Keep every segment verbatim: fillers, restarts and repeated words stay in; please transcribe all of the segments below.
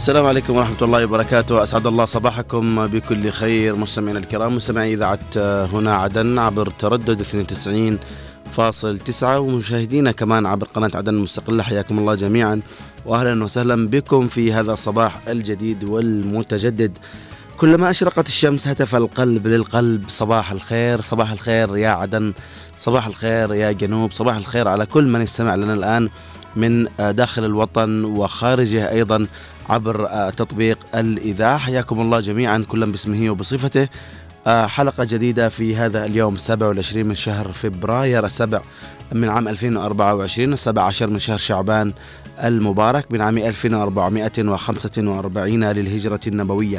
السلام عليكم ورحمة الله وبركاته. أسعد الله صباحكم بكل خير مستمعينا الكرام، مستمعي إذاعة هنا عدن عبر تردد اثنين وتسعين فاصل تسعة، ومشاهدينا كمان عبر قناة عدن المستقلة. حياكم الله جميعا وأهلا وسهلا بكم في هذا الصباح الجديد والمتجدد. كلما أشرقت الشمس هتف القلب للقلب صباح الخير، صباح الخير يا عدن، صباح الخير يا جنوب، صباح الخير على كل من يستمع لنا الآن من داخل الوطن وخارجه أيضا عبر تطبيق الإذاعة. حياكم الله جميعا كلا باسمه وبصفته. حلقة جديدة في هذا اليوم السابع والعشرين من شهر فبراير السابع من عام ألفين وأربعة وعشرين، السابع عشر من شهر شعبان المبارك من عام ألف وأربعمائة وخمسة وأربعين للهجرة النبوية.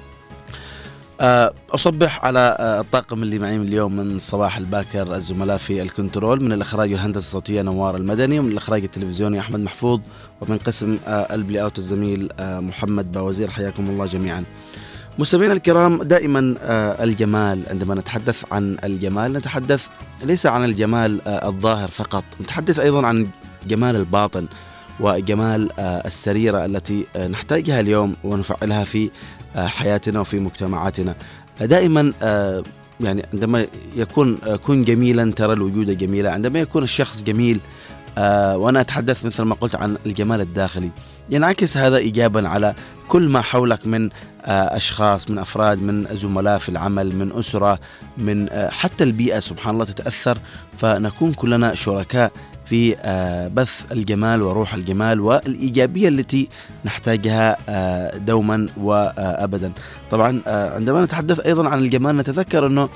أصبح على الطاقم اللي معي من اليوم من الصباح الباكر، الزملاء في الكنترول، من الإخراج والهندسة الصوتية نوار المدني، ومن الإخراج التلفزيوني أحمد محفوظ، ومن قسم البلاي أوت الزميل محمد باوزير. حياكم الله جميعا. مستمعينا الكرام، دائما الجمال، عندما نتحدث عن الجمال نتحدث ليس عن الجمال الظاهر فقط، نتحدث أيضا عن جمال الباطن وجمال السريرة التي نحتاجها اليوم ونفعلها في حياتنا وفي مجتمعاتنا. دائما يعني عندما يكون كن جميلا ترى الوجود جميلا، عندما يكون الشخص جميل، وأنا أتحدث مثل ما قلت عن الجمال الداخلي، ينعكس هذا إيجابا على كل ما حولك من أشخاص، من أفراد، من زملاء في العمل، من أسرة، من حتى البيئة سبحان الله تتأثر، فنكون كلنا شركاء في بث الجمال وروح الجمال والإيجابية التي نحتاجها دوما وأبدا. طبعا عندما نتحدث أيضا عن الجمال نتذكر أنه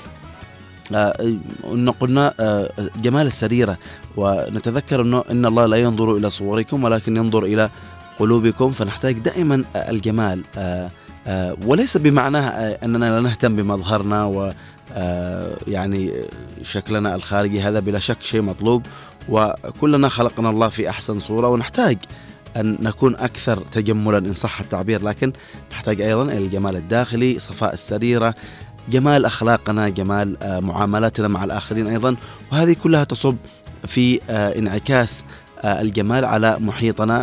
أنه قلنا جمال السريرة، ونتذكر أنه إن الله لا ينظر إلى صوركم ولكن ينظر إلى قلوبكم، فنحتاج دائما الجمال، وليس بمعناه أننا لا نهتم بمظهرنا و يعني شكلنا الخارجي، هذا بلا شك شيء مطلوب، وكلنا خلقنا الله في أحسن صورة ونحتاج أن نكون أكثر تجملا إن صح التعبير، لكن نحتاج أيضا إلى الجمال الداخلي، صفاء السريرة، جمال أخلاقنا، جمال معاملاتنا مع الآخرين أيضا، وهذه كلها تصب في انعكاس الجمال على محيطنا،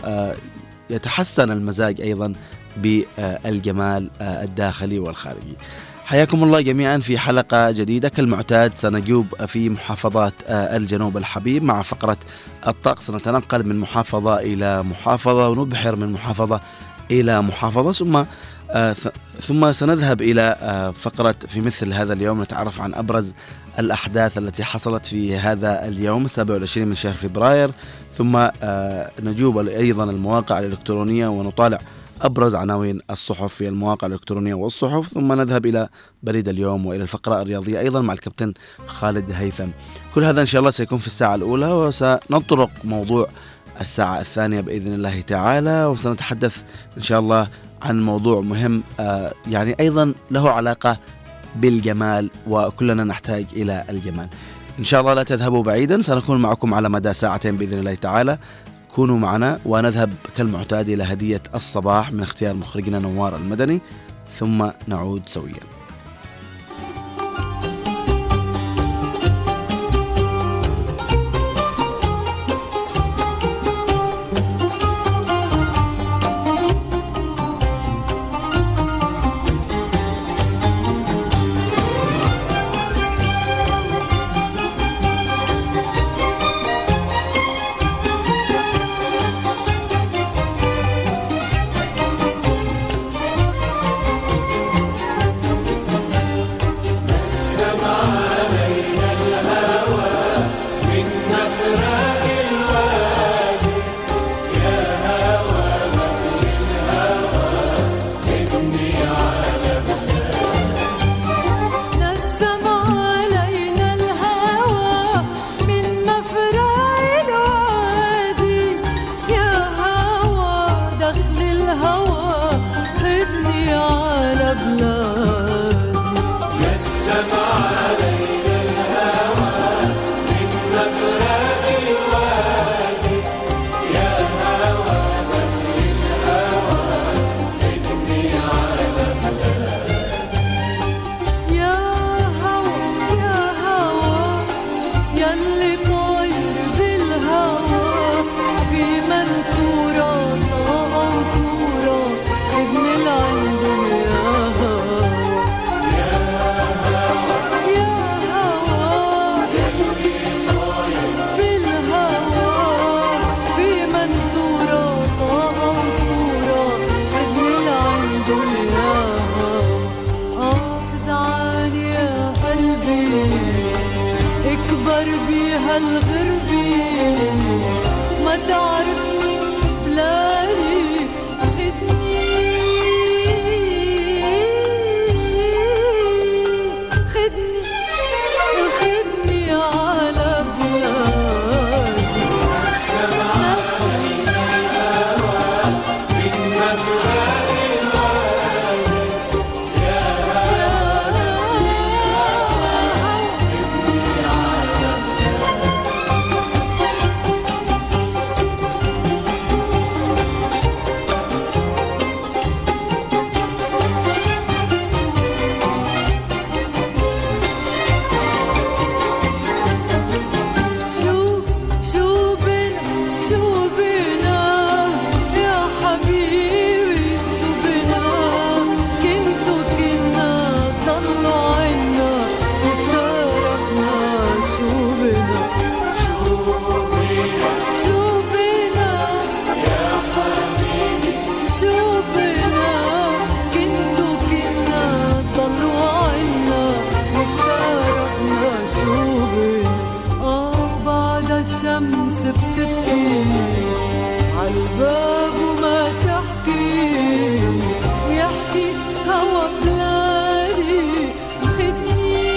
ويتحسن المزاج أيضا بالجمال الداخلي والخارجي. حياكم الله جميعا في حلقة جديدة كالمعتاد. سنجوب في محافظات الجنوب الحبيب مع فقرة الطقس، نتنقل من محافظة إلى محافظة ونبحر من محافظة إلى محافظة، ثم ثم سنذهب إلى فقرة في مثل هذا اليوم نتعرف عن أبرز الأحداث التي حصلت في هذا اليوم السابع والعشرين من شهر فبراير، ثم نجوب أيضا المواقع الإلكترونية ونطالع أبرز عناوين الصحف في المواقع الإلكترونية والصحف، ثم نذهب إلى بريد اليوم وإلى الفقرة الرياضية أيضا مع الكابتن خالد هيثم. كل هذا إن شاء الله سيكون في الساعة الأولى، وسنطرق موضوع الساعة الثانية بإذن الله تعالى، وسنتحدث إن شاء الله عن موضوع مهم آه يعني أيضا له علاقة بالجمال، وكلنا نحتاج إلى الجمال. إن شاء الله لا تذهبوا بعيدا، سنكون معكم على مدى ساعتين بإذن الله تعالى. كونوا معنا ونذهب كالمعتاد إلى هدية الصباح من اختيار مخرجنا نوار المدني، ثم نعود سويا. غربي هالغربي ما تعرفني بلادي خدني خدني خدني على بلادي نفسي الهوى من مفرق الوادي يا هوى خدني على شو شو بنا شو بنا يا حبيبي شو بنا كنتو كنا ضلوا عنا وافترقنا شو بنا شو بنا شو بنا يا حبيبي شو بنا كنتو كنا ضلوا عنا وافترقنا شو بنا آه بعد الشمس بتبكي عالباب وما تحكي ويحكي هوا بلادي خدني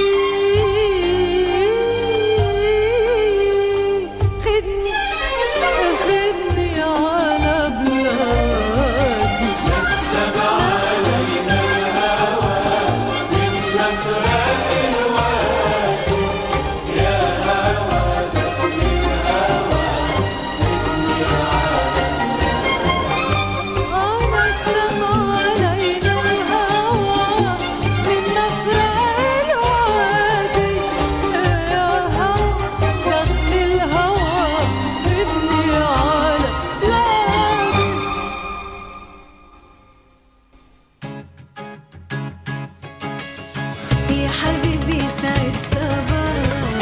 خدني خدني على بلادي نسب علينا الهوى من مفرق الوادي يا هوى دخل الهوى خدني على أنا السما علينا الهوى من مفرق الوادي يا هوى دخل الهوى خدني على بلادي يا حبيبي سعد صباح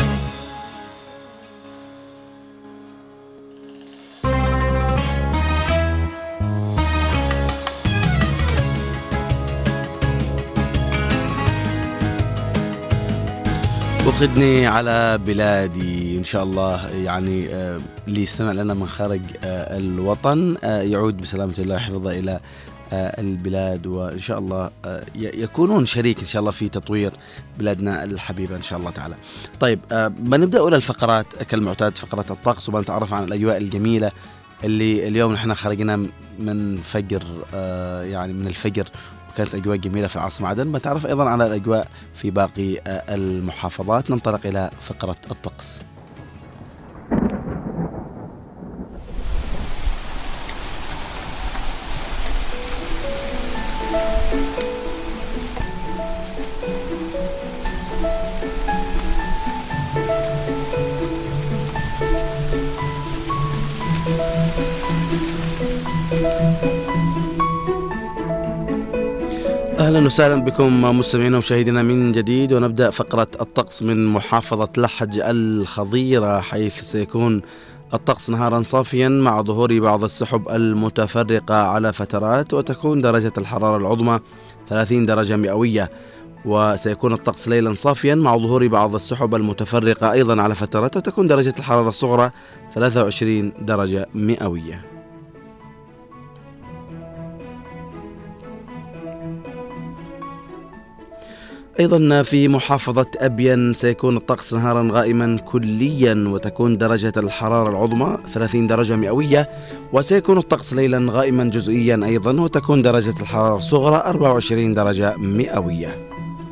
وخدني على بلادي إن شاء الله. يعني آه، اللي يستمع لنا من خارج آه، الوطن آه، يعود بسلامة الله حفظه إلى آه، البلاد، وإن شاء الله آه، ي- يكونون شريك إن شاء الله في تطوير بلادنا الحبيبة إن شاء الله تعالى. طيب آه، بنبدأ أولى الفقرات كالمعتاد، فقرة الطقس، وبنتعرف عن الأجواء الجميلة اللي اليوم نحن خرجنا من فجر آه، يعني من الفجر، وكانت أجواء جميلة في العاصمة عدن. بنتعرف أيضا على الأجواء في باقي آه، المحافظات. ننطلق إلى فقرة الطقس. أهلا وسهلا بكم مستمعينا ومشاهدينا من جديد، ونبدأ فقرة الطقس من محافظة لحج الخضيرة، حيث سيكون الطقس نهارا صافيا مع ظهور بعض السحب المتفرقة على فترات، وتكون درجة الحرارة العظمى ثلاثين درجة مئوية. وسيكون الطقس ليلا صافيا مع ظهور بعض السحب المتفرقة أيضا على فترات، وتكون درجة الحرارة الصغرى ثلاثة وعشرين درجة مئوية. أيضا في محافظة أبين سيكون الطقس نهارا غائما كليا، وتكون درجة الحرارة العظمى ثلاثين درجة مئوية. وسيكون الطقس ليلا غائما جزئيا أيضا، وتكون درجة الحرارة الصغرى أربعة وعشرين درجة مئوية.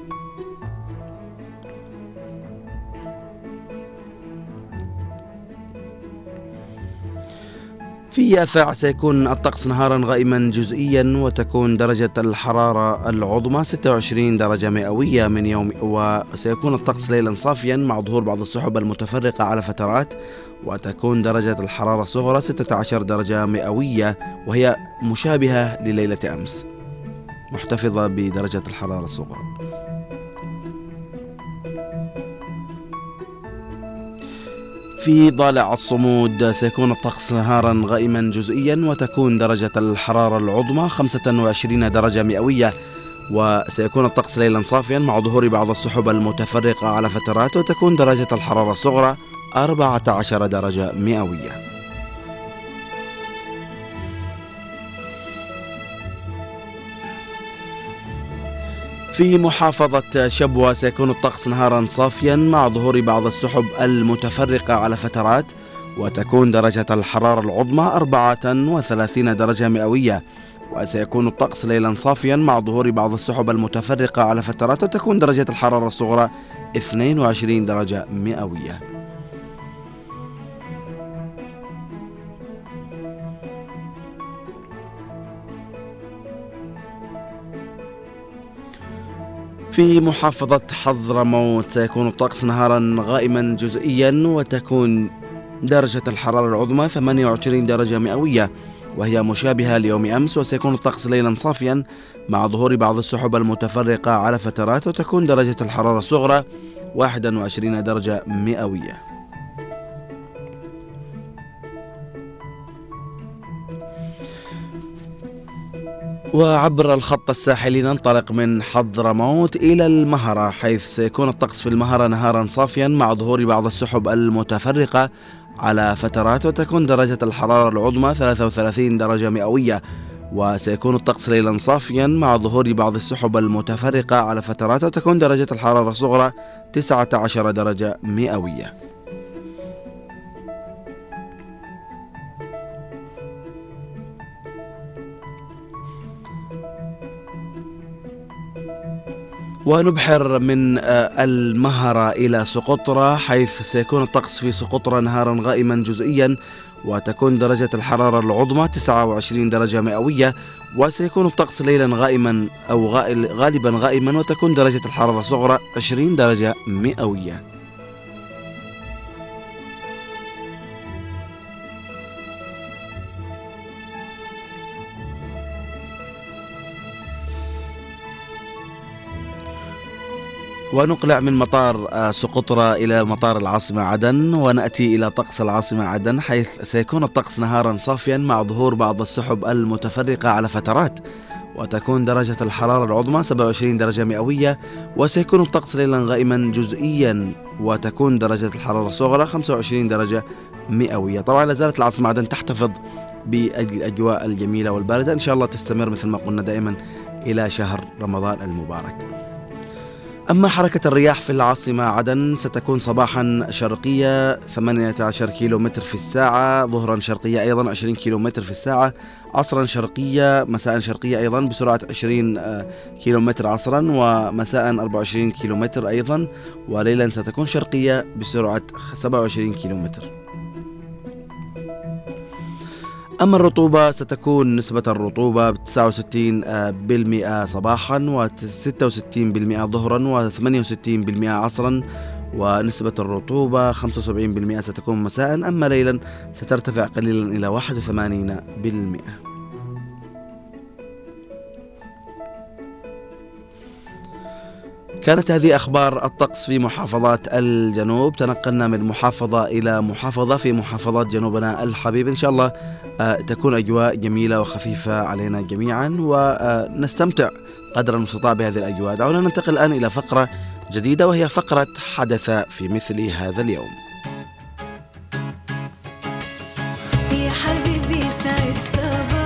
في يافع سيكون الطقس نهارا غائما جزئيا، وتكون درجة الحرارة العظمى ستة وعشرين درجة مئوية من يوم، وسيكون الطقس ليلا صافيا مع ظهور بعض السحب المتفرقة على فترات، وتكون درجة الحرارة الصغرى ستة عشر درجة مئوية، وهي مشابهة لليلة أمس، محتفظة بدرجة الحرارة الصغرى. في ضالع الصمود سيكون الطقس نهارا غائما جزئيا، وتكون درجة الحرارة العظمى خمسة وعشرين درجة مئوية، وسيكون الطقس ليلا صافيا مع ظهور بعض السحب المتفرقة على فترات، وتكون درجة الحرارة الصغرى أربعة عشر درجة مئوية. في محافظة شبوة سيكون الطقس نهارا صافيا مع ظهور بعض السحب المتفرقة على فترات، وتكون درجة الحرارة العظمى أربعة وثلاثين درجة مئوية. وسيكون الطقس ليلا صافيا مع ظهور بعض السحب المتفرقة على فترات، وتكون درجة الحرارة الصغرى اثنين وعشرين درجة مئوية. في محافظة حضرموت سيكون الطقس نهارا غائما جزئيا، وتكون درجة الحرارة العظمى ثمانية وعشرين درجة مئوية، وهي مشابهة ليوم أمس. وسيكون الطقس ليلا صافيا مع ظهور بعض السحب المتفرقة على فترات، وتكون درجة الحرارة الصغرى واحد وعشرين درجة مئوية. وعبر الخط الساحلي ننطلق من حضرموت إلى المهرة، حيث سيكون الطقس في المهرة نهارا صافيا مع ظهور بعض السحب المتفرقة على فترات، وتكون درجة الحرارة العظمى ثلاثة وثلاثين درجة مئوية. وسيكون الطقس ليلا صافيا مع ظهور بعض السحب المتفرقة على فترات، وتكون درجة الحرارة الصغرى تسعة عشر درجة مئوية. ونبحر من المهرة إلى سقطرى، حيث سيكون الطقس في سقطرى نهارا غائما جزئيا، وتكون درجة الحرارة العظمى تسعة وعشرين درجة مئوية. وسيكون الطقس ليلا غائما أو غالبا غائما، وتكون درجة الحرارة الصغرى عشرين درجة مئوية. ونقلع من مطار سقطرى إلى مطار العاصمة عدن، ونأتي إلى طقس العاصمة عدن، حيث سيكون الطقس نهارا صافيا مع ظهور بعض السحب المتفرقة على فترات، وتكون درجة الحرارة العظمى سبعة وعشرين درجة مئوية. وسيكون الطقس ليلا غائما جزئيا، وتكون درجة الحرارة الصغرى خمسة وعشرين درجة مئوية. طبعا لازالت العاصمة عدن تحتفظ بالأجواء الجميلة والباردة، إن شاء الله تستمر مثل ما قلنا دائما إلى شهر رمضان المبارك. أما حركة الرياح في العاصمة عدن ستكون صباحا شرقية ثمانية عشر كيلو متر في الساعة، ظهرا شرقية أيضا عشرين كيلو متر في الساعة، عصرا شرقية، مساء شرقية أيضا بسرعة عشرين كيلو متر عصرا، ومساء أربعة وعشرين كيلو متر أيضا، وليلا ستكون شرقية بسرعة سبعة وعشرين كيلو متر. أما الرطوبة ستكون نسبة الرطوبة تسعة وستين بالمئة صباحا، وستة وستين بالمئة ظهرا، وثمانية وستين بالمئة عصرا، ونسبة الرطوبة خمسة وسبعين بالمئة ستكون مساء. أما ليلا سترتفع قليلا إلى واحد وثمانين بالمئة. كانت هذه أخبار الطقس في محافظات الجنوب. تنقلنا من محافظة إلى محافظة في محافظات جنوبنا الحبيب. إن شاء الله تكون أجواء جميلة وخفيفة علينا جميعا، ونستمتع قدر المستطاع بهذه الأجواء. دعونا ننتقل الآن إلى فقرة جديدة، وهي فقرة حدث في مثل هذا اليوم. يا حبيبي سعد صباح.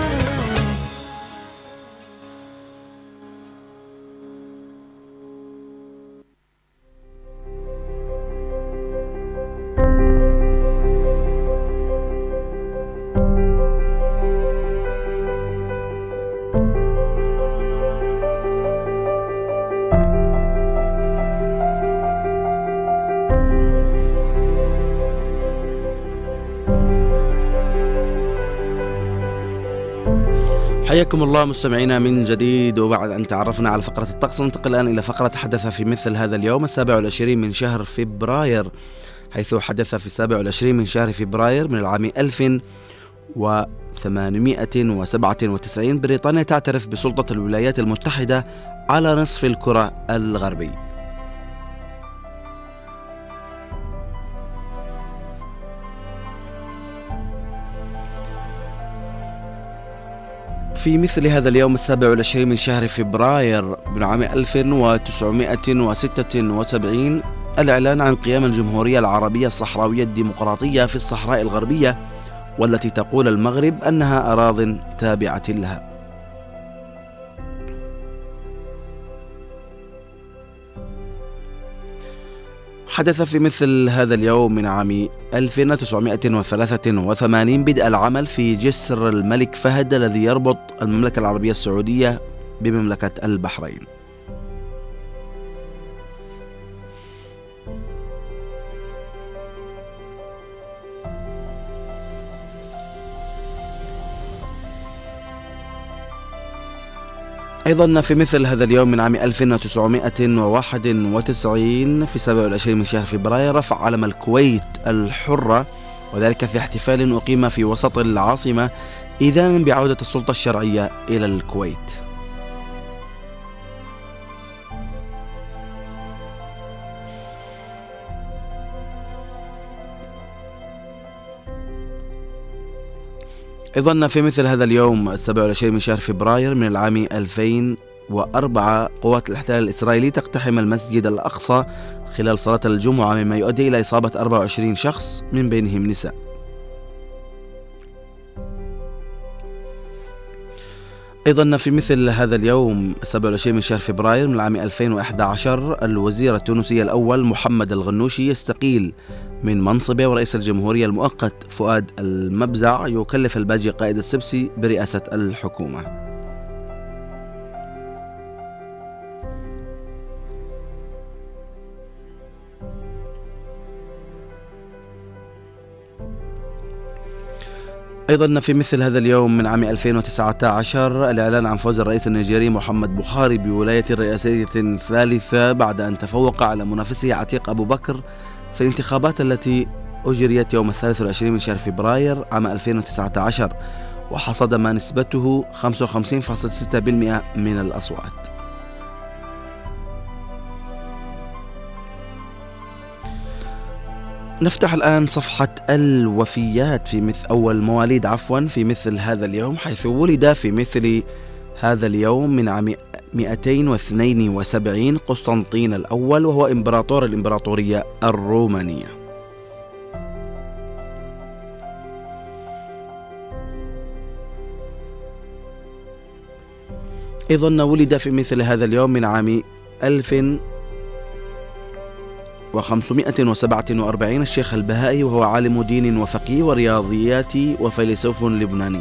حياكم الله مستمعينا من جديد. وبعد أن تعرفنا على فقرة الطقس، ننتقل الآن إلى فقرة حدث في مثل هذا اليوم السابع والعشرين من شهر فبراير، حيث حدث في السابع والعشرين من شهر فبراير من العام ألف وثمانمائة وسبعة وتسعين بريطانيا تعترف بسلطة الولايات المتحدة على نصف الكرة الغربي. في مثل هذا اليوم السابع والعشرين من شهر فبراير من عام ألف وتسعمائة وستة وسبعين الإعلان عن قيام الجمهورية العربية الصحراوية الديمقراطية في الصحراء الغربية، والتي تقول المغرب أنها أراضٍ تابعة لها. حدث في مثل هذا اليوم من عام ألف وتسعمائة وثلاثة وثمانين بدء العمل في جسر الملك فهد الذي يربط المملكة العربية السعودية بمملكة البحرين. أيضا في مثل هذا اليوم من عام ألف وتسعمائة وواحد وتسعين في سابع والعشرين من شهر فبراير رفع علم الكويت الحرة، وذلك في احتفال أقيم في وسط العاصمة إذانا بعودة السلطة الشرعية إلى الكويت. أيضا في مثل هذا اليوم السابع والعشرين من شهر فبراير من العام ألفين وأربعة قوات الاحتلال الإسرائيلي تقتحم المسجد الأقصى خلال صلاة الجمعة، مما يؤدي إلى إصابة أربعة وعشرين شخص من بينهم نساء. أيضا في مثل هذا اليوم السابع والعشرين من شهر فبراير من العام ألفين وأحد عشر الوزير التونسي الأول محمد الغنوشي يستقيل من منصبه، ورئيس الجمهورية المؤقت فؤاد المبزع يكلف الباجي قائد السبسي برئاسة الحكومة. أيضا في مثل هذا اليوم من عام ألفين وتسعة عشر الإعلان عن فوز الرئيس النيجيري محمد بوخاري بولاية الرئاسية ثالثة بعد أن تفوق على منافسه عتيق أبو بكر في الانتخابات التي أجريت يوم الثالث والعشرين من شهر فبراير عام ألفين وتسعة عشر، وحصد ما نسبته خمسة وخمسين فاصلة ستة بالمئة من الأصوات. نفتح الآن صفحة الوفيات في مثل أو المواليد عفوا في مثل هذا اليوم، حيث ولد في مثل هذا اليوم من عام مئتين واثنين وسبعين قسطنطين الأول، وهو إمبراطور الإمبراطورية الرومانية. أيضا ولد في مثل هذا اليوم من عام ألف وخمسمائة وسبعة وأربعين الشيخ البهائي، وهو عالم دين وفقيه ورياضيات وفيلسوف لبناني.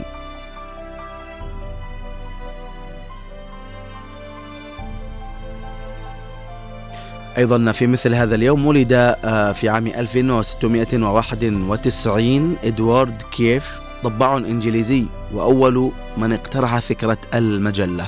أيضا في مثل هذا اليوم ولد في عام ألف وستمائة وواحد وتسعين إدوارد كيف، طباع إنجليزي وأول من اقترح فكرة المجلة.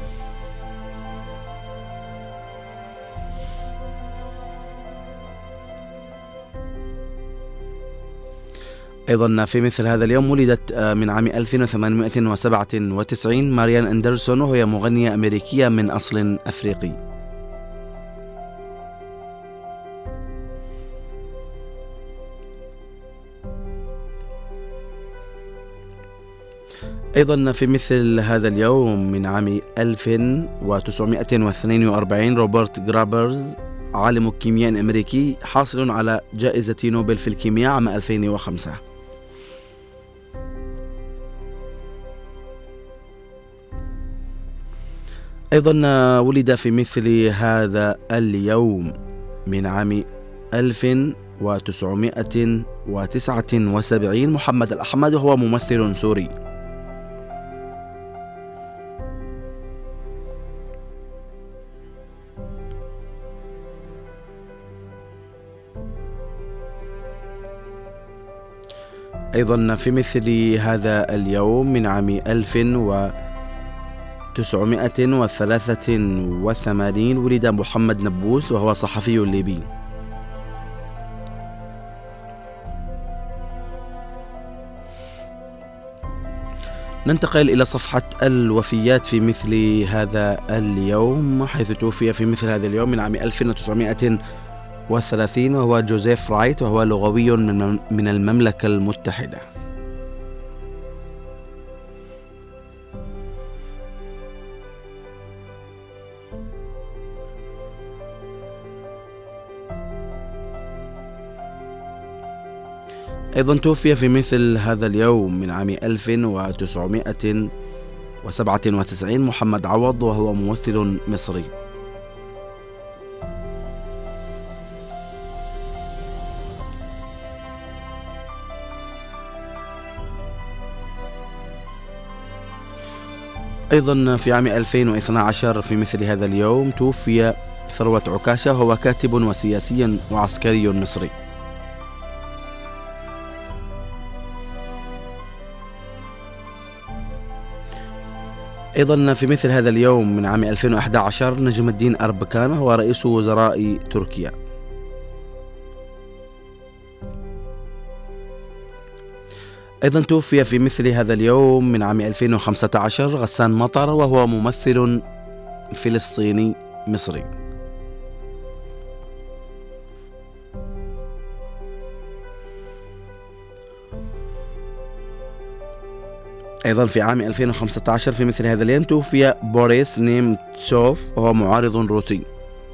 أيضا في مثل هذا اليوم ولدت من عام ألف وثمانمائة وسبعة وتسعين ماريان أندرسون، وهي مغنية أمريكية من أصل أفريقي. أيضا في مثل هذا اليوم من عام ألف وتسعمائة واثنين وأربعين روبرت جرابرز، عالم كيمياء أمريكي حاصل على جائزة نوبل في الكيمياء عام ألفين وخمسة. أيضا ولد في مثل هذا اليوم من عام ألف وتسعمائة وتسعة وسبعين محمد الأحمد، وهو ممثل سوري. أيضا في مثل هذا اليوم من عام ألف وتسعمائة وثلاثة وثمانين ولد محمد نبوس، وهو صحفي ليبي. ننتقل إلى صفحة الوفيات في مثل هذا اليوم، حيث توفي في مثل هذا اليوم من عام ألف وتسعمائة وثلاثين وهو جوزيف رايت، وهو لغوي من المملكة المتحدة. أيضا توفي في مثل هذا اليوم من عام ألف وتسعمائة وسبعة وتسعين محمد عوض، وهو ممثل مصري. أيضا في عام ألفين واثني عشر في مثل هذا اليوم توفي ثروت عكاشة، وهو كاتب وسياسي وعسكري مصري. أيضا في مثل هذا اليوم من عام ألفين وأحد عشر نجم الدين أربكان، هو رئيس وزراء تركيا. أيضا توفي في مثل هذا اليوم من عام ألفين وخمسة عشر غسان مطر، وهو ممثل فلسطيني مصري. أيضا في عام ألفين وخمسة عشر في مثل هذا اليوم توفي بوريس نيمتسوف، وهو معارض روسي.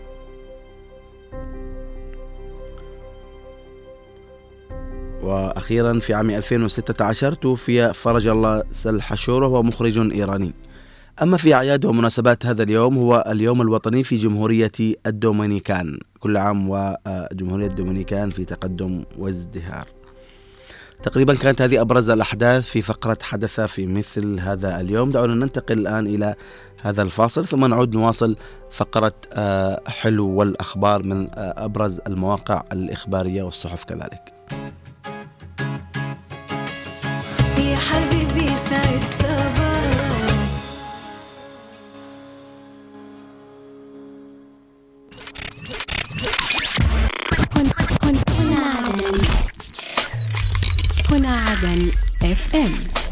وأخيرا في عام ألفين وستة عشر توفي فرج الله سلحشور، وهو مخرج إيراني. أما في أعياد ومناسبات هذا اليوم، هو اليوم الوطني في جمهورية الدومينيكان. كل عام وجمهورية الدومينيكان في تقدم وازدهار. تقريبا كانت هذه أبرز الأحداث في فقرة حدث في مثل هذا اليوم. دعونا ننتقل الآن إلى هذا الفاصل، ثم نعود نواصل فقرة حلو والأخبار من أبرز المواقع الإخبارية والصحف كذلك. يا حبيبي سعد صباح. هنا عدن اف ام.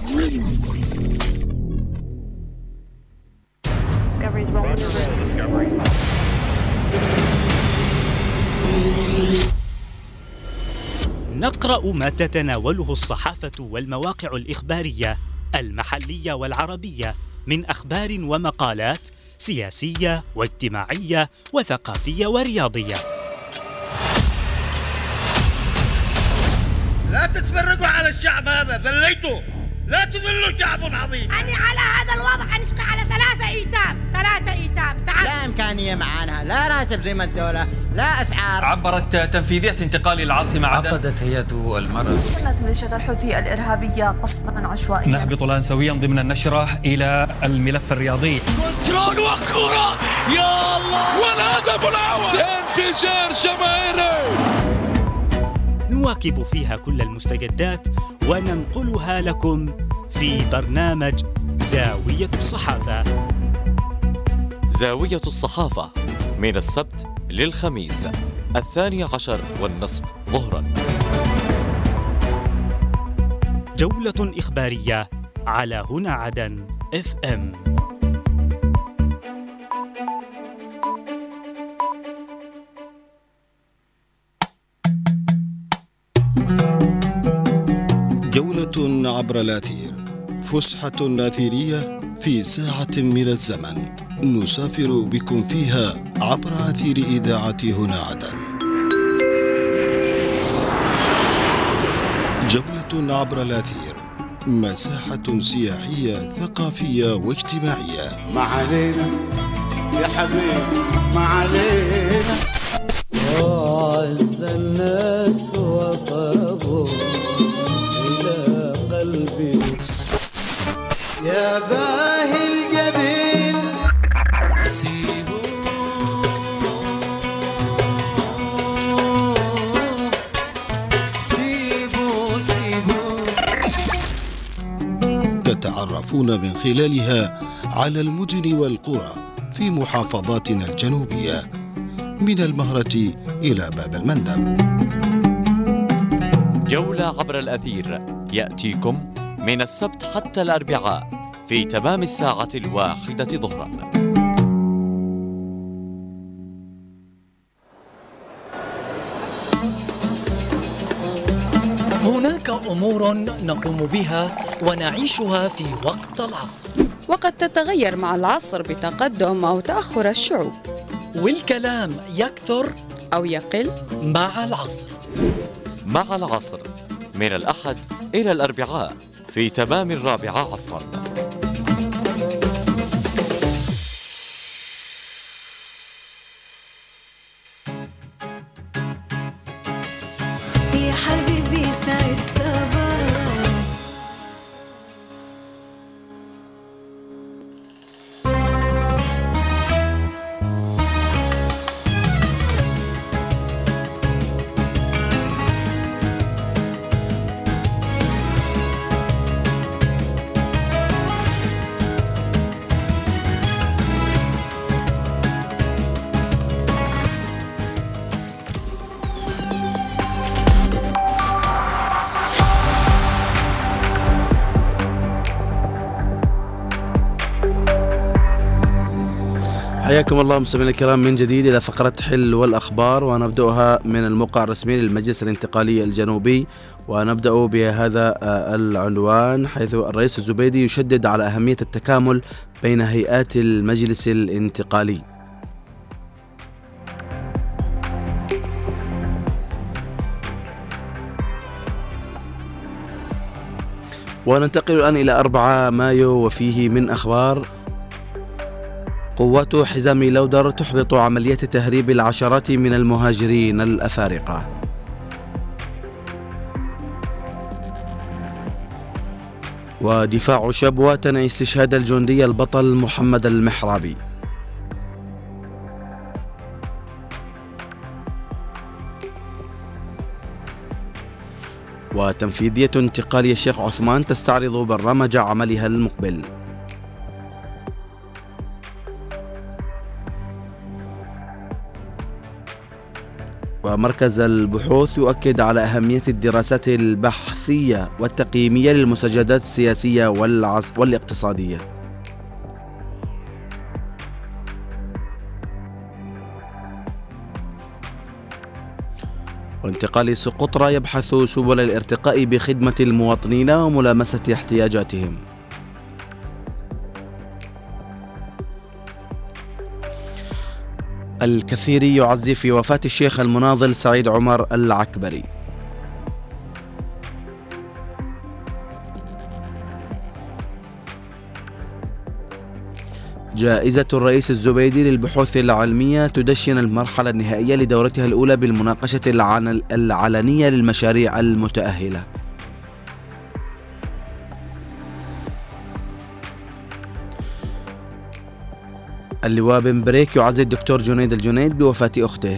نقرأ ما تتناوله الصحافة والمواقع الإخبارية المحلية والعربية من أخبار ومقالات سياسية واجتماعية وثقافية ورياضية. لا تتفرقوا على الشعب هذا، ذليتوا، لا تذلوا شعب عظيم. أنا على هذا الوضع أنشق على ثلاثة إيتام، ثلاثة إيتام. تعال. لا إمكانية معانا، لا راتب زي ما الدولة، لا أسعار. عبرت تنفيذية انتقال العاصمة عدن. عقدت هيئة المرأة. صنعت ميليشيا الحوثي الإرهابية قصفا عشوائيا. نهبط الآن سويا ضمن النشرة إلى الملف الرياضي. كنترول وكرة، يا الله، والهدف الأول، انفجار جماهيري. نواكب فيها كل المستجدات وننقلها لكم في برنامج زاوية الصحافة. زاوية الصحافة من السبت للخميس الثاني عشر والنصف ظهرا. جولة إخبارية على هنا عدن اف ام. جولة عبر الأثير، فسحة أثيرية في ساعة من الزمن نسافر بكم فيها عبر أثير إذاعة هنا عدن. جولة عبر الأثير، مساحة سياحية ثقافية واجتماعية. ما علينا يا حبيبي، ما علينا. وعز الناس وقربوا إلى قلبي يا باهي الجبين. سيبوا سيبوا سيبوا. تتعرفون من خلالها على المدن والقرى في محافظاتنا الجنوبية، من المهرة إلى باب المندب. جولة عبر الأثير يأتيكم من السبت حتى الأربعاء في تمام الساعة الواحدة ظهرا. هناك أمور نقوم بها ونعيشها في وقت العصر، وقد تتغير مع العصر بتقدم أو تأخر الشعوب، والكلام يكثر أو يقل مع العصر. مع العصر من الأحد إلى الأربعاء في تمام الرابعة عصرا. يا حبيبي سعد صباح. حياكم الله مستمعينا الكرام من جديد إلى فقرة حل والأخبار، ونبدأها من الموقع الرسمي للمجلس الانتقالي الجنوبي، ونبدأ بهذا العنوان حيث الرئيس الزبيدي يشدد على أهمية التكامل بين هيئات المجلس الانتقالي. وننتقل الآن إلى أربعة مايو وفيه من أخبار: قوات حزام لودر تحبط عملية تهريب العشرات من المهاجرين الأفارقة. ودفاع شبوة تنعي استشهاد الجندي البطل محمد المحرابي. وتنفيذية انتقالية الشيخ عثمان تستعرض برنامج عملها المقبل. ومركز البحوث يؤكد على أهمية الدراسات البحثية والتقييمية للمستجدات السياسية والعص... والاقتصادية. وانتقالي سقطرى يبحث سبل الارتقاء بخدمة المواطنين وملامسة احتياجاتهم. الكثير يعزي في وفاة الشيخ المناضل سعيد عمر العكبري. جائزة الرئيس الزبيدي للبحوث العلمية تدشن المرحلة النهائية لدورتها الأولى بالمناقشة العلنية للمشاريع المتأهلة. اللواء بن بريك يعزي الدكتور جنيد الجنيد بوفاة أخته.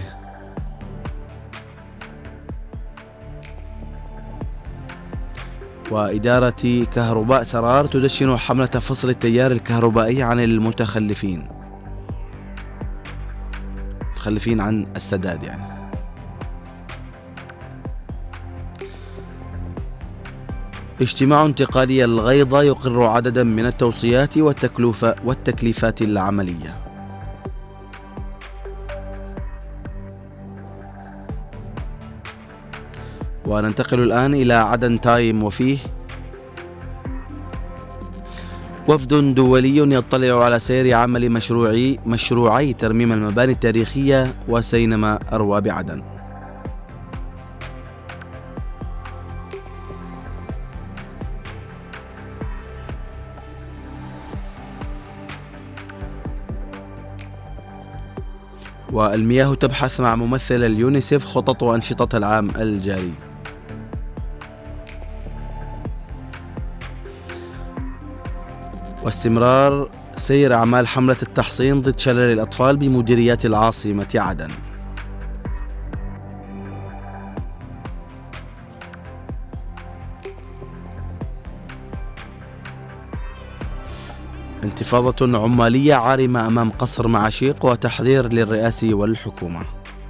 وإدارة كهرباء سرار تدشن حملة فصل التيار الكهربائي عن المتخلفين متخلفين عن السداد يعني. اجتماع انتقالي الغيضة يقر عددا من التوصيات والتكلفة والتكليفات العملية. وننتقل الآن إلى عدن تايم وفيه: وفد دولي يطلع على سير عمل مشروعي مشروعي ترميم المباني التاريخية وسينما أرواب عدن. والمياه تبحث مع ممثل اليونيسيف خطط وأنشطة العام الجاري. واستمرار سير أعمال حملة التحصين ضد شلل الأطفال بمديريات العاصمة عدن. انتفاضة عمالية عارمة أمام قصر معاشيق وتحذير للرئاسة والحكومة.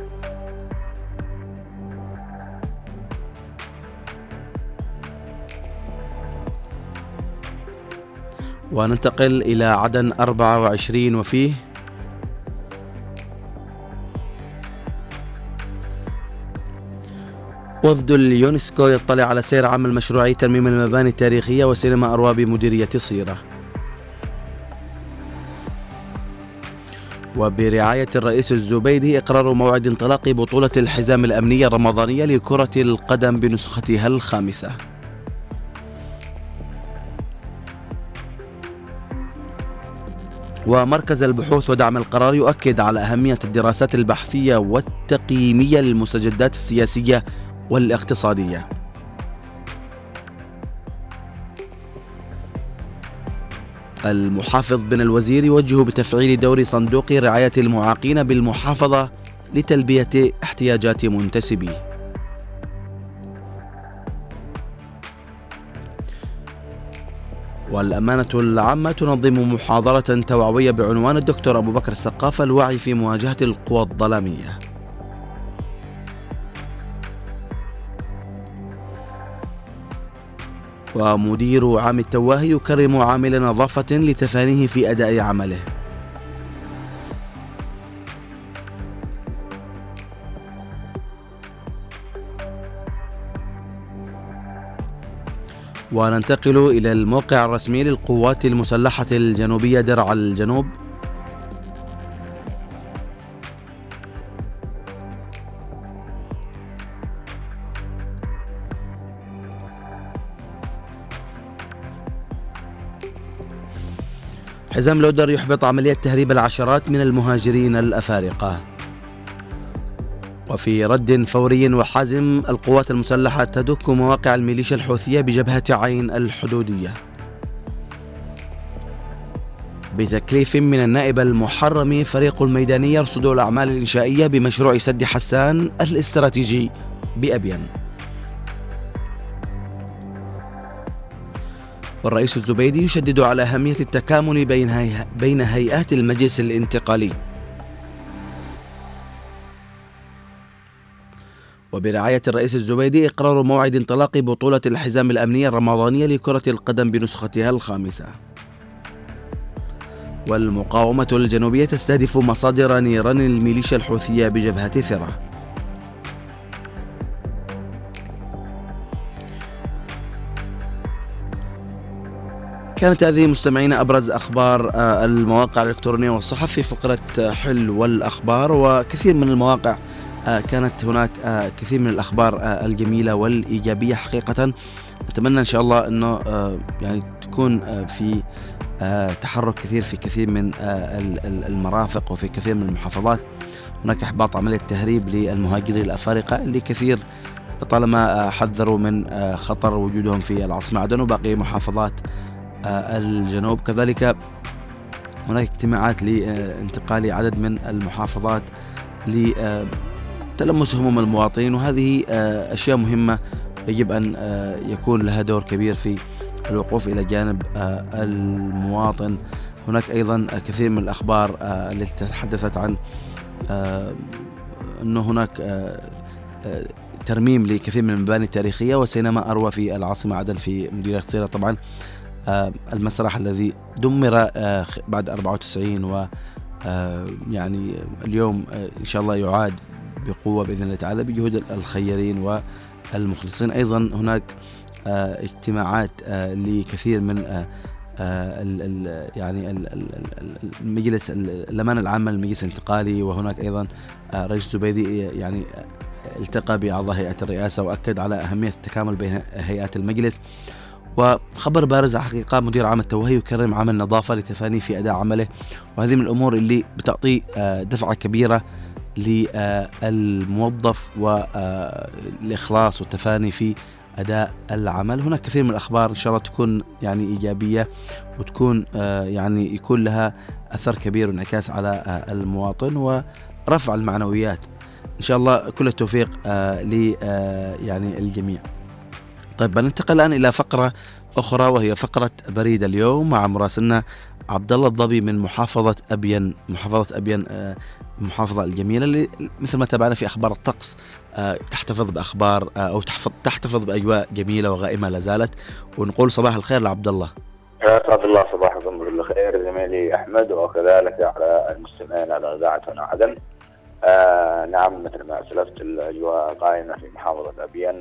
وننتقل إلى عدن أربعة وعشرين وفيه: وفد اليونسكو يطلع على سير عمل مشروعي ترميم المباني التاريخية وسينما أرواب مديرية صيرة. وبرعاية الرئيس الزبيدي إقرار موعد انطلاق بطولة الحزام الأمنية الرمضانية لكرة القدم بنسختها الخامسة. ومركز البحوث ودعم القرار يؤكد على أهمية الدراسات البحثية والتقييمية للمستجدات السياسية والاقتصادية. المحافظ بن الوزير يوجه بتفعيل دور صندوق رعاية المعاقين بالمحافظة لتلبية احتياجات منتسبيه. والأمانة العامة تنظم محاضرة توعوية بعنوان الدكتور أبو بكر السقاف الوعي في مواجهة القوى الظلامية. ومدير عام التواهي يكرم عامل نظافة لتفانيه في أداء عمله. وننتقل إلى الموقع الرسمي للقوات المسلحة الجنوبية درع الجنوب. حزام لودر يحبط عملية تهريب العشرات من المهاجرين الأفارقة. وفي رد فوري وحازم القوات المسلحة تدك مواقع الميليشيا الحوثية بجبهة عين الحدودية. بتكليف من النائب المحرم فريق الميداني يرصد الأعمال الإنشائية بمشروع سد حسان الاستراتيجي بأبين. والرئيس الزبيدي يشدد على أهمية التكامل بين هي... بين هيئات المجلس الانتقالي. وبرعاية الرئيس الزبيدي إقرار موعد انطلاق بطولة الحزام الأمنية الرمضانية لكرة القدم بنسختها الخامسة. والمقاومة الجنوبية تستهدف مصادر نيران الميليشيا الحوثية بجبهة ثرة. كانت هذه مستمعين أبرز أخبار المواقع الإلكترونية والصحف في فقرة حل والأخبار. وكثير من المواقع كانت هناك كثير من الأخبار الجميلة والإيجابية حقيقة. نتمنى إن شاء الله أنه يعني تكون في تحرك كثير في كثير من المرافق وفي كثير من المحافظات. هناك إحباط عملية تهريب للمهاجرين الأفارقة اللي كثير طالما حذروا من خطر وجودهم في العاصمة عدن وباقي محافظات الجنوب. كذلك هناك اجتماعات لانتقال عدد من المحافظات لتلمس هموم المواطنين، وهذه أشياء مهمة يجب أن يكون لها دور كبير في الوقوف إلى جانب المواطن. هناك أيضا كثير من الأخبار التي تحدثت عن أنه هناك ترميم لكثير من المباني التاريخية وسينما أروى في العاصمة عدن في مدينة صيرة. طبعا المسرح الذي دمر بعد أربعة وتسعين و يعني اليوم إن شاء الله يعاد بقوة بإذن الله تعالى بجهود الخيرين والمخلصين. أيضا هناك اجتماعات لكثير من يعني المجلس الأمانة العامة للمجلس الانتقالي. وهناك أيضا رئيس الزبيدي يعني التقى بأعضاء هيئة الرئاسة وأكد على أهمية التكامل بين هيئات المجلس. وخبر بارز حقيقة مدير عام التوهي يكرم عام النظافة لتفاني في أداء عمله، وهذه من الأمور اللي بتعطي دفعة كبيرة للموظف والإخلاص والتفاني في أداء العمل. هناك كثير من الأخبار إن شاء الله تكون يعني إيجابية وتكون يعني يكون لها أثر كبير وانعكاس على المواطن ورفع المعنويات إن شاء الله. كل التوفيق ل يعني الجميع. طيب بننتقل الآن إلى فقرة أخرى وهي فقرة بريد اليوم مع مراسلنا عبد الله الضبي من محافظة أبين. محافظة أبين المحافظة الجميلة اللي مثل ما تابعنا في أخبار الطقس تحتفظ بأخبار أو تحفظ تحتفظ بأجواء جميلة وغائمة لازالت. ونقول صباح الخير لعبد الله. أسعد الله صباحكم بكل خير زميلي أحمد، وكذلك على المستمعين على إذاعة هنا عدن. آه نعم مثل ما أسلفت الأجواء قائمة في محافظة أبين،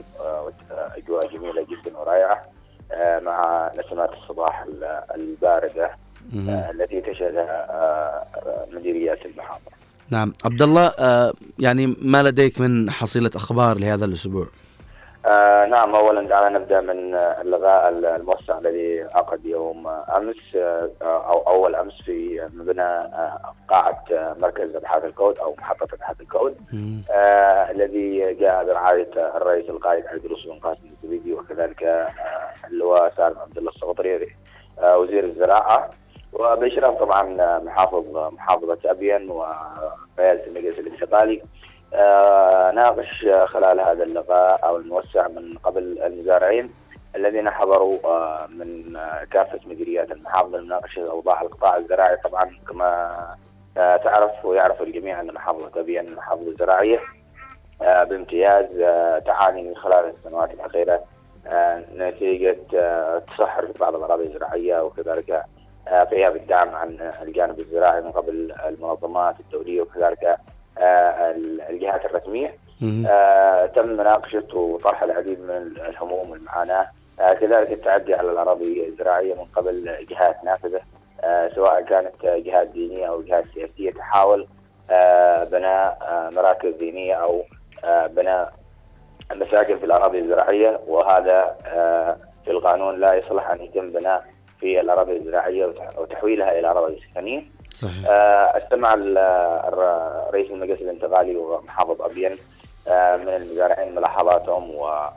أجواء جميلة جدا ورائعة آه مع نسمات الصباح الباردة آه التي تشهدها آه مديريات المحافظة. نعم عبد الله، آه يعني ما لديك من حصيلة أخبار لهذا الأسبوع؟ آه نعم، أولا دعنا نبدأ من اللقاء الموسع الذي عقد يوم أمس آه أو أول أمس في مبنى آه قاعة آه مركز أبحاث الكود أو محطة أبحاث الكود، آه الذي جاء برعاية الرئيس القائد عيدروس بن قاسم الزبيدي، وكذلك آه اللواء سالم عبد الله الصغطري آه وزير الزراعة، وبإشراف طبعا محافظ محافظة أبين ورئاسة المجلس الانتقالي. آه ناقش خلال هذا اللقاء أو الموسع من قبل المزارعين الذين حضروا آه من آه كافة مديريات المحافظة لمناقشة أوضاع القطاع الزراعي. طبعا كما آه تعرف ويعرف الجميع أن محافظة أبين محافظة زراعية آه بامتياز، آه تعاني خلال السنوات الأخيرة آه نتيجة آه تصحر في بعض الأراضي الزراعية، وكذلك آه غياب الدعم عن الجانب الزراعي من قبل المنظمات الدولية وكذلك آه الجهات الرسمية. آه تم مناقشة وطرح العديد من الهموم والمعاناة، آه كذلك التعدي على الأراضي الزراعية من قبل جهات نافذة، آه سواء كانت جهات دينية أو جهات سياسية تحاول آه بناء آه مراكز دينية أو آه بناء مساكن في الأراضي الزراعية، وهذا آه في القانون لا يصلح أن يتم بناء في الأراضي الزراعية وتحويلها إلى أراضي سكنية. صحيح. استمع رئيس المجلس الانتقالي ومحافظ أبين من المزارعين ملاحظاتهم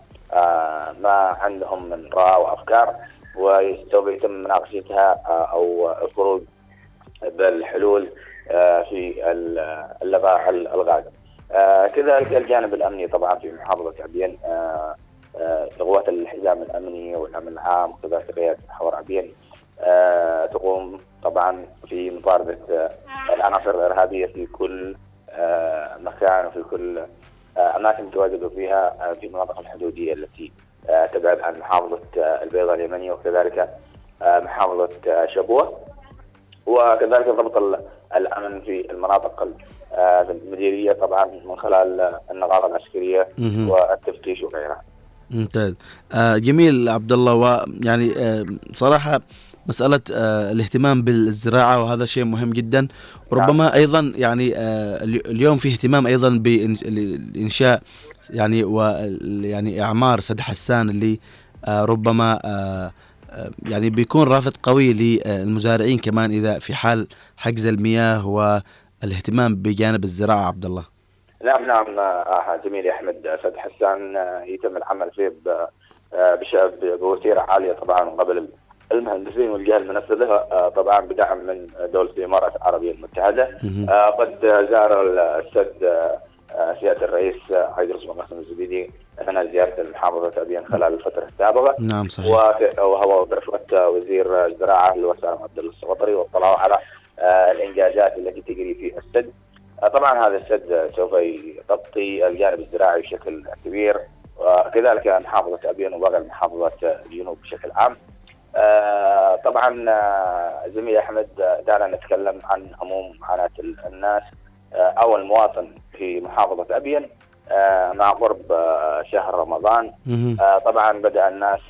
وما عندهم من رأي وأفكار، وسوف يتم مناقشتها أو الخروج بالحلول في اللقاء القادم. كذلك الجانب الأمني طبعا في محافظة أبين، قوات الحزام الأمني والأمن العام وكذلك قيادة محور أبين آه تقوم طبعا في مطاردة آه العناصر الإرهابية في كل آه مكان وفي كل آه أماكن تواجدوا فيها آه في المناطق الحدودية التي آه تبعد عن محافظة آه البيضاء اليمنية وكذلك آه محافظة آه شبوة، وكذلك ضبط الأمن في المناطق آه المديرية طبعا من خلال النقاط العسكرية والتفتيش وغيرها. ممتاز. آه جميل عبد الله، ويعني آه صراحة مسألة آه الاهتمام بالزراعة وهذا شيء مهم جدا، وربما أيضا يعني آه اليوم في اهتمام أيضا بإنشاء يعني ويعني إعمار سد حسان اللي آه ربما آه يعني بيكون رافد قوي للمزارعين كمان إذا في حال حجز المياه والاهتمام بجانب الزراعة. عبد الله. نعم نعم زميلي أحمد، سد حسان يتم العمل فيه بوتيرة عالية طبعا من قبل المهندسين والجهة المنفذة، طبعا بدعم من دولة الإمارات العربية المتحدة. قد زار السد سيادة الرئيس عيدروس بن قاسم الزبيدي أثناء زيارة المحافظة أبين خلال الفترة السابقة. نعم صحيح. وهو برفقة وزير الزراعة اللواء سالم عبد الله الصغطري، واطلعوا على الإنجازات التي تجري في السد. طبعا هذا السد سوف يغطي الجانب الزراعي بشكل كبير، وكذلك محافظة أبين وباقي محافظات الجنوب بشكل عام. طبعا زميلي أحمد، دعنا نتكلم عن هموم معاناة الناس أو المواطن في محافظة أبين مع قرب شهر رمضان. طبعا بدأ الناس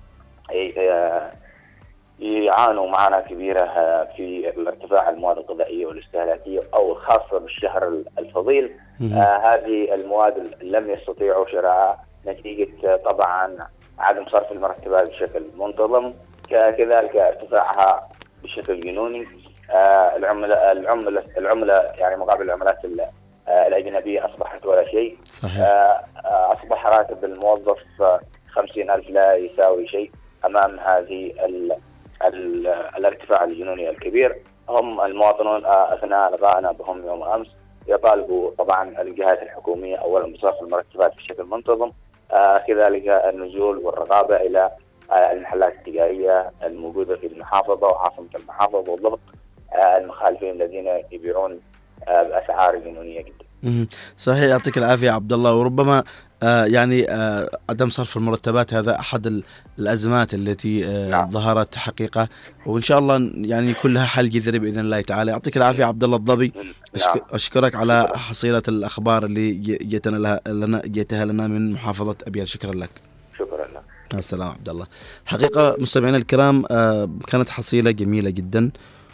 يعانوا معاناة كبيرة في ارتفاع المواد الغذائية والاستهلاكية أو خاصة بالشهر الفضيل. آه هذه المواد لم يستطيعوا شرائها نتيجة طبعا عدم صرف المرتبات بشكل منتظم، كذلك ارتفاعها بشكل جنوني. آه العملة العملة العملة يعني مقابل العملات الأجنبية أصبحت ولا شيء. صحيح. آه أصبح راتب الموظف خمسين ألف لا يساوي شيء أمام هذه ال ال الارتفاع الجنوني الكبير. هم المواطنون أثناء لقائنا بهم يوم أمس يطالبوا طبعا الجهات الحكومية أولا بصرف المرتبات بشكل منتظم، آه كذلك النزول والرغابة إلى آه المحلات التجارية الموجودة في المحافظة وعاصمة المحافظة وضبط آه المخالفين الذين يبيعون آه بأسعار جنونية جدا. صحيح، يعطيك العافية عبد الله. وربما آه يعني آه عدم صرف المرتبات هذا أحد الأزمات التي آه نعم. ظهرت حقيقة، وإن شاء الله يعني كلها حل جذري بإذن الله تعالى. يعطيك العافية عبد الله الضبي. نعم. أشكرك على حصيلة الأخبار اللي جتنا لها لنا جتها لنا من محافظة أبيان. شكرا لك. شكرا لك. السلام عبد الله. حقيقة مستمعينا الكرام كانت حصيلة جميلة جدا،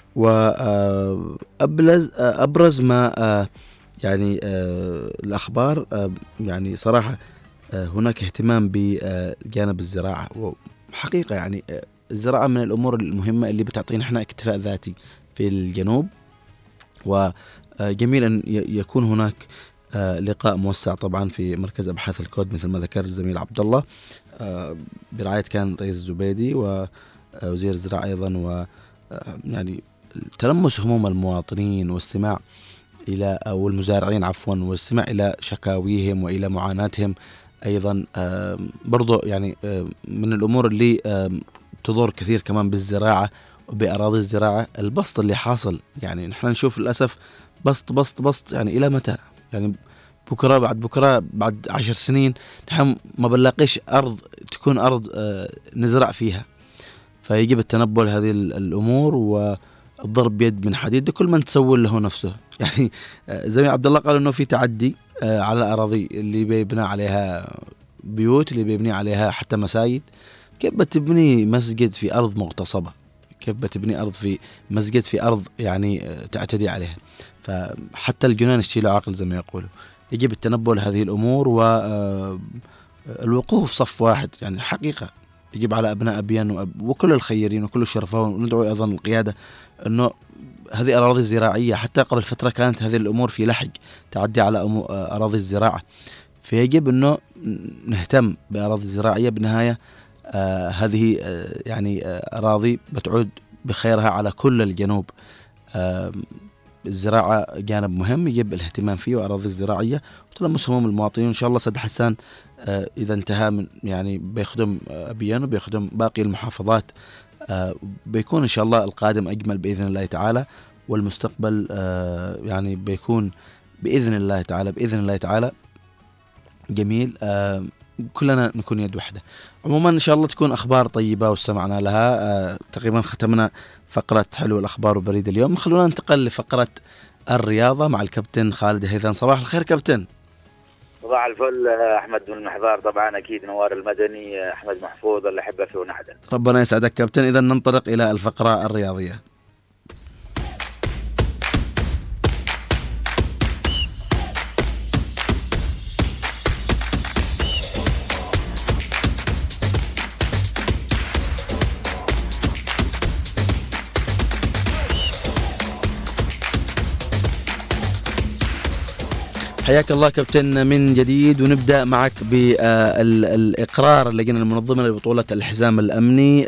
وأبرز أبرز ما يعني الأخبار يعني صراحة هناك اهتمام بجانب الزراعة، وحقيقة يعني الزراعة من الأمور المهمة اللي بتعطينا احنا اكتفاء ذاتي في الجنوب، وجميل أن يكون هناك لقاء موسع طبعا في مركز أبحاث الكود مثل ما ذكر الزميل عبد الله برعاية كان رئيس الزبيدي ووزير الزراعة أيضا، و يعني تلمس هموم المواطنين واستماع إلى أو المزارعين عفوا واستماع إلى شكاويهم وإلى معاناتهم أيضا. برضو يعني من الأمور اللي تضر كثير كمان بالزراعة وبأراضي الزراعة البسط اللي حاصل. يعني نحن نشوف للأسف بسط بسط بسط يعني إلى متى؟ يعني بكرة بعد بكرة بعد عشر سنين نحن ما بنلاقيش أرض تكون أرض نزرع فيها. فيجب التنبؤ لهذه الأمور والضرب بيد من حديد لكل من تسول له نفسه. يعني زميل عبد الله قال إنه في تعدي على الأراضي اللي بيبنى عليها بيوت، اللي بيبني عليها حتى مساجد. كيف بتبني مسجد في أرض مغتصبة؟ كيف بتبني أرض في مسجد في أرض يعني تعتدي عليها؟ فحتى الجنان يشيلوا عاقل زي ما يقولوا. يجب التنبؤ لهذه الأمور والوقوف صف واحد. يعني حقيقة يجب على أبناء أبيان وكل الخيرين وكل الشرفاء، وندعو أيضا القيادة أنه هذه أراضي زراعية. حتى قبل فترة كانت هذه الأمور في لحق تعدي على أراضي الزراعة، فيجب أنه نهتم بأراضي الزراعية. بنهاية آه هذه آه يعني آه أراضي بتعود بخيرها على كل الجنوب. آه الزراعة جانب مهم يجب الاهتمام فيه، وأراضي الزراعية وتلمس هموم المواطنين. إن شاء الله سد حسان آه إذا انتهى من يعني بيخدم أبيان وبيخدم باقي المحافظات، آه بيكون إن شاء الله القادم أجمل بإذن الله تعالى، والمستقبل آه يعني بيكون بإذن الله تعالى بإذن الله تعالى جميل. آه كلنا نكون يد واحدة. عموما إن شاء الله تكون أخبار طيبة واستمعنا لها. آه تقريبا ختمنا فقرة حلو الأخبار وبريد اليوم. خلونا ننتقل لفقرة الرياضة مع الكابتن خالد هيثم. صباح الخير كابتن. صباح الفل أحمد بن المحضار. طبعا أكيد نوار المدني أحمد محفوظ اللي أحبه في ونعدن. ربنا يسعدك كابتن. إذا ننطلق إلى الفقرة الرياضية. حياك الله كابتن من جديد، ونبدأ معك بالإقرار اللجنة المنظمة لبطولة الحزام الأمني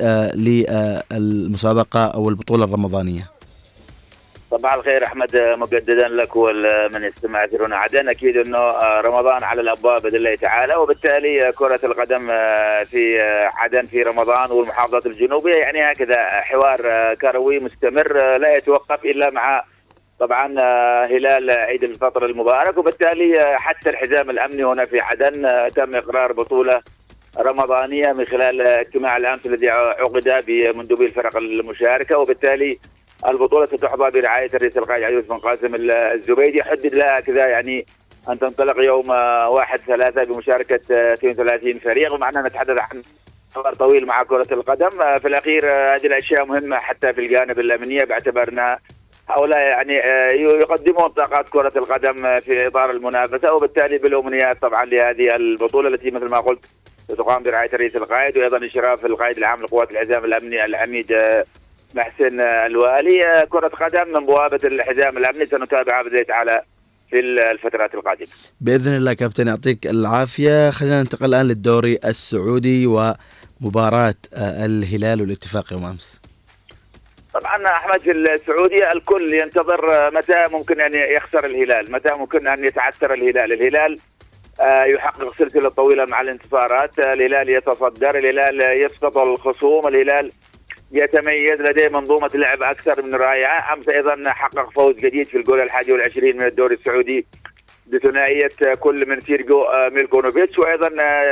للمسابقة أو البطولة الرمضانية. صباح الخير أحمد مجددا لك ومن يستمع في هنا عدن. أكيد أنه رمضان على الأبواب بإذن الله تعالى، وبالتالي كرة القدم في عدن في رمضان والمحافظات الجنوبية يعني هكذا حوار كروي مستمر لا يتوقف إلا مع طبعا هلال عيد الفطر المبارك. وبالتالي حتى الحزام الأمني هنا في عدن تم إقرار بطولة رمضانية من خلال اجتماع الأمس الذي عقد بمندوبي الفرق المشاركة. وبالتالي البطولة ستحظى برعاية الرئيس القائد عيوز بن قاسم الزبيدي. حدد لها كذا يعني أن تنطلق يوم واحد ثلاثة بمشاركة اثنين وثلاثين فريق، ومعنا نتحدث عن حوار طويل مع كرة القدم. في الأخير هذه الأشياء مهمة حتى في الجانب الأمنية، باعتبارنا هؤلاء يعني يقدمون طاقات كرة القدم في إطار المنافسة، وبالتالي بالأمنيات طبعا لهذه البطولة التي مثل ما قلت ستقام برعاية الرئيس القائد وأيضا إشراف القائد العام لقوات الحزام الأمني العميد محسن الوالي. كرة قدم من بوابة الحزام الأمني سنتابعها بإذن الله تعالى في الفترات القادمة بإذن الله. كابتن يعطيك العافية. خلينا ننتقل الآن للدوري السعودي ومباراة الهلال والاتفاق يوم أمس. طبعا أحمد في السعودية الكل ينتظر متى ممكن أن يخسر الهلال، متى ممكن أن يتعثر الهلال. الهلال يحقق سلسلة طويلة مع الانتصارات، الهلال يتصدر، الهلال يسقط الخصوم، الهلال يتميز، لديه منظومة لعب أكثر من رائعة. أمس أيضا حقق فوز جديد في الجولة الحادية والعشرين من الدوري السعودي بثنائية كل من سيرجو ميلكونوفيتش وأيضا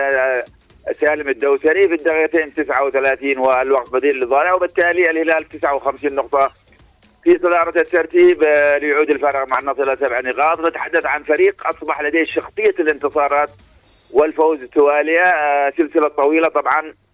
سالم الدوسري في الدقيقتين تسعة وثلاثين والوقت بديل للضائع. وبالتالي الهلال تسعة وخمسين نقطة في صدارة الترتيب ليعود الفارق مع النصر إلى سبع نقاط. نتحدث عن فريق أصبح لديه شخصية الانتصارات والفوز التوالية، سلسلة طويلة طبعا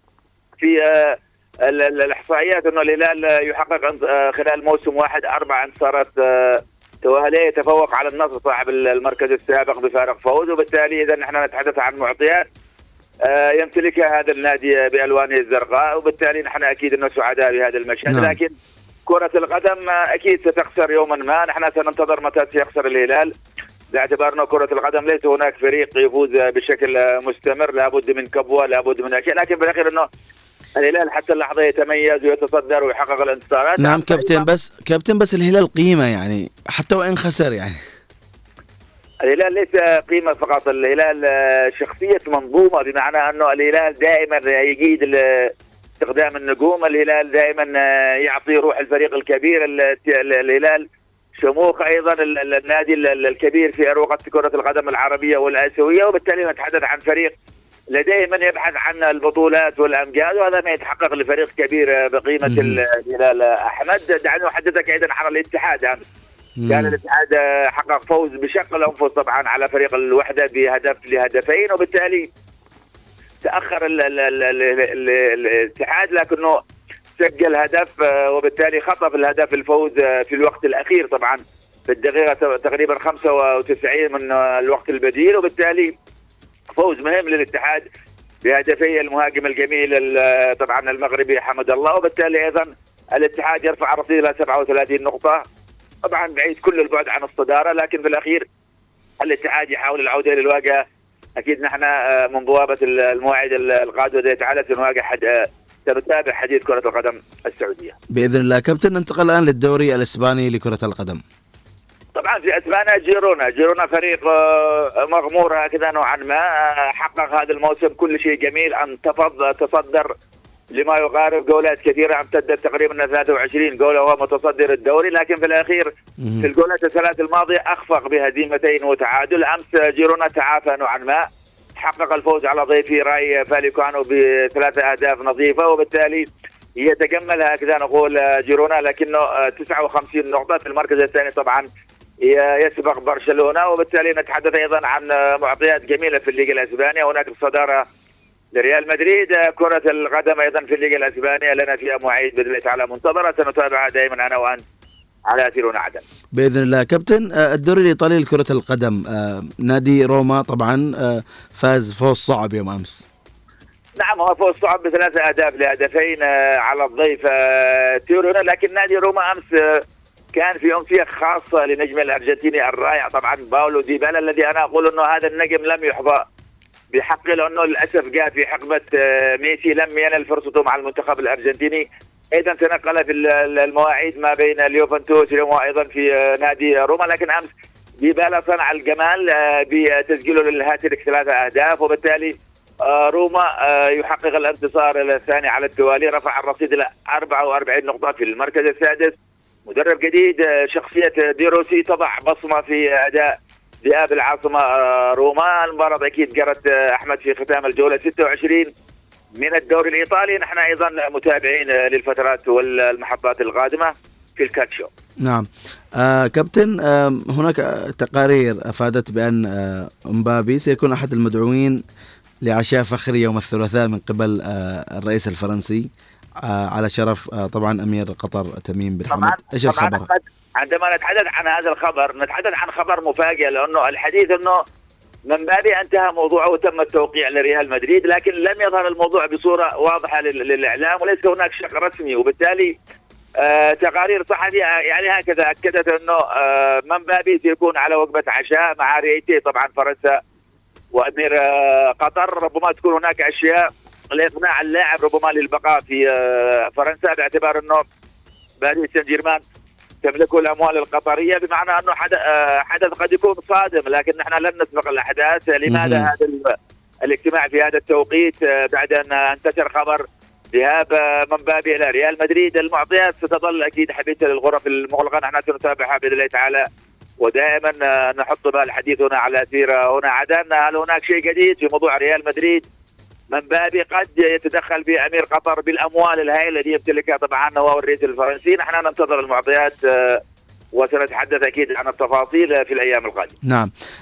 في الاحصائيات انه الهلال يحقق خلال موسم واحد اربع انتصارات تواليه، يتفوق على النصر صاحب المركز السابق بفارق فوز، وبالتالي اذا نحن نتحدث عن معطيات يمتلكها هذا النادي بالوانه الزرقاء، وبالتالي نحن اكيد انه سعداء بهذا المشهد. نعم. لكن كرة القدم اكيد ستخسر يوما ما، نحن سننتظر متى سيخسر الهلال، باعتبار انه كرة القدم ليس هناك فريق يفوز بشكل مستمر، لابد من كبوة، لابد من اشياء، لكن بالاخير انه الهلال حتى اللحظة يتميز ويتصدر ويحقق الانتصارات. نعم كابتن، بس كابتن بس الهلال قيمة يعني حتى وإن خسر يعني. الهلال ليس قيمة فقط، الهلال شخصية منظومة، بمعنى أنه الهلال دائما يجيد استخدام النجوم، الهلال دائما يعطي روح الفريق الكبير، الهلال شموخ أيضا النادي الكبير في أروقة كرة القدم العربية والآسيوية، وبالتالي نتحدث عن فريق دائما يبحث عن البطولات والأمجاد، وهذا ما يتحقق لفريق كبير بقيمة الهلال. أحمد دعني أحدثك أيضا عن الاتحاد أمس. كان الاتحاد حقق فوز بشق الأنفس طبعا على فريق الوحدة بهدف لهدفين، وبالتالي تأخر ال ال ال ال ال الاتحاد لكنه سجل هدف، وبالتالي خطف الهدف الفوز في الوقت الأخير طبعا في الدقيقة تقريبا خمسة وتسعين من الوقت البديل، وبالتالي فوز مهم للاتحاد بهدفي المهاجم الجميل طبعا المغربي حمد الله، وبالتالي أيضا الاتحاد يرفع رصيده إلى سبعة وثلاثين نقطة، طبعا بعيد كل البعد عن الصدارة، لكن في الأخير الاتحاد يحاول العودة للواجهة. أكيد نحن من بوابة الموعد القادم تعالى سنواجه حد سنتابع حديث كرة القدم السعودية بإذن الله. كابتن ننتقل الآن للدوري الإسباني لكرة القدم. طبعا في اسبانيا جيرونا جيرونا فريق مغمور هكذا نوعا ما، حقق هذا الموسم كل شيء جميل، انتفض تصدر لما يقارب جولات كثيره، امتدت تقريبا ثلاثة وعشرين جوله وهو متصدر الدوري، لكن في الاخير في الجولات الثلاث الماضيه اخفق بهزيمتين وتعادل. امس جيرونا تعافى نوعا ما، حقق الفوز على ضيفي راي فاليكانو بثلاثه اهداف نظيفه، وبالتالي يتجمل هكذا نقول جيرونا، لكنه تسعة وخمسين نقطه في المركز الثاني طبعا يسبق برشلونة، وبالتالي نتحدث أيضا عن معطيات جميلة في الليغا الأسبانية. هناك الصدارة لريال مدريد، كرة القدم أيضا في الليغا الأسبانية لنا فيها مواعيد بإذن الله تعالى منتظرة، سنتابعها دائما أنا وأنت على أثير عدن بإذن الله. كابتن الدوري الإيطالي لكرة القدم، نادي روما طبعا فاز فوز صعب يوم أمس. نعم هو فوز صعب بثلاثة أهداف لهدفين على الضيف تيورينو، لكن نادي روما أمس كان في أمسية خاصة لنجم الأرجنتيني الرائع طبعا باولو ديبالا، الذي أنا أقول أنه هذا النجم لم يحظى بحقه، لأنه للأسف جاء في حقبة ميسي لم ينل فرصته مع المنتخب الأرجنتيني، أيضا تنقل في المواعيد ما بين اليوفنتوس وأيضا في نادي روما، لكن أمس ديبالا صنع الجمال بتسجيله للهاتريك ثلاثة أهداف، وبالتالي روما يحقق الانتصار الثاني على التوالي، رفع الرصيد إلى أربعة وأربعين نقطة في المركز السادس. مدرب جديد، شخصية ديروسي تضع بصمة في أداء ذئاب العاصمة روما. المباراة أكيد جرت أحمد في ختام الجولة ستة وعشرين من الدوري الإيطالي، نحن أيضا متابعين للفترات والمحطات القادمة في الكاتشو. نعم آه كابتن، آه هناك تقارير أفادت بأن آه مبابي سيكون أحد المدعوين لعشاء فخري يوم الثلاثاء من قبل آه الرئيس الفرنسي آه على شرف آه طبعا أمير قطر تميم بن حمد. إيش الخبر؟ عندما نتحدث عن هذا الخبر نتحدث عن خبر مفاجئ، لأنه الحديث أنه مبابي انتهى موضوعه وتم التوقيع لريال مدريد، لكن لم يظهر الموضوع بصورة واضحة للإعلام وليس هناك شق رسمي، وبالتالي آه تقارير صحفية يعني هكذا أكدت أنه آه مبابي سيكون على وجبة عشاء مع رئيسي طبعا فرنسا وأمير آه قطر. ربما تكون هناك أشياء لإقناع اللاعب ربما للبقاء في آه فرنسا، باعتبار أنه باريس سان جيرمان تملك الأموال القطرية، بمعنى أنه حدث قد يكون صادم، لكن نحن لن نسبق الأحداث. لماذا هذا الاجتماع في هذا التوقيت بعد أن انتشر خبر ذهاب مبابي إلى ريال مدريد؟ المعطيات ستظل أكيد حبيسة للغرف المغلقة، نحن سنتابعها بإذن الله تعالى، ودائما نحط بها الحديث هنا على أثير هنا عدن. هل هناك شيء جديد في موضوع ريال مدريد؟ مبابي قد يتدخل بأمير قطر بالأموال الهائلة التي يمتلكها طبعا هو الرئيس الفرنسي. نحن ننتظر المعطيات وسنتحدث أكيد عن التفاصيل في الأيام القادمة. نعم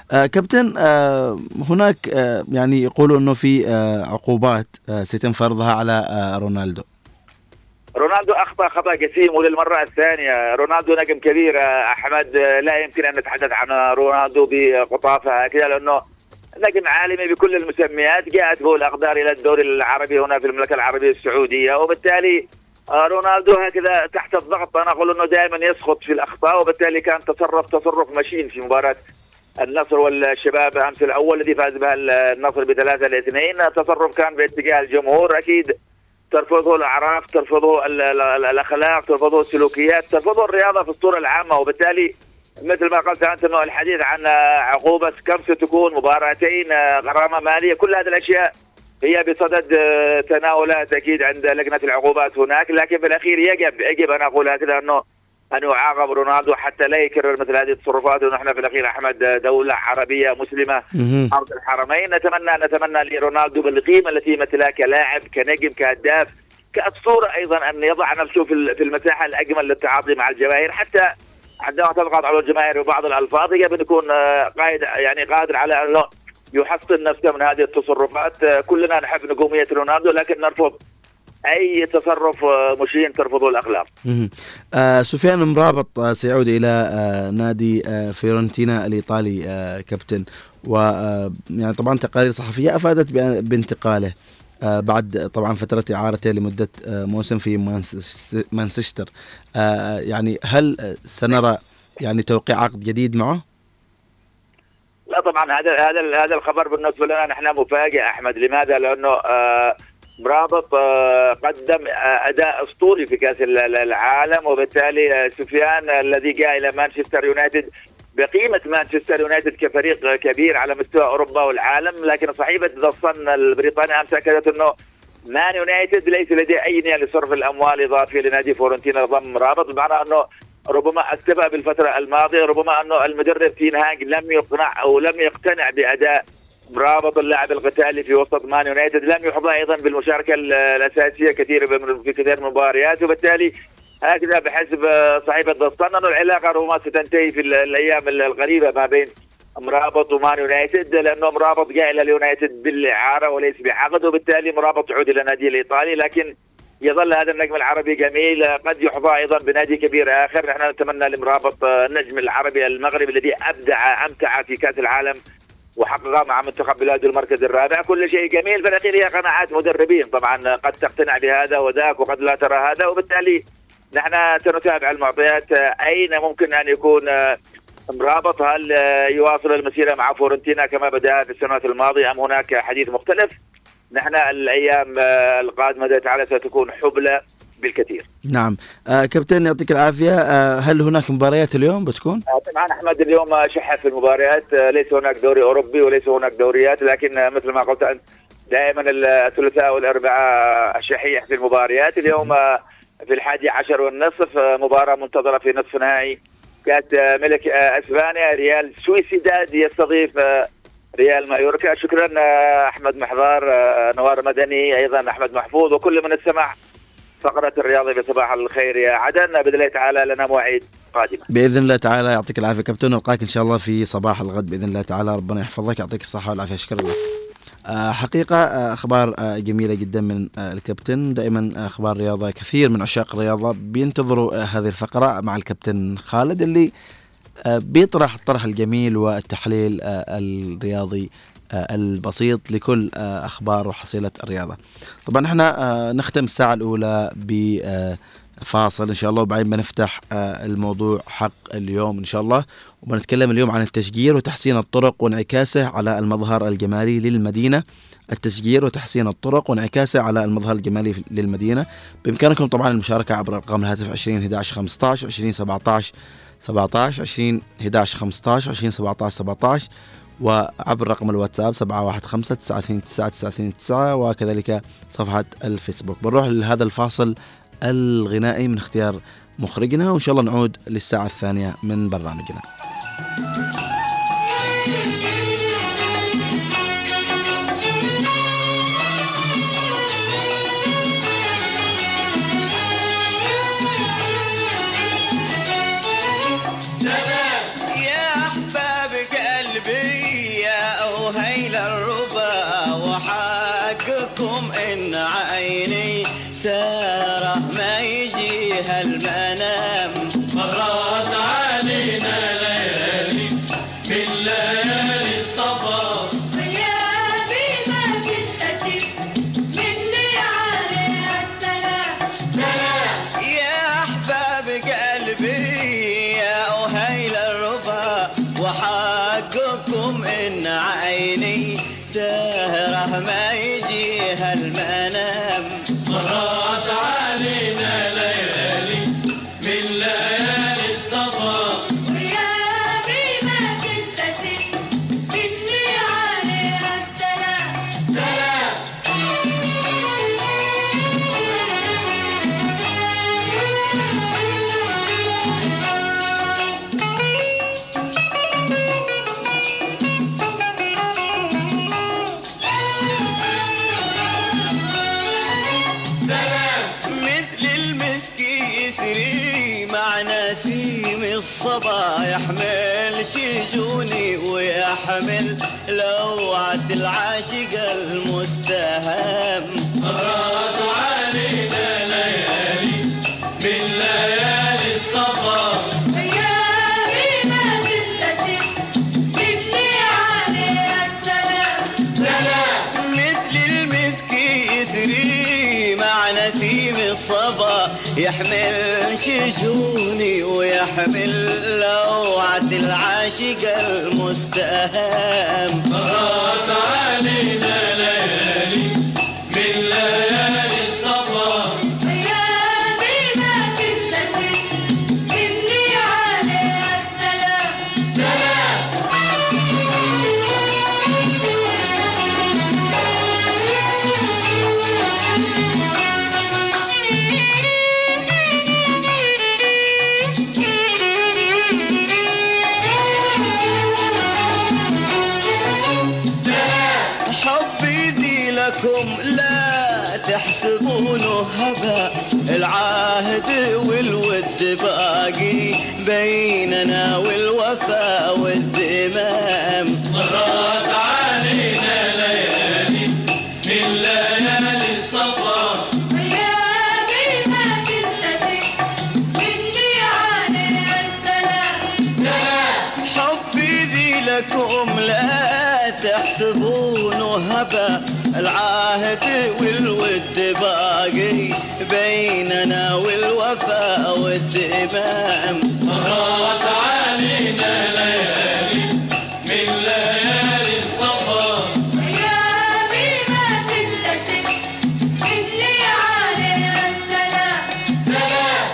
آه كابتن، آه هناك آه يعني يقولوا أنه في آه عقوبات آه سيتم فرضها على آه رونالدو. رونالدو أخطأ خطأ جسيم وللمرة الثانية. رونالدو نجم كبير أحمد، لا يمكن أن نتحدث عن رونالدو بقطافة هكذا، لأنه نجم عالمي بكل المسميات. جاءت به الأقدار إلى الدوري العربي هنا في المملكة العربية السعودية، وبالتالي رونالدو هكذا تحت الضغط أنا أقول أنه دائما يسقط في الأخطاء، وبالتالي كان تصرف تصرف مشين في مباراة النصر والشباب أمس الأول الذي فاز بها النصر بثلاثة لاثنين. تصرف كان باتجاه الجمهور، أكيد ترفضه الأعراف، ترفضه الأخلاق، ترفضه السلوكيات، ترفضه الرياضة في الصورة العامة. وبالتالي مثل ما قلت أنت أنه الحديث عن عقوبة كم ستكون، مباراتين، غرامة مالية، كل هذه الأشياء هي بصدد تناولات أكيد عند لجنة العقوبات هناك. لكن بالأخير يجب يجب أن أقول هكذا أنه أن يعاقب رونالدو حتى لا يكرر مثل هذه التصرفات. ونحن في الأخير أحمد دولة عربية مسلمة أرض الحرمين، نتمنى نتمنى لرونالدو بالقيمة التي مثلها كلاعب، كنجم، كهداف، كأسطورة أيضا، أن يضع نفسه في المساحة الأجمل للتعاطي مع الجماهير، حتى عندما تضغط على الجماهير وبعض الألفاظ يجب أن يكون قائد يعني قادر على أنه يحصن نفسه من هذه التصرفات. كلنا نحب نجومية رونالدو، لكن نرفض أي تصرف مشين ترفضه الأخلاق. آه سفيان مرابط آه سيعود إلى آه نادي آه فيورنتينا الإيطالي آه كابتن، و يعني طبعا تقارير صحفية أفادت بانتقاله آه بعد طبعا فترة إعارته لمدة آه موسم في مانشستر. آه يعني هل سنرى يعني توقيع عقد جديد معه؟ لا طبعا هذا هذا هذا الخبر بالنسبة لنا نحن مفاجئ أحمد. لماذا؟ لأنه آه مرابط قدم أداء أسطوري في كأس العالم، وبالتالي سفيان الذي جاء إلى مانشستر يونايتد بقيمة مانشستر يونايتد كفريق كبير على مستوى أوروبا والعالم. لكن صحيفة ذا صن البريطانية أمس أكدت أنه مان يونايتد ليس لديه أي نية لصرف الأموال إضافية لنادي فورنتينا ضم مرابط، بمعنى أنه ربما استبق بالفترة الماضية، ربما أنه المدرب تين هاج لم يقنع أو لم يقتنع بأداء مرابط اللاعب القتالي في وسط مان يونايتد، لم يحظى ايضا بالمشاركه الاساسيه كثير في كثير من المباريات. وبالتالي هكذا بحسب صحيفه ذا صن انه العلاقه ربما ستنتهي في الايام القريبه ما بين مرابط ومان يونايتد، لانه مرابط جاء الى اليونايتد بالاعاره وليس بعقد، وبالتالي مرابط يعود الى النادي الايطالي. لكن يظل هذا النجم العربي جميل، قد يحظى ايضا بنادي كبير اخر. نحن نتمنى لمرابط النجم العربي المغربي الذي ابدع امتع في كاس العالم وحقق مع منتخب بلاده المركز الرابع. كل شيء جميل، في الأخير هي قناعات مدربين طبعا، قد تقتنع بهذا وذاك وقد لا ترى هذا. وبالتالي نحن سنتابع المعطيات أين ممكن أن يكون مرابط، هل يواصل المسيرة مع فورنتينا كما بدأ في السنوات الماضية أم هناك حديث مختلف. نحن الأيام القادمة تعالى ستكون حبلى بالكثير. نعم آه كابتن يعطيك العافية. آه هل هناك مباريات اليوم بتكون؟ آه طبعا أحمد اليوم شحة في المباريات، آه ليس هناك دوري أوروبي وليس هناك دوريات، لكن آه مثل ما قلت أنت دائما الثلاثاء والأربعاء شحيح في المباريات. اليوم آه في الحادي عشر والنصف آه مباراة منتظرة في نصف نهائي كانت آه ملك آه أسبانيا، ريال سويسيداد يستضيف آه ريال مايوركا. شكرا آه أحمد محضار، آه نوار مدني، أيضا أحمد محفوظ وكل من استمع فقرة الرياضة بصباح الخير يا عدن. بإذن الله تعالى لنا موعد قادمة بإذن الله تعالى. يعطيك العافية كابتن، نلقاك إن شاء الله في صباح الغد بإذن الله تعالى. ربنا يحفظك، يعطيك الصحة والعافية. شكرا لك. آه حقيقة آه أخبار آه جميلة جدا من آه الكابتن. دائما آه أخبار رياضة، كثير من عشاق الرياضة بينتظروا آه هذه الفقرة مع الكابتن خالد اللي آه بيطرح الطرح الجميل والتحليل آه الرياضي البسيط لكل أخبار وحصيلة الرياضة. طبعا احنا نختم الساعة الأولى بفاصل إن شاء الله، وبعدين بنفتح الموضوع حق اليوم إن شاء الله، وبنتكلم اليوم عن التشجير وتحسين الطرق وانعكاسه على المظهر الجمالي للمدينة. التشجير وتحسين الطرق وانعكاسه على المظهر الجمالي للمدينة. بإمكانكم طبعا المشاركة عبر أرقام الهاتف عشرين أحد عشر خمسة عشر عشرين سبعة عشر سبعة عشر عشرين أحد عشر خمسة عشر عشرين سبعة عشر سبعة عشر، وعبر رقم الواتساب سبعة واحد خمسة تسعة اثنين تسعة تسعة اثنين تسعة، وكذلك صفحة الفيسبوك. بنروح لهذا الفاصل الغنائي من اختيار مخرجنا، وإن شاء الله نعود للساعة الثانية من برنامجنا. يا أحباب قلبي حقكم إن عيني سارة ما يجيها المنام. مرات علينا ليالي من ليالي الصبا، غيابي ما تنتسب مني عليها السلام. سلام يا أحباب قلبي يا أهيل الربا، وحقكم إن عيني سهرة ما يجيها المنام. مرات علينا ليالي من ليالي الصبا، غيابي ما تنتسب مني عليها السلام. سلام مثل المسك يسري مع نسيم الصبا، يحمل شجوني ويحمل لوعة العاشق المستهام. مرات علينا ليالي من ليالي الصبا، غيابي ما تنتسب مني عليها السلام. سلام مثل المسك يسري مع نسيم الصبا، يحمل شجوني ويحمل لوعة العاشق المستهام. مرات علينا ليالي من ليالي الصبا، غيابي ما تنتسب مني عليها السلام. سلام حبي ذي لكم لا تحسبونه هبا، العهد والود باقي بيننا والوفا والدمام. مرات علينا ليالي من ليالي الصبا، غيابي ما تنتسب مني عليها السلام. سلام حبي ذي لكم لا تحسبونه هبا، العهد والود باقي بيننا والوفا والدمام. مرات علينا ليالي من ليالي الصبا، غيابي ما تنتسب مني عليها السلام. سلام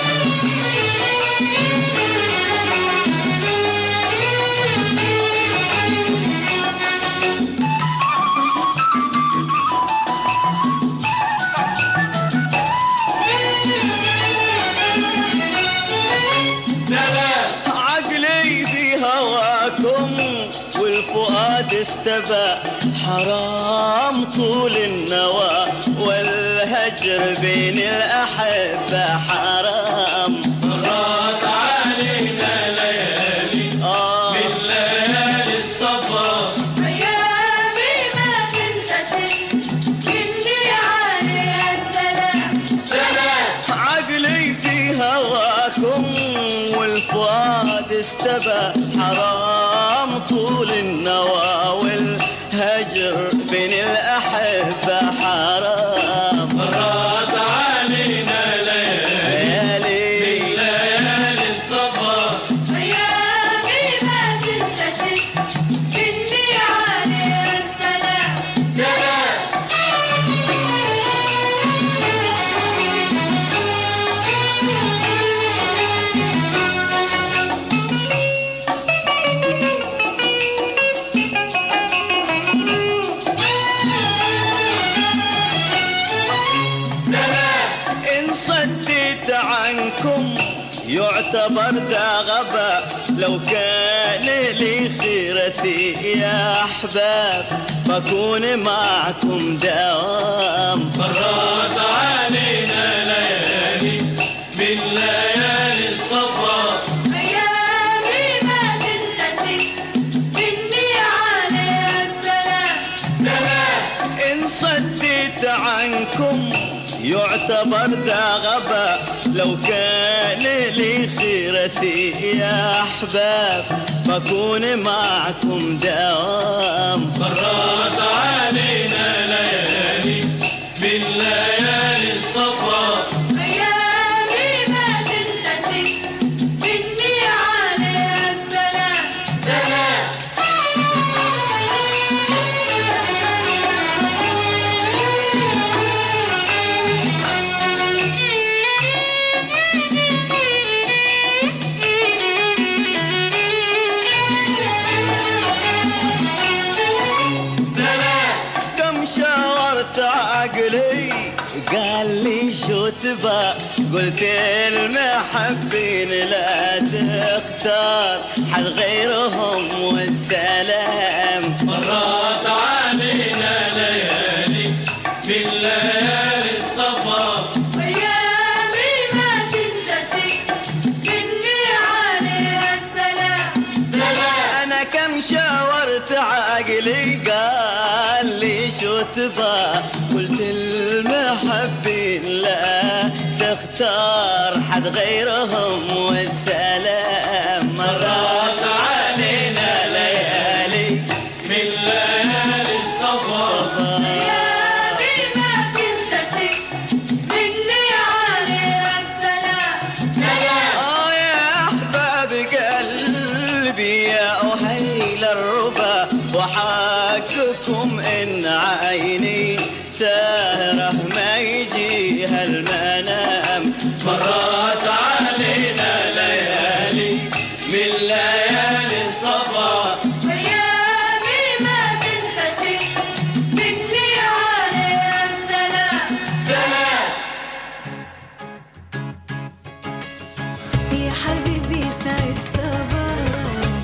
عقلي في هواكم والفؤاد استبى، حرام طول النوى والهجر بين الأحبة حرام. مرات علينا ليالي آه من ليالي الصبا، غيابي ما تنتسب مني عليها السلام. سلام عقلي في هواكم والفؤاد استبى، حرام طول النوى والهجر بين الأحبة حرام. مرات علينا ليالي من ليالي الصبا، غيابي ما تنتسب مني عليها السلام. سلام إن صديت عنكم يعتبر ذا غبا، لو كان لي خيرتي يا أحباب بكون معكم دوام. مرات علينا ليالي من ليالي الصبا، غيابي ما تنتسب مني عليها السلام. سلام إن صديت عنكم يعتبر ذا غباء لو كان لي خيرتي يا أحباب بكون معكم دوام. مرات علينا ليالي من ليالي الصفا أيامي ما تنتسي مني عليها السلام سلام. كم شاورت عقلي قال لي شو تبى قلت المحبين لا تختار حد غيرهم والسلام. مرات علينا ليالي من ليالي الصفا أيامي ما تنتسي مني عليها السلام سلام. أنا كم شاورت عقلي قال لي شو تبى قلت المحبين لا تختار حد غيرهم والسلام. مرات علينا ليالي من ليالي الصفا أيامي ما تنتسي مني عليها السلام سلام. آه يا أحباب قلبي يا أهيل الربا وحاككم إن عيني سهرة ما يجيها المنام. مرات علينا ليالي من ليالي الصفا أيامي ما تنتسي مني عليها السلام سلام. يا حبيبي سعد صباح.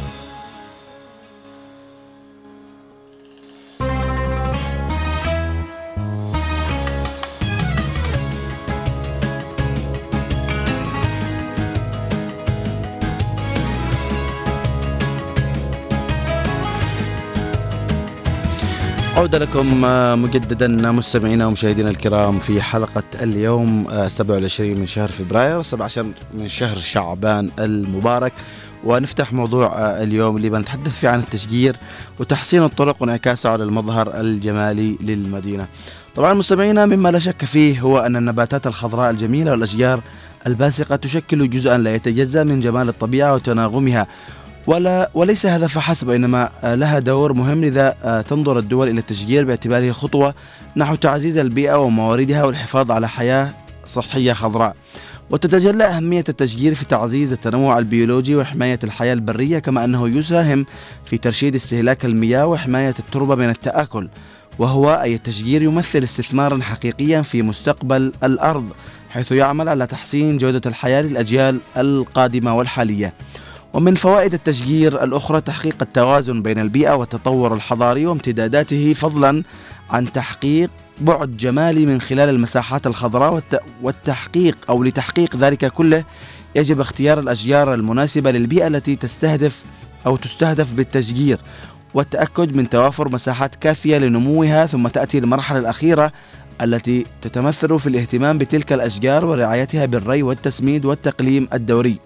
عودة لكم مجددا مستمعينا ومشاهدينا الكرام في حلقة اليوم سبعة وعشرين من شهر فبراير سبعة عشر من شهر شعبان المبارك. ونفتح موضوع اليوم اللي بنتحدث فيه عن التشجير وتحسين الطرق وانعكاسه على المظهر الجمالي للمدينة. طبعا مستمعينا مما لا شك فيه هو أن النباتات الخضراء الجميلة والأشجار الباسقة تشكل جزءا لا يتجزأ من جمال الطبيعة وتناغمها، ولا وليس هذا فحسب، إنما لها دور مهم. لذا تنظر الدول إلى التشجير باعتباره خطوة نحو تعزيز البيئة ومواردها والحفاظ على حياة صحية خضراء. وتتجلى أهمية التشجير في تعزيز التنوع البيولوجي وحماية الحياة البرية، كما أنه يساهم في ترشيد استهلاك المياه وحماية التربة من التآكل، وهو أي التشجير يمثل استثمارا حقيقيا في مستقبل الأرض، حيث يعمل على تحسين جودة الحياة للأجيال القادمة والحالية. ومن فوائد التشجير الأخرى تحقيق التوازن بين البيئة والتطور الحضاري وامتداداته، فضلا عن تحقيق بعد جمالي من خلال المساحات الخضراء. والتحقيق أو لتحقيق ذلك كله يجب اختيار الأشجار المناسبة للبيئة التي تستهدف أو تستهدف بالتشجير، والتأكد من توافر مساحات كافية لنموها. ثم تأتي المرحلة الأخيرة التي تتمثل في الاهتمام بتلك الأشجار ورعايتها بالري والتسميد والتقليم الدوري.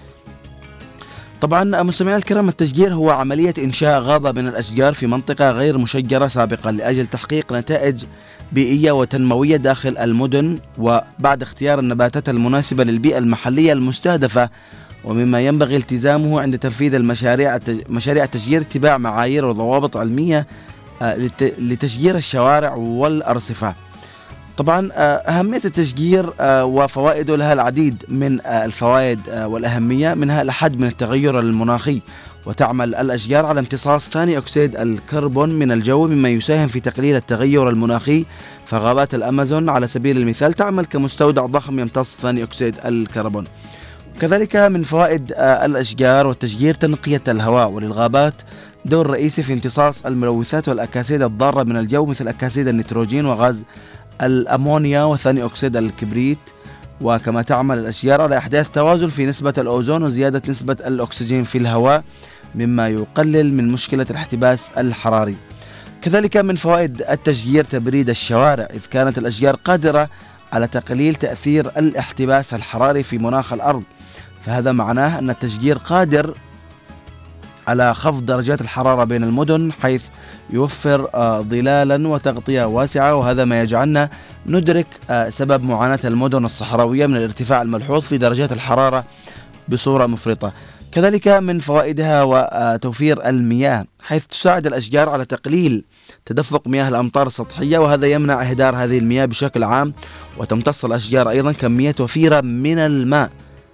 طبعا مستمعينا الكرام، التشجير هو عملية إنشاء غابة من الأشجار في منطقة غير مشجرة سابقا لأجل تحقيق نتائج بيئية وتنموية داخل المدن، وبعد اختيار النباتات المناسبة للبيئة المحلية المستهدفة. ومما ينبغي التزامه عند تنفيذ المشاريع مشاريع التشجير اتباع معايير وضوابط علمية لتشجير الشوارع والأرصفة. طبعا أهمية التشجير وفوائده لها العديد من الفوائد والأهمية، منها الحد من التغير المناخي، وتعمل الأشجار على امتصاص ثاني أكسيد الكربون من الجو مما يساهم في تقليل التغير المناخي. فغابات الأمازون على سبيل المثال تعمل كمستودع ضخم يمتص ثاني أكسيد الكربون. كذلك من فوائد الأشجار والتشجير تنقية الهواء، وللغابات دور رئيسي في امتصاص الملوثات والأكاسيد الضارة من الجو مثل أكاسيد النيتروجين وغاز الأمونيا وثاني أكسيد الكبريت. وكما تعمل الأشجار على إحداث توازن في نسبة الأوزون وزيادة نسبة الأكسجين في الهواء، مما يقلل من مشكلة الاحتباس الحراري. كذلك من فوائد التشجير تبريد الشوارع، إذ كانت الأشجار قادرة على تقليل تأثير الاحتباس الحراري في مناخ الأرض، فهذا معناه أن التشجير قادر على خفض درجات الحرارة بين المدن، حيث يوفر ظلالا وتغطية واسعة، وهذا ما يجعلنا ندرك سبب معاناة المدن الصحراوية من الارتفاع الملحوظ في درجات الحرارة بصورة مفرطة. كذلك من فوائدها وتوفير المياه، حيث تساعد الأشجار على تقليل تدفق مياه الأمطار السطحية، وهذا يمنع إهدار هذه المياه بشكل عام، وتمتص الأشجار أيضا كمية وفيرة من الماء،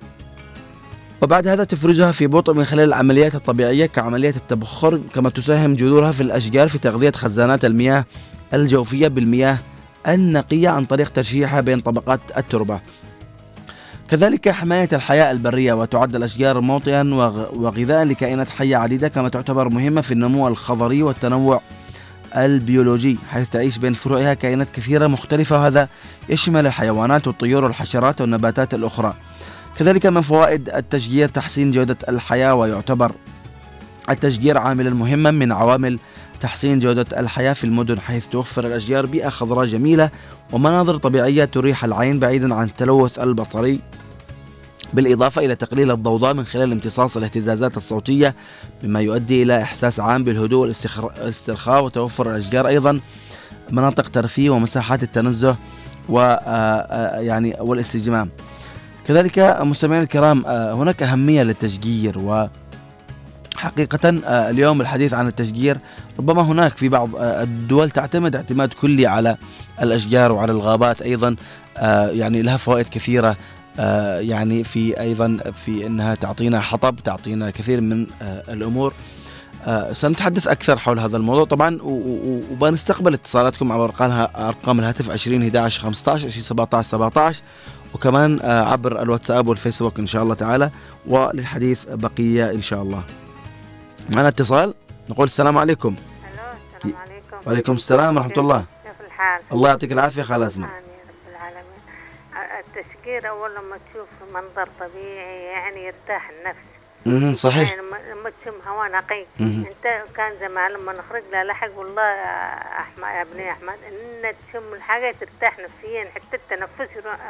وبعد هذا تفرزها في بطء من خلال العمليات الطبيعية كعملية التبخر، كما تساهم جذورها في الأشجار في تغذية خزانات المياه الجوفية بالمياه النقية عن طريق ترشيحها بين طبقات التربة. كذلك حماية الحياة البرية، وتعد الأشجار موطئا وغذاء لكائنات حية عديدة، كما تعتبر مهمة في النمو الخضري والتنوع البيولوجي، حيث تعيش بين فروعها كائنات كثيرة مختلفة، وهذا يشمل الحيوانات والطيور والحشرات والنباتات الأخرى. كذلك من فوائد التشجير تحسين جودة الحياة، ويعتبر التشجير عاملا مهما من عوامل تحسين جودة الحياة في المدن، حيث توفر الأشجار بيئة خضراء جميلة ومناظر طبيعية تريح العين بعيدا عن التلوث البصري، بالإضافة إلى تقليل الضوضاء من خلال امتصاص الاهتزازات الصوتية، مما يؤدي إلى إحساس عام بالهدوء والاسترخاء. وتوفر الأشجار أيضا مناطق ترفيه ومساحات التنزه ويعني والاستجمام. كذلك مستمعين الكرام، هناك أهمية للتشجير، وحقيقة اليوم الحديث عن التشجير ربما هناك في بعض الدول تعتمد اعتماد كلي على الأشجار وعلى الغابات أيضا، يعني لها فوائد كثيرة، يعني في أيضا في أنها تعطينا حطب، تعطينا كثير من الأمور. سنتحدث أكثر حول هذا الموضوع طبعا، وبنستقبل اتصالاتكم عبر أرقام الهاتف عشرين إحدى عشر خمسة عشر عشرين سبعة عشر سبعة عشر، وكمان عبر الواتساب والفيسبوك إن شاء الله تعالى، وللحديث بقية إن شاء الله. معنا اتصال، نقول السلام عليكم. السلام عليكم. وعليكم السلام ورحمة الله. كيف الحال؟ الله يعطيك العافية خالة أسماء. رب العالمين. التشجير أول لما تشوف منظر طبيعي يعني يرتاح النفس. امم صحيح. يعني لما تشم هواء نقي، انت كان زمان لما نخرج لا لحق والله يا احمد يا ابني احمد ان تشم الحاجه ترتاح نفسيا، حتى التنفس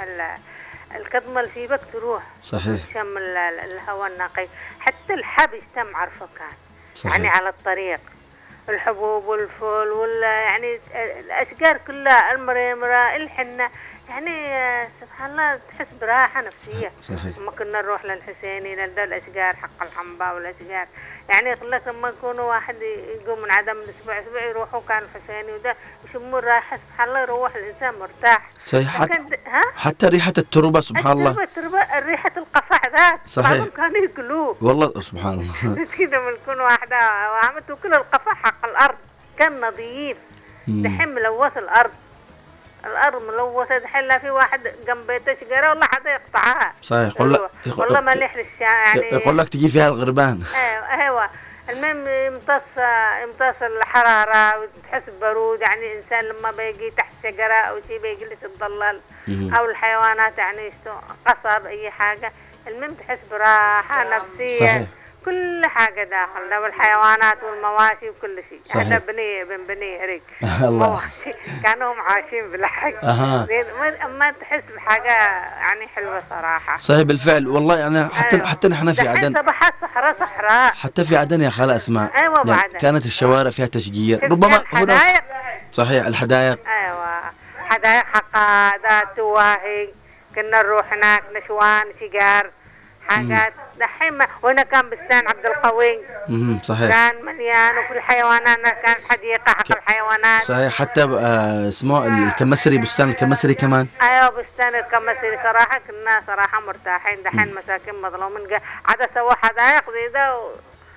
الكظمه اللي في بك تروح. صحيح. تشم الهواء النقي، حتى الحب يشتم عرفه كان. صحيح. يعني على الطريق الحبوب والفول ولا يعني الاشجار كلها، المريمره، الحنه، يعني سبحان الله تحس براحة نفسية. صحيح. لما كنا نروح للحسيني نلقى الأشجار حق الحنباء والأشجار، يعني يقول لما يكونوا واحد يقوم من عدم الأسبوع أسبوع يروحوا كان الحسيني وده يشموا الرائحة، سبحان الله يروح الإنسان مرتاح. صحيح. حتى, حتى ريحة التربة سبحان الله. التربة ريحة القفع ذات. صحيح. كانوا يقلوه. والله سبحان الله. كده من كل واحدة وعملتوا كل القفع حق الأرض كان نظيف. دحين ملوث الأرض. الأرض ملوثة دحين لا في واحد جنب بيته شجرة والله حدا يقطعها. صحيح. يقول لك والله مليح للشارع يعني. يقول لك تجي فيها الغربان. ايوه ايوه. المهم يمتص يمتص الحرارة وتحس برود، يعني إنسان لما بيجي تحت شجرة أو شيء بيجلس يتضلل، أو الحيوانات يعني قصب أي حاجة، المهم تحس براحة نفسية. صحيح. كل حاجة داخل ده، والحيوانات والمواشي وكل شيء. هذا بني بن بني هريك مواشي كانوا عايشين بالحق. أها. أما تحس بحاجة يعني حلوة صراحة. صحيح بالفعل والله، يعني حتى أيوة. حتى نحن في عدن صباحات صحراء صحراء حتى في عدن يا خالة أسماء. أيوة يعني كانت الشوارع فيها تشجير، ربما هناك. صحيح الحدائق. أيوة حدائق حقادات تواهي، كنا نروح هناك نشوان شجار حاجات. دحين وهنا كان بستان عبد القوي. امم صحيح. كان مليان وكل الحيوانات، كان حديقة حق ك... الحيوانات. صحيح. حتى آه اسمه الكمسري، بستان الكمسري كمان. ايوه بستان الكمسري صراحة كنا صراحة مرتاحين. دحين مساكين مظلومين، عدا سوا حدائق زي ده و...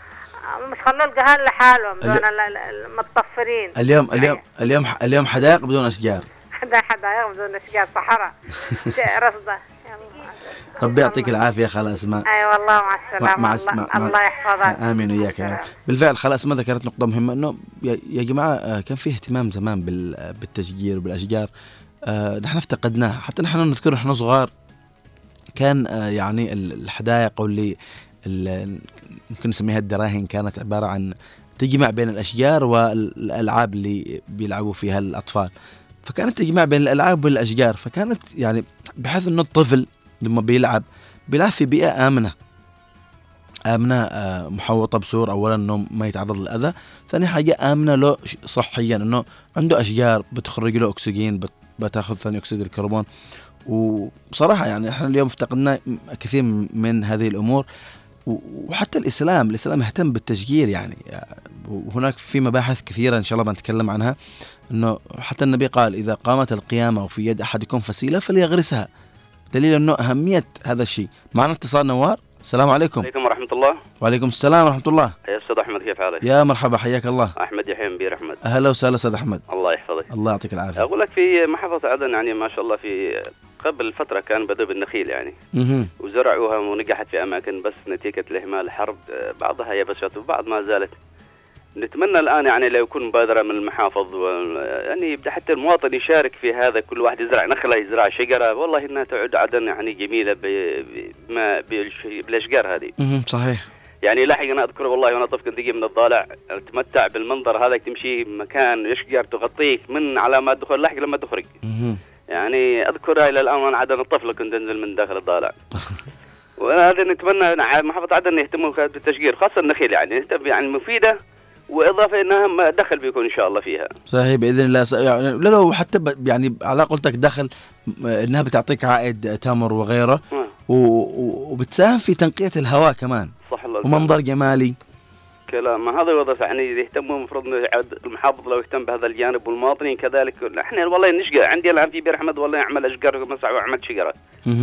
مش خلوا الجهال لحالهم دون المتطفرين. اليوم اليوم اليوم اليوم حدائق بدون اشجار. حدائق بدون اشجار صحراء رصدة. ربي يعطيك العافية خالة أسماء. أي أيوة والله مع السلامة. مع الله, مع الله يحفظك. آمين وياك يا رب. بالفعل خالة أسماء ذكرت نقطة مهمة، إنه يا جماعة كان فيه اهتمام زمان بالتشجير وبالأشجار، نحن افتقدناه. حتى نحن نذكر نحن صغار كان يعني الحدائق واللي ممكن نسميها الدراهن كانت عبارة عن تجمع بين الأشجار والألعاب اللي بيلعبوا فيها الأطفال. فكانت تجمع بين الألعاب والأشجار، فكانت يعني بحيث أنه الطفل لما بيلعب بيلعب في بيئة آمنة آمنة محوطة بسور، أولا أنه ما يتعرض للأذى، ثاني حاجة آمنة له صحيا، أنه عنده أشجار بتخرج له أكسجين، بتاخذ ثاني أكسيد الكربون. وبصراحة يعني احنا اليوم افتقدنا كثير من هذه الأمور. وحتى الإسلام الإسلام يهتم بالتشجير يعني، وهناك في مباحث كثيرة إن شاء الله بنتكلم عنها، أنه حتى النبي قال إذا قامت القيامة وفي يد أحدكم فسيلة فليغرسها، دليل أنه أهمية هذا الشيء. معنا اتصال نوار. السلام عليكم. عليكم ورحمة الله. وعليكم السلام ورحمة الله. يا أستاذ أحمد كيف حالك؟ يا مرحبا، حياك الله. أحمد يحيى من بير أحمد. أهلا وسهلا أستاذ أحمد. الله يحفظك. الله يعطيك العافية. أقول لك في محافظة عدن يعني ما شاء الله في قبل فترة كان بدأوا بالنخيل يعني مه. وزرعوها ونجحت في أماكن، بس نتيجة الإهمال الحرب بعضها يبست وبعض ما زالت. نتمنى الآن يعني لو يكون مبادرة من المحافظ و... يعني يبدأ حتى المواطن يشارك في هذا، كل واحد يزرع نخلة يزرع شجرة، والله إنها تعود عدن يعني جميلة ب... بما بالش... بالأشجار هذه. صحيح. يعني لاحقا أنا أذكر والله وأنا طفل كنت أجي من الضالع أتمتع بالمنظر هذا، تمشي مكان أشجار تغطيك من علامات دخول لاحق لما تخرج. يعني أذكرها إلى الآن وأنا عدن الطفل كنت أنزل من داخل الضالع. وهذا نتمنى محافظة عدن يهتموا بالتشجير خاصة النخيل، يعني يعني مفيدة، وإضافة إنها دخل بيكون إن شاء الله فيها. صحيح بإذن الله. يعني لو حتى يعني على قولتك دخل إنها بتعطيك عائد تمر وغيره، وبتساهم في تنقية الهواء كمان. صح الله. ومنظر جمالي. كلام هذا وظف يعني يهتموا، المفروض المحافظ لو يهتم بهذا الجانب والمواطنين كذلك. احنا والله نشجع، عندي الان في بير احمد والله يعمل اشجار مسح وعمل شجره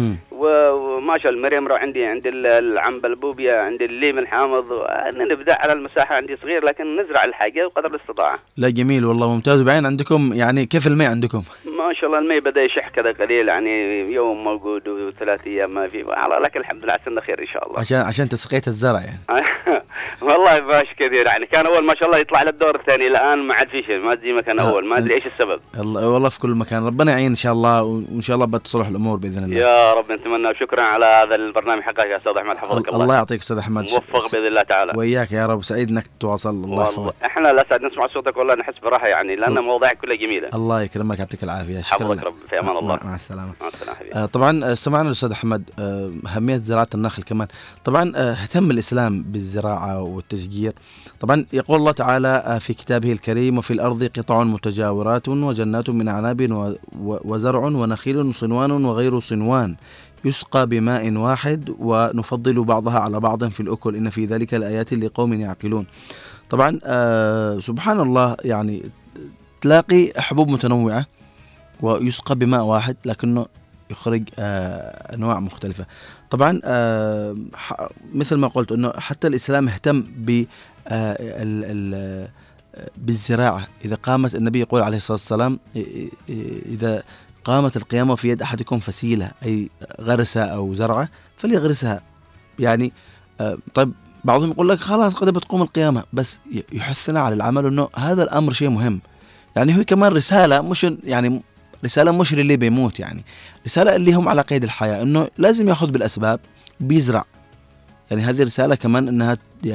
وما شاء الله مريم رو عندي عند العنب البوبيا عند الليم الحامض، نبدا على المساحه عندي صغير لكن نزرع الحاجه بقدر الاستطاعه. لا جميل والله ممتاز. وبعدين عندكم يعني كيف الماء عندكم؟ ما شاء الله الماء بدا يشح كذا قليل، يعني يوم موجود وثلاث ايام ما في، لكن الحمد لله عسلنا خير ان شاء الله. عشان عشان تسقية الزرع يعني. والله باش كثير يعني، كان اول ما شاء الله يطلع للدور الثاني، الان ما عاد في شيء، ما زي ما كان اول، ما ادري ايش السبب. الله والله في كل مكان، ربنا يعين ان شاء الله، وان شاء الله بتصلح الامور باذن الله. يا رب نتمنى، وشكرا على هذا البرنامج حقك يا استاذ احمد، حفظك الله. الله يعطيك استاذ احمد، موفق باذن الله تعالى. وياك يا رب، سعيد انك تواصل. الله يحفظك. احنا لا سعد نسمع صوتك والله، نحس براحه يعني، لان مواضيع كلها جميله. الله يكرمك، يعطيك العافيه. شكرا حفظك رب، في امان الله. مع السلامه. مع السلامه حبيبي. آه طبعا سمعنا الاستاذ احمد آه اهميه زراعه النخل كمان. طبعا آه اهتم الاسلام بالزراعه والتشجير. طبعا يقول الله تعالى في كتابه الكريم: وفي الأرض قطع متجاورات وجنات من أعناب وزرع ونخيل صنوان وغير صنوان يسقى بماء واحد ونفضل بعضها على بعض في الأكل إن في ذلك الآيات لقوم يعقلون. طبعا آه سبحان الله، يعني تلاقي حبوب متنوعة ويسقى بماء واحد لكنه يخرج آه أنواع مختلفة. طبعا آه مثل ما قلت أنه حتى الإسلام اهتم ب آه ال ال بالزراعة. إذا قامت، النبي يقول عليه الصلاة والسلام: إذا قامت القيامة في يد أحدكم فسيلة، أي غرسة أو زرعة، فليغرسها. يعني آه طيب بعضهم يقول لك خلاص قد بتقوم القيامة، بس يحثنا على العمل، أنه هذا الأمر شيء مهم. يعني هو كمان رسالة، مش يعني رسالة مش للي بيموت، يعني رسالة اللي هم على قيد الحياة، أنه لازم يأخذ بالأسباب بيزرع. يعني هذه رسالة كمان أنها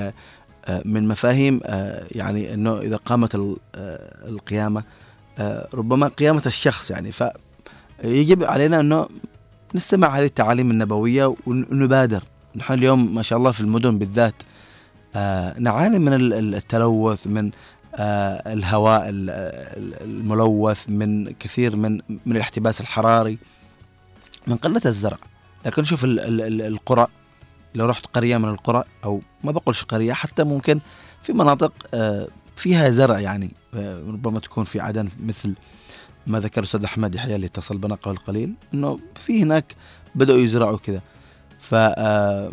من مفاهيم يعني أنه إذا قامت القيامة ربما قيامة الشخص، يعني فيجب علينا أنه نستمع هذه التعاليم النبوية ونبادر. نحن اليوم ما شاء الله في المدن بالذات نعاني من التلوث، من آه الهواء الملوث، من كثير من من الاحتباس الحراري، من قلة الزرع. لكن شوف ال ال القرى، لو رحت قرية من القرى، أو ما بقولش قرية، حتى ممكن في مناطق آه فيها زرع، يعني آه ربما تكون في عدن مثل ما ذكر الأستاذ أحمد يحيى اللي اتصل بنا قبل قليل، إنه في هناك بدأوا يزرعوا كذا. ف آه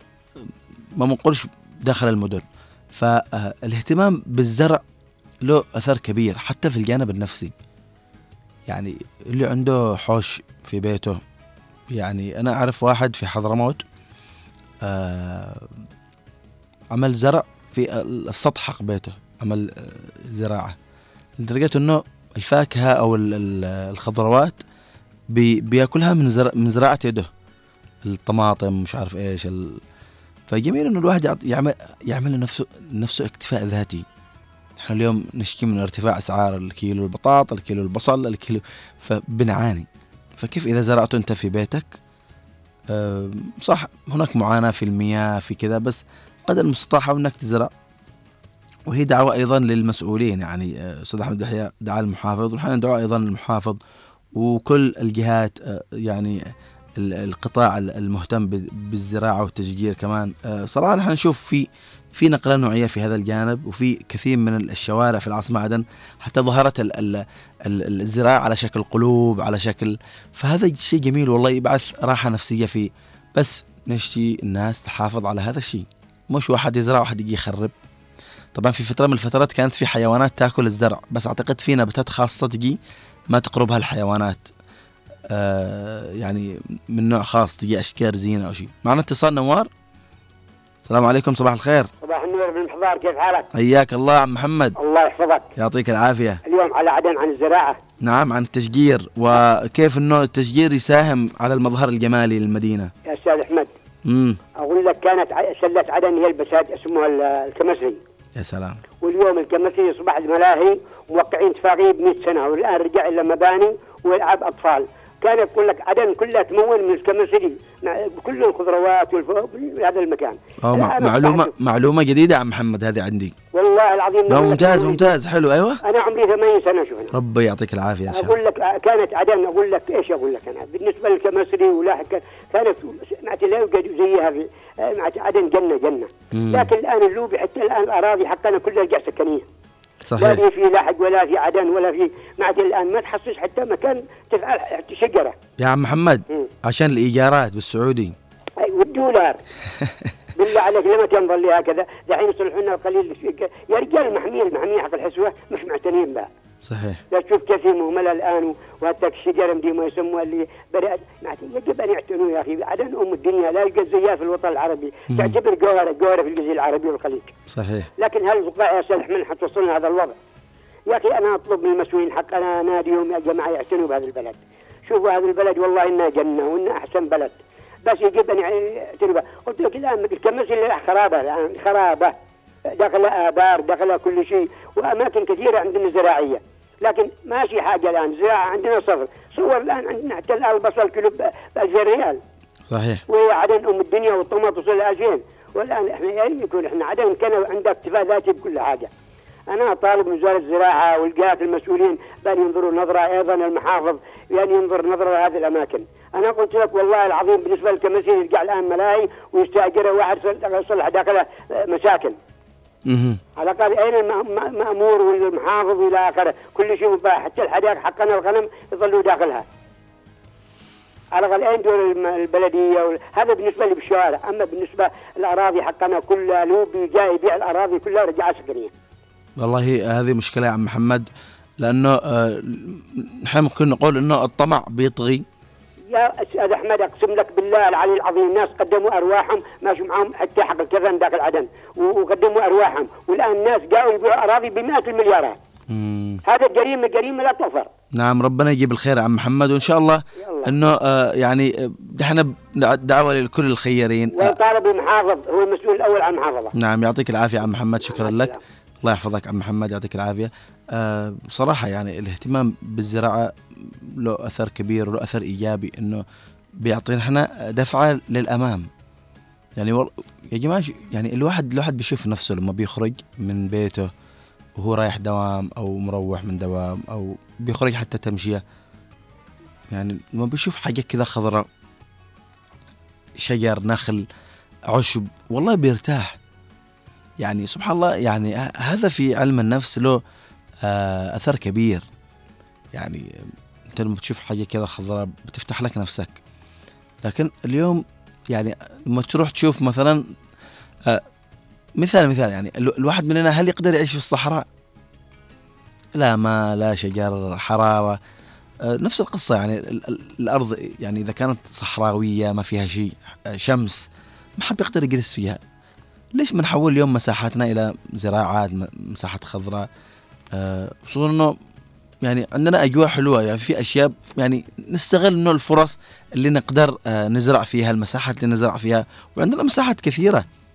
ما بنقولش داخل المدن. فالاهتمام بالزرع له أثر كبير حتى في الجانب النفسي. يعني اللي عنده حوش في بيته، يعني أنا أعرف واحد في حضرموت آه عمل زرع في السطح حق بيته، عمل آه زراعة، لدرجة أنه الفاكهة أو الخضروات بي بيأكلها من زرع من زراعة يده، الطماطم مش عارف إيش ال فجميل إنه الواحد يعمل يعمل لنفسه نفسه اكتفاء ذاتي. إحنا اليوم نشكي من ارتفاع أسعار الكيلو البطاطا، الكيلو البصل، الكيلو، فبنعاني. فكيف إذا زرعته أنت في بيتك؟ أه صح هناك معاناة في المياه في كذا، بس قدر المستطاع حاول إنك تزرع. وهي دعوة أيضا للمسؤولين، يعني أستاذ أحمد يحيى دعا المحافظ، ونحن ندعو أيضا المحافظ وكل الجهات، يعني القطاع المهتم بالزراعة والتشجير كمان. صراحة نحن نشوف في في نقلة نوعية في هذا الجانب، وفي كثير من الشوارع في العاصمة عدن حتى ظهرت ال ال الزراعة على شكل قلوب، على شكل، فهذا شيء جميل والله يبعث راحة نفسية فيه. بس نشتي الناس تحافظ على هذا الشيء، مش واحد يزرع واحد يجي يخرب. طبعا في فترة من الفترات كانت في حيوانات تاكل الزرع، بس أعتقد في نباتات خاصة تجي ما تقربها الحيوانات، آه يعني من نوع خاص تجي أشكال زينة أو شيء. معنا اتصال نوار. السلام عليكم، صباح الخير. صباح النور بن محضار، كيف حالك؟ حياك الله عم محمد. الله يحفظك. يعطيك العافية. اليوم على عدن عن الزراعة. نعم، عن التشجير، وكيف إنه التشجير يساهم على المظهر الجمالي للمدينة. يا أستاذ أحمد، امم أقول لك كانت سلة عدن هي البساد اسمها الكمسري. يا سلام. واليوم الكمسري أصبح الملاهي موقعين اتفاقية بمئة سنة، والآن رجع إلى مباني وألعاب أطفال. كانت تقول لك عدن كلها تمول من الكمسري بكل الخضروات في هذا المكان. أو مع معلومة معلومة جديدة عم محمد هذه عندي. والله العظيم. لا ممتاز ممتاز حلو. أيوة. أنا عمري ثمانين سنة شوفنا. ربي يعطيك العافية إن شاء الله. أقول لك كانت عدن، أقول لك إيش أقول لك أنا بالنسبة للكمسري ولاحق كانت معناتها لا يوجد زيها في معناتها عدن جنة جنة. مم. لكن الآن اللوبي حتى الآن الأراضي حقنا كلها رجع سكنية. صحيح. لا في لاحق ولا في عدن ولا في معناتها الآن ما تحصش حتى مكان تفعل شجرة. يا عم محمد مم. عشان الإيجارات بالسعودي. أي والدولار. بالله عليك لما تنظر لي هكذا دحين يصلحوا لنا قليل يا رجال. المحمية المحمية حق الحسوة مش معتنين بها. صحيح. لا تشوف كثير مهملة الآن، وحتى الشجرة دي ما يسموها اللي بدأت يجب أن يعتنوا يا أخي. عدن أم الدنيا، لا يوجد زيها في الوطن العربي. تعتبر جوهرة جوهرة في الجزيرة العربية والخليج. صحيح. لكن هل الوقائع يا سيد أحمد حتوصلنا هذا الوضع؟ يا أخي أنا أطلب من المسؤولين حق أنا ناديهم يا جماعة يعتنوا بهذا البلد. شوفوا هذا البلد والله إنها جنة وإنها أحسن بلد، بس يجب أن يعتنوا بها. قلت لك الآن الكمسري خرابة، الآن خرابة، دخل آبار، دخل كل شيء، وأماكن كثيرة عندنا زراعية، لكن ماشي حاجة الآن زراعة عندنا صفر. صور الآن عندنا حتى الآن البصل كيلو بألفين ريال. صحيح. وهي عدن أم الدنيا والطماط وصل ألفين، والآن إحنا يكون إحنا عدن كان عندها اكتفاء ذاتي بكل حاجة. أنا طالب من وزارة الزراعة والجهات المسؤولين بأن ينظروا نظرة، أيضا المحافظ يعني ينظر نظرة لهذه الأماكن. أنا قلت لك والله العظيم بالنسبة للكمسري يرجع الآن ملاهي ويستأجرها واحد يصلح داخله مساكن. اها. على الأقل أين المأمور والمحافظ وإلى آخره، كل شيء مباح، حتى الحدائق حقنا الغنم يظلوا داخلها. على الأقل أين دور البلدية، هذا بالنسبة لي بالشوارع. أما بالنسبة للأراضي حقنا كلها لوبي جاي يبيع الأراضي كلها رجع سكنية. والله هذه مشكلة يا عم محمد، لأنه نحن آه ممكن نقول إنه الطمع بيطغي. يا أستاذ أحمد أقسم لك بالله العلي العظيم، الناس قدموا أرواحهم ماشوا معهم حتى حق الكفن داخل عدن وقدموا أرواحهم، والآن الناس جاوا يبيعوا أراضي بمئات المليارات. مم. هذا جريمة جريمة لا تغفر. نعم، ربنا يجيب الخير يا عم محمد، وإن شاء الله إنه آه يعني نحن دعوة لكل الخيرين. وطالب المحافظ هو المسؤول الأول عن المحافظة. نعم، يعطيك العافية عم محمد، شكرا لك. الله يحفظك عم محمد، يعطيك العافية. آه صراحة يعني الاهتمام بالزراعة له أثر كبير وله أثر إيجابي، إنه بيعطينا إحنا دفعة للأمام. يعني ور... يا جماعة يعني الواحد الواحد بيشوف نفسه لما بيخرج من بيته وهو رايح دوام أو مروح من دوام أو بيخرج حتى تمشية، يعني لما بيشوف حاجة كذا خضراء، شجر، نخل، عشب، والله بيرتاح. يعني سبحان الله، يعني هذا في علم النفس له آه أثر كبير. يعني أنت لما تشوف حاجة كذا خضراء بتفتح لك نفسك. لكن اليوم يعني لما تروح تشوف مثلا آه مثال مثال يعني الواحد مننا هل يقدر يعيش في الصحراء؟ لا ماء، لا شجر، حرارة، آه نفس القصة. يعني الأرض يعني إذا كانت صحراوية ما فيها شيء، شمس، ما حد بيقدر يجلس فيها. ليش بنحول اليوم مساحاتنا إلى زراعات، مساحات خضراء؟ آه خصوصا إنه يعني عندنا أجواء حلوة، يعني في أشياء يعني نستغل إنه الفرص اللي نقدر آه نزرع فيها، المساحات اللي نزرع فيها، وعندنا مساحات كثيرة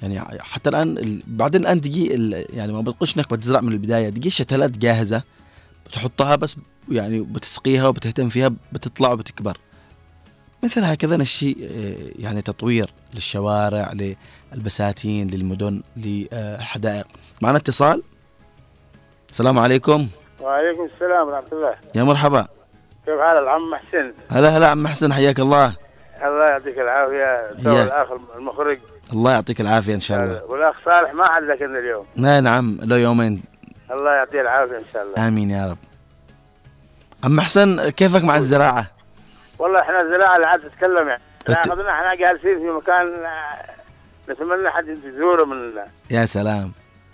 يعني حتى الآن ال- بعدين الآن تجي ال- يعني ما بتقولش إنك بتزرع من البداية، تجي شتلات جاهزة بتحطها بس يعني بتسقيها وبتهتم فيها بتطلع وبتكبر. مثل هكذا الشيء يعني تطوير للشوارع للبساتين للمدن للحدائق. معنا اتصال. السلام عليكم. وعليكم السلام ورحمة الله. يا مرحبا. كيف حال العم محسن؟ هلا هلا عم محسن، حياك الله. الله يعطيك العافية. تو الأخ المخرج. الله يعطيك العافية إن شاء الله. والأخ صالح ما حد لكن اليوم. نعم نعم له يومين. الله يعطيه العافية إن شاء الله. آمين يا رب. عم محسن كيفك مع الزراعة؟ والله إحنا الزراعة اللي عاد تتكلم يعني. أخذنا إحنا جالسين في مكان نتمنى حد يزوره مننا. يا سلام.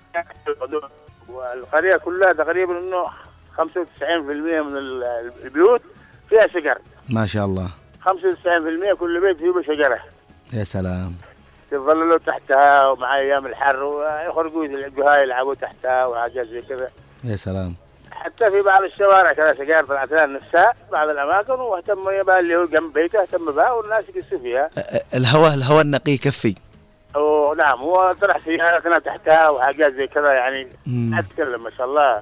والقرية كلها تقريبا إنه خمسة وتسعين بالمئة من البيوت فيها شجر. ما شاء الله. خمسة وتسعين بالمئة كل بيت فيه شجرة. يا سلام. يتظللوا تحتها ومع أيام الحر ويخرجوا يلعبوا يلعبوا تحتها وحاجات زي كذا. يا سلام. حتى في بعض الشوارع كذا شجر طلعت لها النساء بعض الأماكن واهتم بها اللي هو جنب بيته اهتم بها والناس يقصوا فيها. الهواء الهواء النقي يكفي. ونعم هو طلع سيارتنا تحتها وحاجات زي كذا يعني. أتكلم ما شاء الله.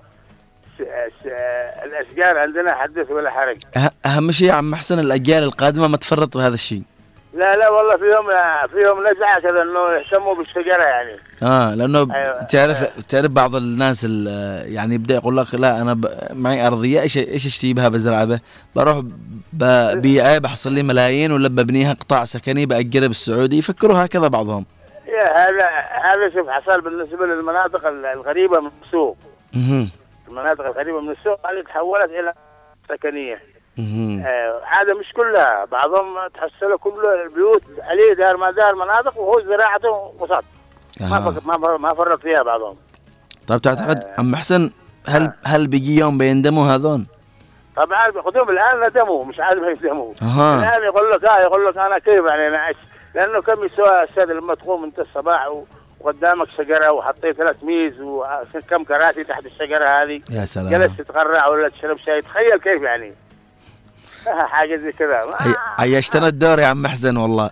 الأشجار عندنا حدث ولا حرج. أهم شيء يا عم محسن الأجيال القادمة ما تفرط بهذا الشيء. لا لا والله فيهم فيهم نزعة كذا إنه يهتموا بالشجرة يعني. آه لأنه أيوة. تعرف أيوة. تعرف بعض الناس يعني يبدأ يقول لك لا أنا ب... معي أرضية إيش إيش أشتري بها بزرع به بروح ببيعها بحصل لي ملايين ولا ببنيها قطاع سكني بأجره بالسعودي يفكروا هكذا بعضهم. يا هذا هذا شوف حصل بالنسبة للمناطق الغريبة من السوق. اها. المناطق القريبة من السوق هذه تحولت إلى سكنية. آه هذا مش كلها بعضهم تحصل كل البيوت عليه دار ما دار مناطق وهو زراعته وسط. ما ما ما فرط فيها بعضهم. طيب تعتقد آه عم محسن هل آه. هل بيجي يوم بيندموا هذون؟ طبعا بياخذوهم الآن ندموا مش عارف يندموا. أه. الآن يقول لك اه يقول لك أنا كيف يعني أنا عايش لأنه كم يسوى السيد لما تقوم أنت الصباح وقدامك شجرة وحطيت ثلاث ميز وكم كراسي تحت الشجرة هذه. يا سلام. جلست تتغرع ولا تشرب شاي تخيل كيف يعني. حاجة زي كذا. عيشتنا الدور يا عم محسن والله.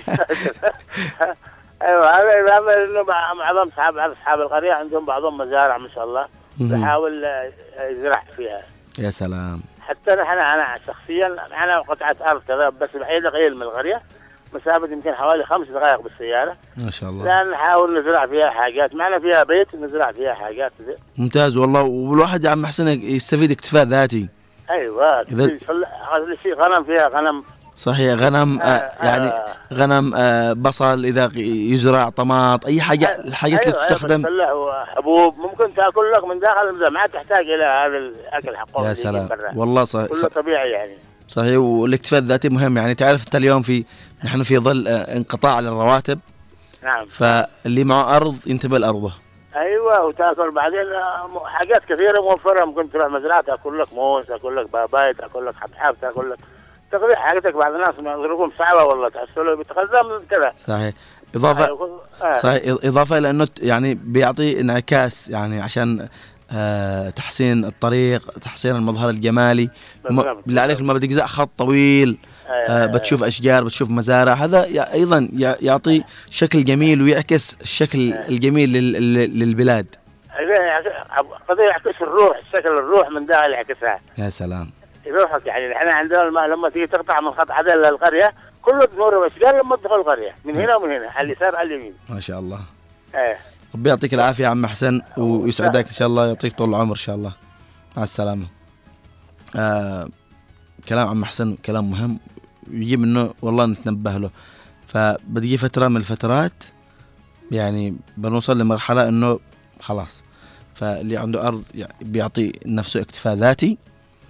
ايوه هذا هذا انه معظم اصحاب اصحاب القرية عندهم بعضهم مزارع ما شاء الله بحاول يزرع فيها. يا سلام. حتى نحن انا شخصيا انا قطعة ارض كذا بس بعيدة قليل من القرية مسافة يمكن حوالي خمس دقائق بالسيارة. ما شاء الله. لأن نحاول نزرع فيها حاجات معنا فيها بيت نزرع فيها حاجات. ممتاز والله والواحد يا عم محسن يستفيد اكتفاء ذاتي. ايوه إذا في غنم فيها غنم صحيح غنم آه آه يعني آه غنم آه بصل اذا يزرع طماط اي حاجه الحاجات أيوة اللي تستخدم أيوة حبوب ممكن تاكل لك من داخل ما تحتاج الى هذا الاكل حقه. يا سلام والله صحيح كله طبيعي يعني. صحيح والاكتفاء الذاتي مهم يعني تعرف انت اليوم في نحن في ظل انقطاع للرواتب. نعم. فاللي معه ارض ينتبه لارضه. ايوه وتاكل بعدين حاجات كثيره موفره ممكن تروح مزرعه تاكل لك موز تاكل لك باباي تاكل لك حبحب تاكل لك تقضي حاجتك. بعض الناس ظروفهم صعبه والله تحصلوا بيتغذى من كذا. صحيح. اضافه آه. صحيح اضافه الى انه يعني بيعطي انعكاس يعني عشان آه تحسين الطريق تحسين المظهر الجمالي. بالله عليك لما بتجزأ خط طويل آه بتشوف اشجار بتشوف مزارع هذا ايضا يعطي شكل جميل ويعكس الشكل الجميل للبلاد. قضية يعكس الروح الشكل الروح من داخل يعكسها. يا سلام. يروحك يعني احنا عندنا الماء لما تيجي تقطع من خط عدل للقرية كله تمر باشجار لما تدخل القرية من هنا ومن هنا على اليسار على اليمين. ما شاء الله. ايه. ربي يعطيك العافية يا عم حسن ويسعدك إن شاء الله يعطيك طول العمر إن شاء الله. مع السلامة. آه كلام عم حسن كلام مهم يجيب إنه والله نتنبه له. فبدي فترة من الفترات يعني بنوصل لمرحلة إنه خلاص فاللي عنده أرض بيعطي نفسه اكتفاء ذاتي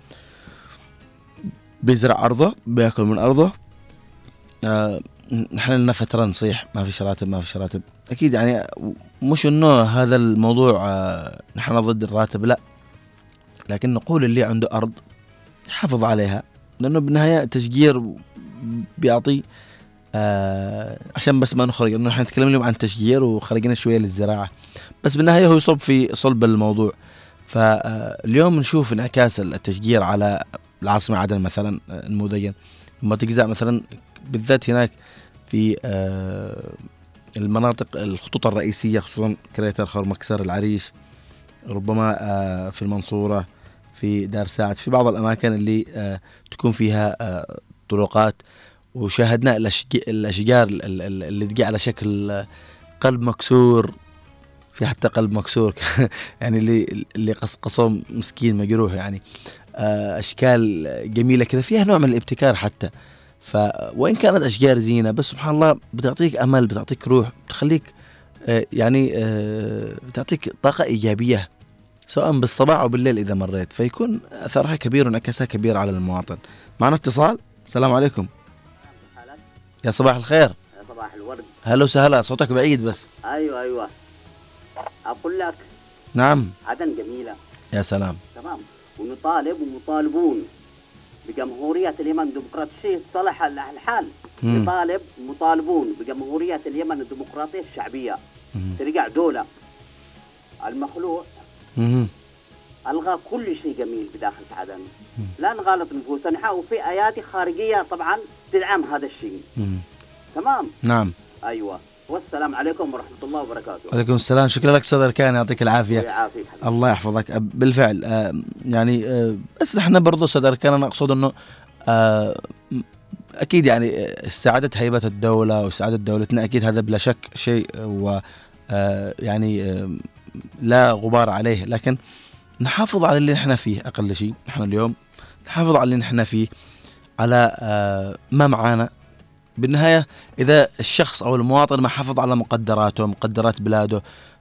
بيزرع أرضه بيأكل من أرضه. آه نحن لنا فترة نصيح ما في راتب ما في راتب أكيد يعني مش إنه هذا الموضوع آه نحن ضد الراتب لا لكن نقول اللي عنده أرض يحافظ عليها لأنه بالنهاية تشجير بيعطي آه عشان بس ما نخرج إنه نحن نتكلم اليوم عن التشجير وخرجنا شوية للزراعة بس بالنهاية هو يصب في صلب الموضوع. فاليوم نشوف انعكاس التشجير على العاصمة عدن مثلا نموذجا لما تجزأ مثلا بالذات هناك في آه المناطق الخطوط الرئيسية، خصوصا كريتر، خور مكسر، العريش، ربما في المنصورة، في دار سعد، في بعض الأماكن اللي تكون فيها طرقات، وشاهدنا الأشجار اللي تجي على شكل قلب مكسور، في حتى قلب مكسور يعني اللي اللي قصقصوه مسكين مجروح، يعني أشكال جميلة كذا فيها نوع من الابتكار حتى. ف وإن كانت أشجار زينة، بس سبحان الله بتعطيك أمل، بتعطيك روح، بتخليك يعني بتعطيك طاقة إيجابية سواء بالصباح أو بالليل إذا مريت، فيكون أثرها كبير وانعكاسها كبير على المواطن. معنا اتصال. السلام عليكم. يا صباح الخير. يا صباح الورد. هلا وسهلا، صوتك بعيد بس. أيوة أيوة أقول لك. نعم. عدن جميلة. يا سلام. تمام. ونطالب ومطالبون بجمهورية اليمن ديمقراطية صالح الحال. مم. نطالب مطالبون بجمهورية اليمن الديمقراطية الشعبية. مم. ترجع دولة. المخلوق مم. ألغى كل شيء جميل بداخل عدن. مم. لا نغالط نفوسنا، وفي آيات خارجية طبعا تدعم هذا الشيء. مم. تمام. نعم. أيوة. والسلام عليكم ورحمة الله وبركاته. وعليكم السلام. شكرا لك أستاذ أركان، يعطيك العافية. يعافيك. الله يحفظك. بالفعل آه يعني آه بس احنا برضو أستاذ أركان أنا أقصد أنه آه أكيد يعني استعادة هيبة الدولة واستعادة دولتنا، أكيد هذا بلا شك شيء و آه يعني آه لا غبار عليه، لكن نحافظ على اللي نحن فيه. أقل شيء نحن اليوم نحافظ على اللي نحن فيه، على آه ما معانا. بالنهاية إذا الشخص أو المواطن ما حافظ على مقدراته، مقدرات بلاده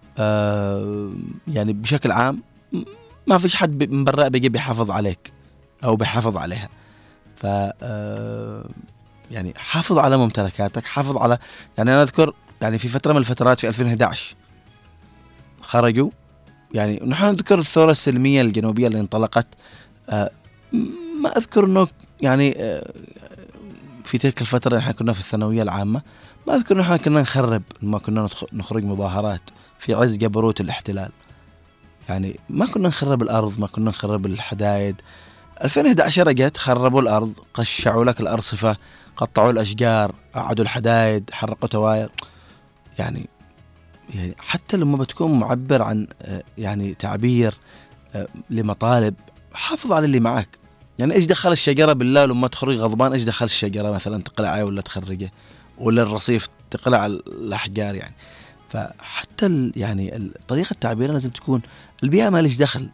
آه يعني بشكل عام، ما فيش حد من برا بيجي بيحافظ عليك أو بيحافظ عليها. ف آه يعني حافظ على ممتلكاتك، حافظ على يعني أنا أذكر يعني في فترة من الفترات في ألفين وإحدى عشر خرجوا، يعني نحن نذكر الثورة السلمية الجنوبية اللي انطلقت. آه ما أذكر أنه يعني آه في تلك الفترة نحن كنا في الثانوية العامة، ما أذكر نحن كنا نخرب، ما كنا نخرج مظاهرات في عز جبروت الاحتلال، يعني ما كنا نخرب الأرض، ما كنا نخرب الحدائد. ألفين وإحدى عشر جت خربوا الأرض، قشعوا لك الأرصفة، قطعوا الأشجار، قعدوا الحدائد، حرقوا تواير. يعني يعني حتى لما بتكون معبر عن يعني تعبير لمطالب، حافظ على اللي معك. يعني ايش دخل الشجرة بالله لما تخرج غضبان؟ ايش دخل الشجرة مثلا تقلعها ولا تخرجه، ولا الرصيف تقلع الأحجار؟ يعني فحتى يعني طريقة التعبير لازم تكون البيئة ما ليش دخل،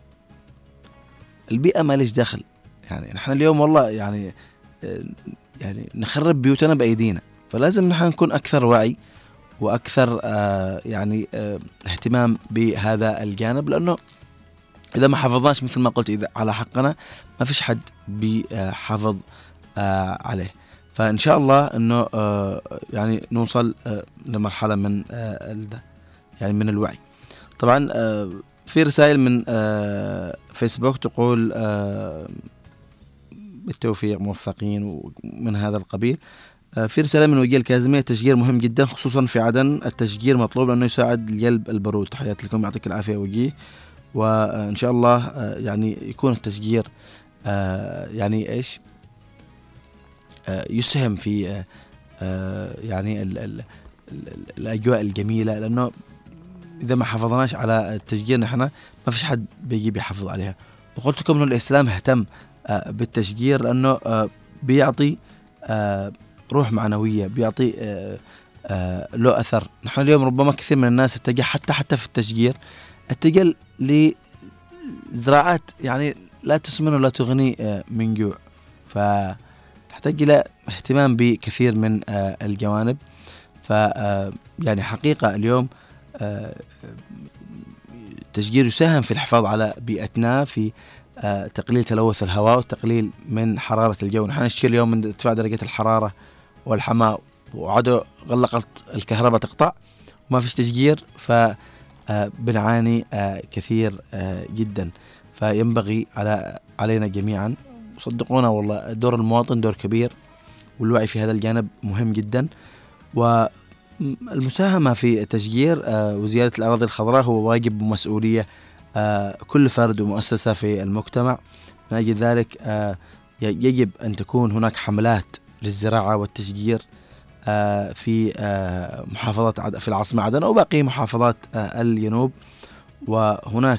البيئة ما ليش دخل. يعني نحن اليوم والله يعني يعني نخرب بيوتنا بأيدينا، فلازم نحن نكون أكثر وعي وأكثر آه يعني آه اهتمام بهذا الجانب، لأنه إذا ما حافظناش مثل ما قلت إذا على حقنا ما فيش حد بيحافظ آه عليه. فإن شاء الله إنه آه يعني نوصل آه لمرحلة من آه يعني من الوعي. طبعا آه في رسائل من آه فيسبوك تقول آه بالتوفيق، موفقين ومن هذا القبيل. آه في رسالة من وجيه الكاظمية: التشجير مهم جدا خصوصا في عدن، التشجير مطلوب لأنه يساعد الجلب البرود. تحياتي لكم، يعطيك العافية وجيه، وإن شاء الله يعني يكون التشجير يعني إيش يسهم في يعني ال ال الأجواء الجميلة، لأنه إذا ما حافظناش على التشجير نحن ما فيش حد بيجي بيحافظ عليها. وقلت لكم إنه الإسلام اهتم بالتشجير لأنه بيعطي روح معنوية، بيعطي له أثر. نحن اليوم ربما كثير من الناس اتجه حتى حتى في التشجير اتجه لزراعات يعني لا تسمن ولا تغني من جوع، فتحتاج إلى اهتمام بكثير من الجوانب. ف يعني حقيقة اليوم التشجير يساهم في الحفاظ على بيئتنا، في تقليل تلوث الهواء وتقليل من حرارة الجو. نحن نشكي اليوم من ارتفاع درجة الحرارة والحماء، وعدوا غلقت الكهرباء تقطع وما فيش تشجير، ف بنعاني كثير جدا. فينبغي على علينا جميعا، صدقونا والله دور المواطن دور كبير، والوعي في هذا الجانب مهم جدا. والمساهمة في التشجير وزيادة الأراضي الخضراء هو واجب ومسؤولية كل فرد ومؤسسة في المجتمع. من أجل ذلك يجب أن تكون هناك حملات للزراعة والتشجير في محافظة عدن في العاصمة عدن أو باقي محافظات الجنوب. وهناك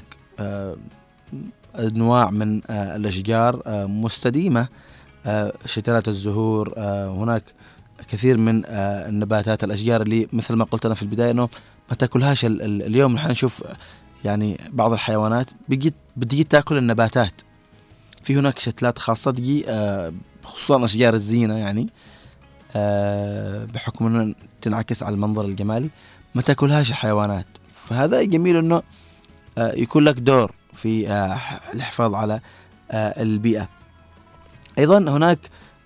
أنواع من الأشجار مستديمة، شتلات الزهور، هناك كثير من النباتات الأشجار اللي مثل ما قلت أنا في البداية أنه ما تأكلهاش. اليوم نحن نشوف يعني بعض الحيوانات بقيت بدي تأكل النباتات. في هناك شتلات خاصة تجي خصوصا أشجار الزينة يعني بحكم أنه تنعكس على المنظر الجمالي ما تأكلهاش الحيوانات. فهذا جميل أنه يكون لك دور في الحفاظ على البيئة. أيضا هناك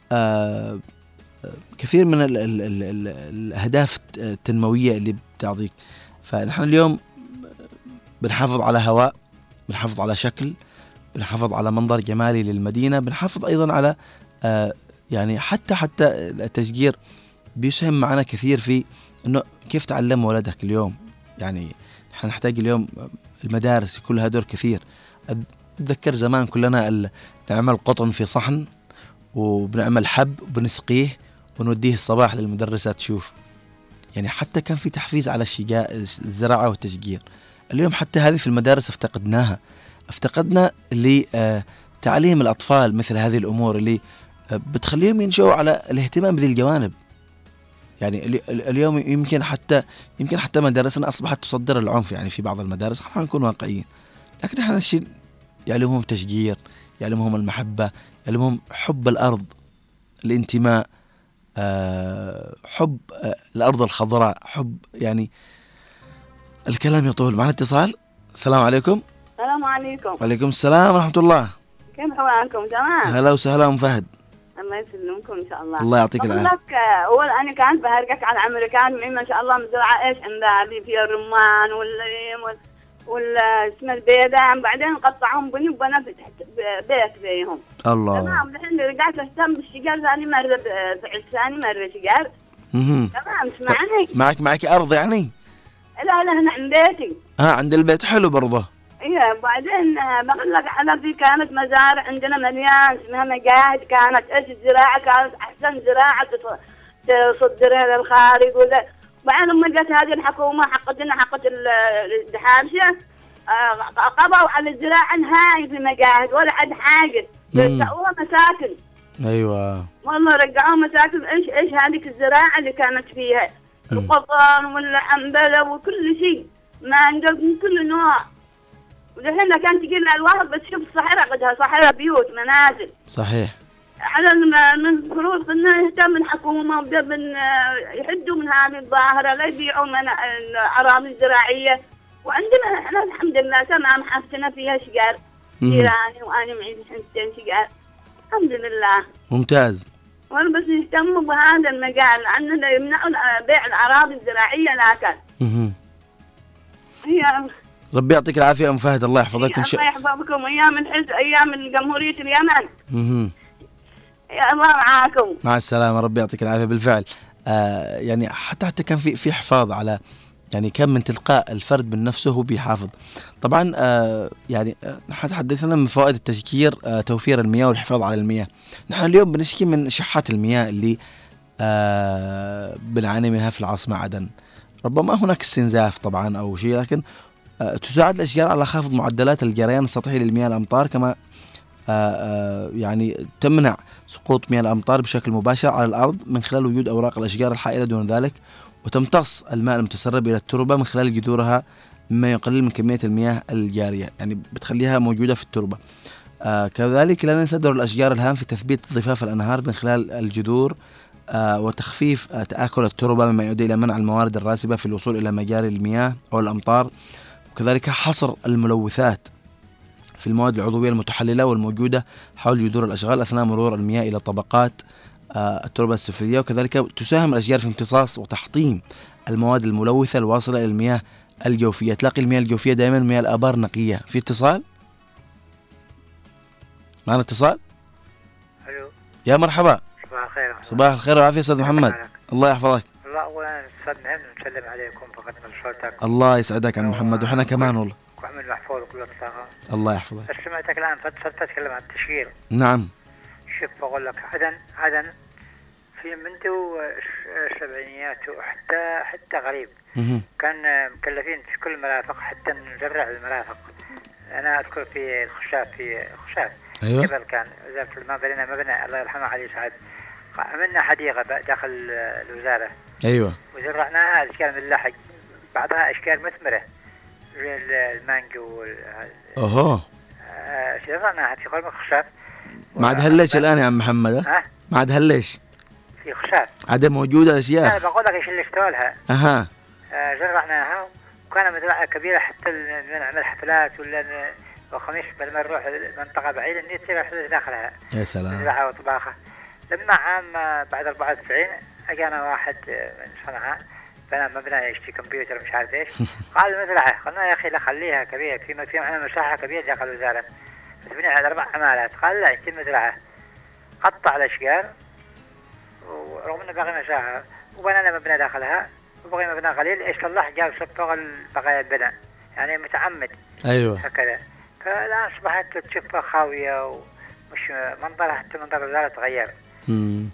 كثير من ال ال ال الأهداف التنموية اللي بتعطيك. فنحن اليوم بنحافظ على هواء، بنحافظ على شكل، بنحافظ على منظر جمالي للمدينة، بنحافظ أيضا على يعني حتى حتى التشجير بيسهم معنا كثير في إنه كيف تعلم ولدك اليوم. يعني نحن نحتاج اليوم المدارس يكون لها دور كثير. أتذكر زمان كلنا نعمل قطن في صحن وبنعمل حب وبنسقيه ونوديه الصباح للمدرسة تشوف. يعني حتى كان في تحفيز على الزراعة والتشجير. اليوم حتى هذه في المدارس افتقدناها، افتقدنا لتعليم الأطفال مثل هذه الأمور اللي بتخليهم ينشأوا على الاهتمام بذي الجوانب. يعني اليوم يمكن حتى يمكن حتى مدارسنا أصبحت تصدر العنف يعني في بعض المدارس، خلينا نكون واقعيين. لكن احنا الشيء يعلمهم تشجير، يعلمهم المحبة، يعلمهم حب الأرض، الانتماء، أه حب أه الأرض الخضراء، حب يعني الكلام يطول. معنا اتصال. السلام عليكم. السلام عليكم. وعليكم السلام ورحمة الله. كيف حوالكم؟ تمام. هلا وسهلا أم فهد. الله يسلمكم إن شاء الله. الله يعطيك العافية. أقول لك أول أنا كانت بهرجك على الأمريكان ما شاء الله مزرعة إيش عندها اللي فيها الرمان وال وال اسمه البيدان، بعدين قطعهم بني وبنا بيت بيهم. الله. تمام. الحين رجعت أهتم بالشجار ثاني مرة في ثاني مرة شجار. اها. تمام. اسمعني. معك معك أرض يعني؟ لا لا هنا عند بيتي. ها عند البيت حلو برضه. ايه بعدين بقول لك انا في كانت مزارع عندنا مليان اسمها مجاهد، كانت ايش الزراعه كانت احسن زراعه تصدرها للخارج وذا. بعدين لما جت هذه الحكومه حقتنا حقت الدحامشه قضوا على الزراعه نهائي في مجاهد ولا عاد حاجه، سووها مساكن. ايوه والله رجعوا مساكن. ايش ايش هذيك الزراعه اللي كانت فيها القطن والعنبله وكل شيء ما عندهم من كل نوع. ولحين كان تجي لنا الواحد بس شوف الصحراء قدها صحراء بيوت منازل. صحيح. على من فروض انه يهتم الحكومه وبدا من يحدوا من هذه الظاهره لا يبيعوا من الاراضي الزراعيه. وعندنا احنا الحمد لله تمام حافتنا فيها شجار جيراني وانا معي حنتين شجار الحمد لله. ممتاز. وانا بس يهتموا بهذا المجال لانه يمنعوا بيع الاراضي الزراعيه لكن. اها. هي ربي يعطيك العافية أم فهد. الله يحفظك. الله يحفظكم. أيام الحزب أيام جمهورية اليمن. اها. يا الله معاكم. مع السلامة. ربي يعطيك العافية. بالفعل آه يعني حتى حتى كان في في حفاظ على يعني كان من تلقاء الفرد من نفسه هو بيحافظ. طبعا آه يعني نحن تحدثنا من فوائد التشجير آه توفير المياه والحفاظ على المياه. نحن اليوم بنشكي من شحات المياه اللي آه بنعاني منها في العاصمة عدن. ربما هناك استنزاف طبعا أو شيء، لكن تساعد الأشجار على خفض معدلات الجريان السطحي للمياه الأمطار، كما يعني تمنع سقوط مياه الأمطار بشكل مباشر على الأرض من خلال وجود أوراق الأشجار الحائلة دون ذلك، وتمتص الماء المتسرب إلى التربة من خلال جذورها مما يقلل من كمية المياه الجارية، يعني بتخليها موجودة في التربة. كذلك لا ننسى دور الأشجار الهام في تثبيت ضفاف الأنهار من خلال الجذور وتخفيف تآكل التربة، مما يؤدي إلى منع الموارد الراسبة في الوصول إلى مجاري المياه أو الأمطار. وكذلك حصر الملوثات في المواد العضوية المتحللة والموجودة حول جذور الأشغال أثناء مرور المياه إلى طبقات التربة السفلية. وكذلك تساهم الأشجار في امتصاص وتحطيم المواد الملوثة الواصلة إلى المياه الجوفية. تلاقي المياه الجوفية دائما مياه الآبار نقية. في اتصال؟ معنا اتصال؟ الو. يا مرحبا. صباح الخير. صباح الخير والعافية أستاذ محمد. الله يحفظك. الله أولا أستاذ مهم نسلم عليكم فقط من صوتك. الله يسعدك عن محمد وحنا كمان والله. وحمد محفوظ وكل الطاقة. الله يحفظك. سمعتك الآن صرت تتكلم عن التشجير. نعم. شوف بقول لك عدن عدن في منذ السبعينيات وحتى حتى قريب مهم. كان مكلفين في كل المرافق حتى نزرع المرافق. أنا أذكر في الخشاف في خشاف أيوة. قبل كان وزارة الماء بنينا مبنى الله يرحمه علي سعد، عملنا حديقة داخل الوزارة. أيوة. وزرعناها أشكال من اللحج، بعضها أشكال مثمرة زي المانجو وال أوه. آه، زرعناها في قرب الخشاف. ما عاد هليش الآن يا عم محمد؟ ها؟ ما عاد هليش؟ في خشاف. عاد موجودة أشياء. أنا بقول لك إيش اللي اشتغلها. أها. آه، زرعناها وكان مزرعة كبيرة حتى نعمل حفلات ولا ن... وخميس بدل ما نروح منطقة بعيدة إني تصير حفلة داخلها. يا سلام. مزرعة وطباخة. لما عام بعد أربعة وتسعين أجانا واحد من صنعاء بنا مبنى يشتري كمبيوتر مش عارف إيش. قال مزرعة، قلنا يا أخي لا خليها كبيرة، في في معنا مساحة كبيرة داخل الوزارة. تبني على أربع عمالات. قال لا أنت مزرعة. قطع الأشجار ورغم إنه باقي مساحة وبنينا مبنى داخلها وبغي مبنى قليل إيش صلح جاب فوق بقايا البناء يعني متعمد. أيوة. هكذا. فالآن أصبحت تشوفها خاوية ومش منظرها حتى منظر الوزارة تغير. مم.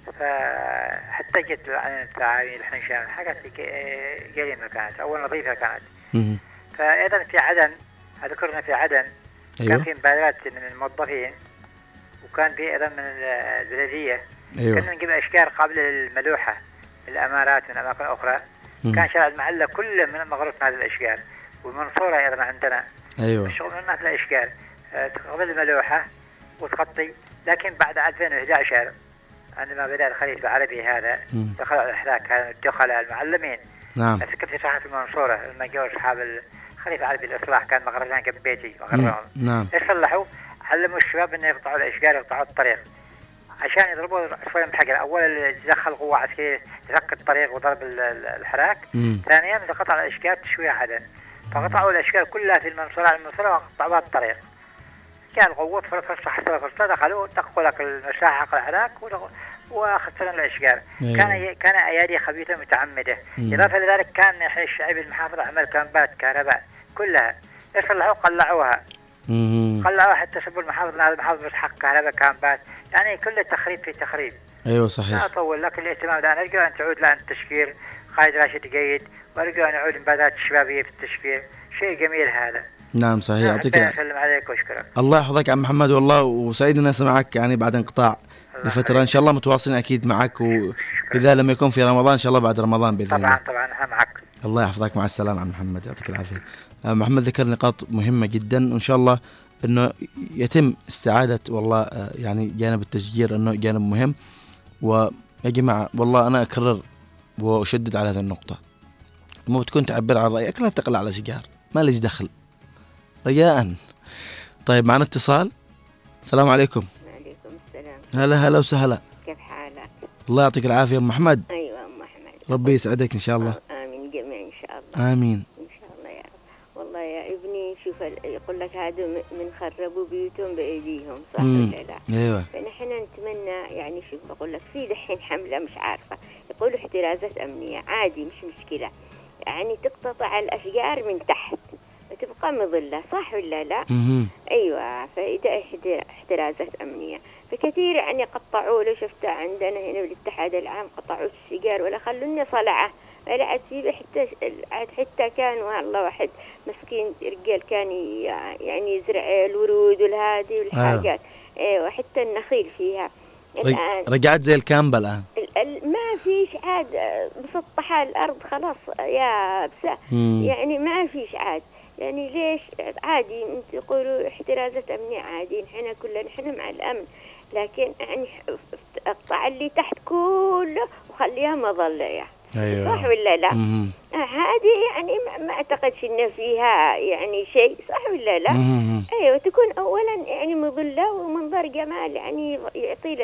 فحتى جت عن التعاوين الحنشان حاجات قديمة كانت أول نظيفة كانت. مم. فأيضا في عدن أذكرنا في عدن. أيوة. كان في مبادرات من الموظفين وكان في أيضا من البلدية. أيوة. كنا نجيب أشجار قابلة للملوحة من الأمارات من أماكن أخرى. مم. كان شارع المعلة كله من مغروس هذه الأشجار والمنصورة أيضا عندنا. أيوة. الشغل من الناس الأشجار تقابل الملوحة وتغطي. لكن بعد ألفين وإحدى عشر عندما بدأ الخليج العربي هذا مم. دخل الإحراك كانوا الدخلاء المعلمين. نعم. أفكر في ساحة المنصورة لما جو أصحاب الخليج العربي الإصلاح كان مغرزان جنب بيتي مغرزان. نعم. يصلحوا علموا الشباب إنه يقطعوا الأشجار يقطعوا الطريق عشان يضربوا عصفورين بحجر. أولا تدخل قوة عسكرية تفك الطريق وضرب الحراك. ثانيا قطع الأشجار تشويها عدن. فقطعوا الأشجار كلها في المنصورة المنصورة وقطعوا الطريق. كان القوة فرصة حصل فرصة دخلوا دقوا لك المساحة حق الحراك وخسرنا الأشجار. أيوة. كان كان أيادي خبيثة متعمدة. إضافة لذلك كان الشعب المحافظة عمل كامبات كهرباء كلها يصلحوا قلعوها. قلعوها حتى سبوا المحافظ هذا المحافظ حق كهرباء كامبات يعني كل تخريب في تخريب. أيوة صحيح. لا أطول لكن الاهتمام الآن أرجو أن تعود لأن التشكير قائد راشد جيد وأرجو أن يعود المبادرات الشبابية في التشكير شيء جميل هذا. نعم صحيح. يعطيك العافية. أسلم عليك وأشكرك. الله يحفظك عم محمد والله وسعيد أن أسمعك يعني بعد انقطاع لفترة. إن شاء الله متواصلين أكيد معك وإذا لم يكن في رمضان إن شاء الله بعد رمضان بإذن الله. طبعا طبعا أنا معك. الله يحفظك مع السلامة عم محمد يعطيك العافية. محمد ذكر نقاط مهمة جدا وإن شاء الله أنه يتم استعادة والله يعني جانب التشجير أنه جانب مهم. ويا جماعة والله أنا أكرر وأشدد على هذه النقطة. مو بتكون تعبر عن رأيك لا تقلع على سيجار ما ليش دخل رجاء. طيب معنا اتصال. السلام عليكم. وعليكم السلام. هلا هلا وسهلا. كيف حالك؟ الله يعطيك العافية أم محمد. أيوة أم محمد. ربي يسعدك إن شاء الله. آمين جميع إن شاء الله. آمين. إن شاء الله يا رب. والله يا ابني شوف يقول لك هذا من خربوا بيوتهم بأيديهم صح ولا لا؟ أيوة. فنحن نتمنى يعني شوف بقول لك في دحين حملة مش عارفة يقولوا احترازات أمنية عادي مش مشكلة يعني تقتطع الأشجار من تحت وتبقى مظلة صح ولا لا؟ مم. أيوة فإذا احترازات أمنية فكثير يعني قطعوا له شفت عندنا هنا بالاتحاد العام قطعوا السيجار ولا خلونا صلعة ولا عتيب حتى حتى كان والله واحد مسكين رجال كان يعني يزرع الورود والهادي والحاجات ايوه حتى النخيل فيها الآن رجعت زي الكامبة الآن ما فيش عاد بسطحها الأرض خلاص يا بس يعني ما فيش عاد يعني ليش عادي تقولوا احترازات أمنية عادي نحن كلنا نحن مع الأمن لكن يعني اقطع اللي تحت كله وخليها مظلة يعني أيوة. صح ولا لا؟ مم. هذه يعني ما اعتقدش ان فيها يعني شيء صح ولا لا؟ مم. ايوه تكون اولا يعني مظله ومنظر جمال يعني يعطي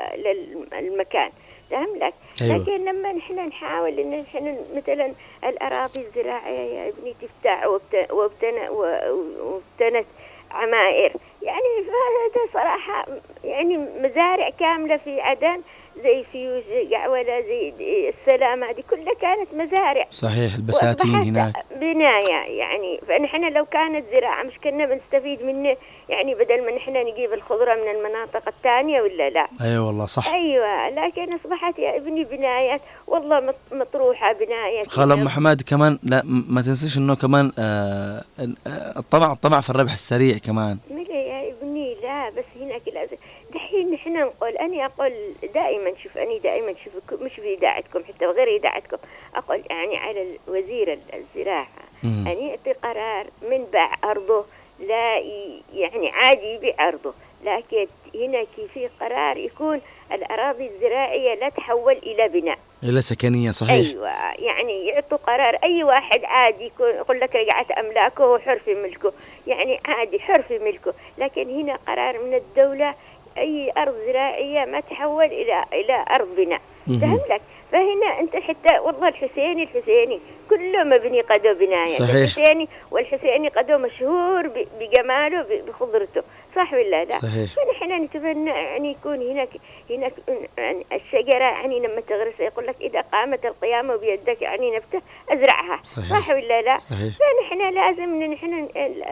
للمكان فهم لك؟ أيوة. لكن لما نحن نحاول ان نحن مثلا الاراضي الزراعيه يا ابني تفتح وابتنت وابتنت عمائر يعني هذا صراحه يعني مزارع كامله في عدن زي فيوز ولا زي السلام، هذه كلها كانت مزارع. صحيح، البساتين هناك بناية يعني. فنحن لو كانت زراعة مش كنا بنستفيد منه يعني، بدل ما نحن نجيب الخضرة من المناطق الثانية ولا لا؟ أي أيوة والله صح. أيوة، لكن أصبحت يا ابني بنايات والله مطروحة بنايات. خال أم محمد كمان لا ما تنسيش إنه كمان آه الطمع الطمع في الربح السريع كمان. يا ابني لا، بس هناك لازم دحين نحن نقول، أنا أقول دائما شوف، أنا دائما شوف مش في إذاعتكم حتى وغير إذاعتكم، أقول يعني على وزير الزراعة أن يعطي قرار من باع أرضه لا يعني عادي يبيع أرضه، لكن هنا في قرار يكون الأراضي الزراعية لا تحول إلى بناء، إلى سكنية. صحيح. أيوة، يعني يعطوا قرار أي واحد عادي يكون يقول لك رجعت أملاكه وحر في ملكه، يعني عادي حر في ملكه، لكن هنا قرار من الدولة أي أرض زراعية ما تحول إلى إلى أرض بناء. فهم لك؟ فهنا أنت حتى والله الحسيني الحسيني كله مبني قدو بناية. صحيح. الحسيني والحسيني قدو مشهور بجماله بخضرته، صح ولا لا؟ صحيح. فنحن نتمنى يعني يكون هناك هناك يعني الشجرة يعني لما تغرس يقول لك إذا قامت القيامة بيدك يعني نبتة أزرعها. صحيح. صح ولا لا؟ صحيح. فنحن لازم نحن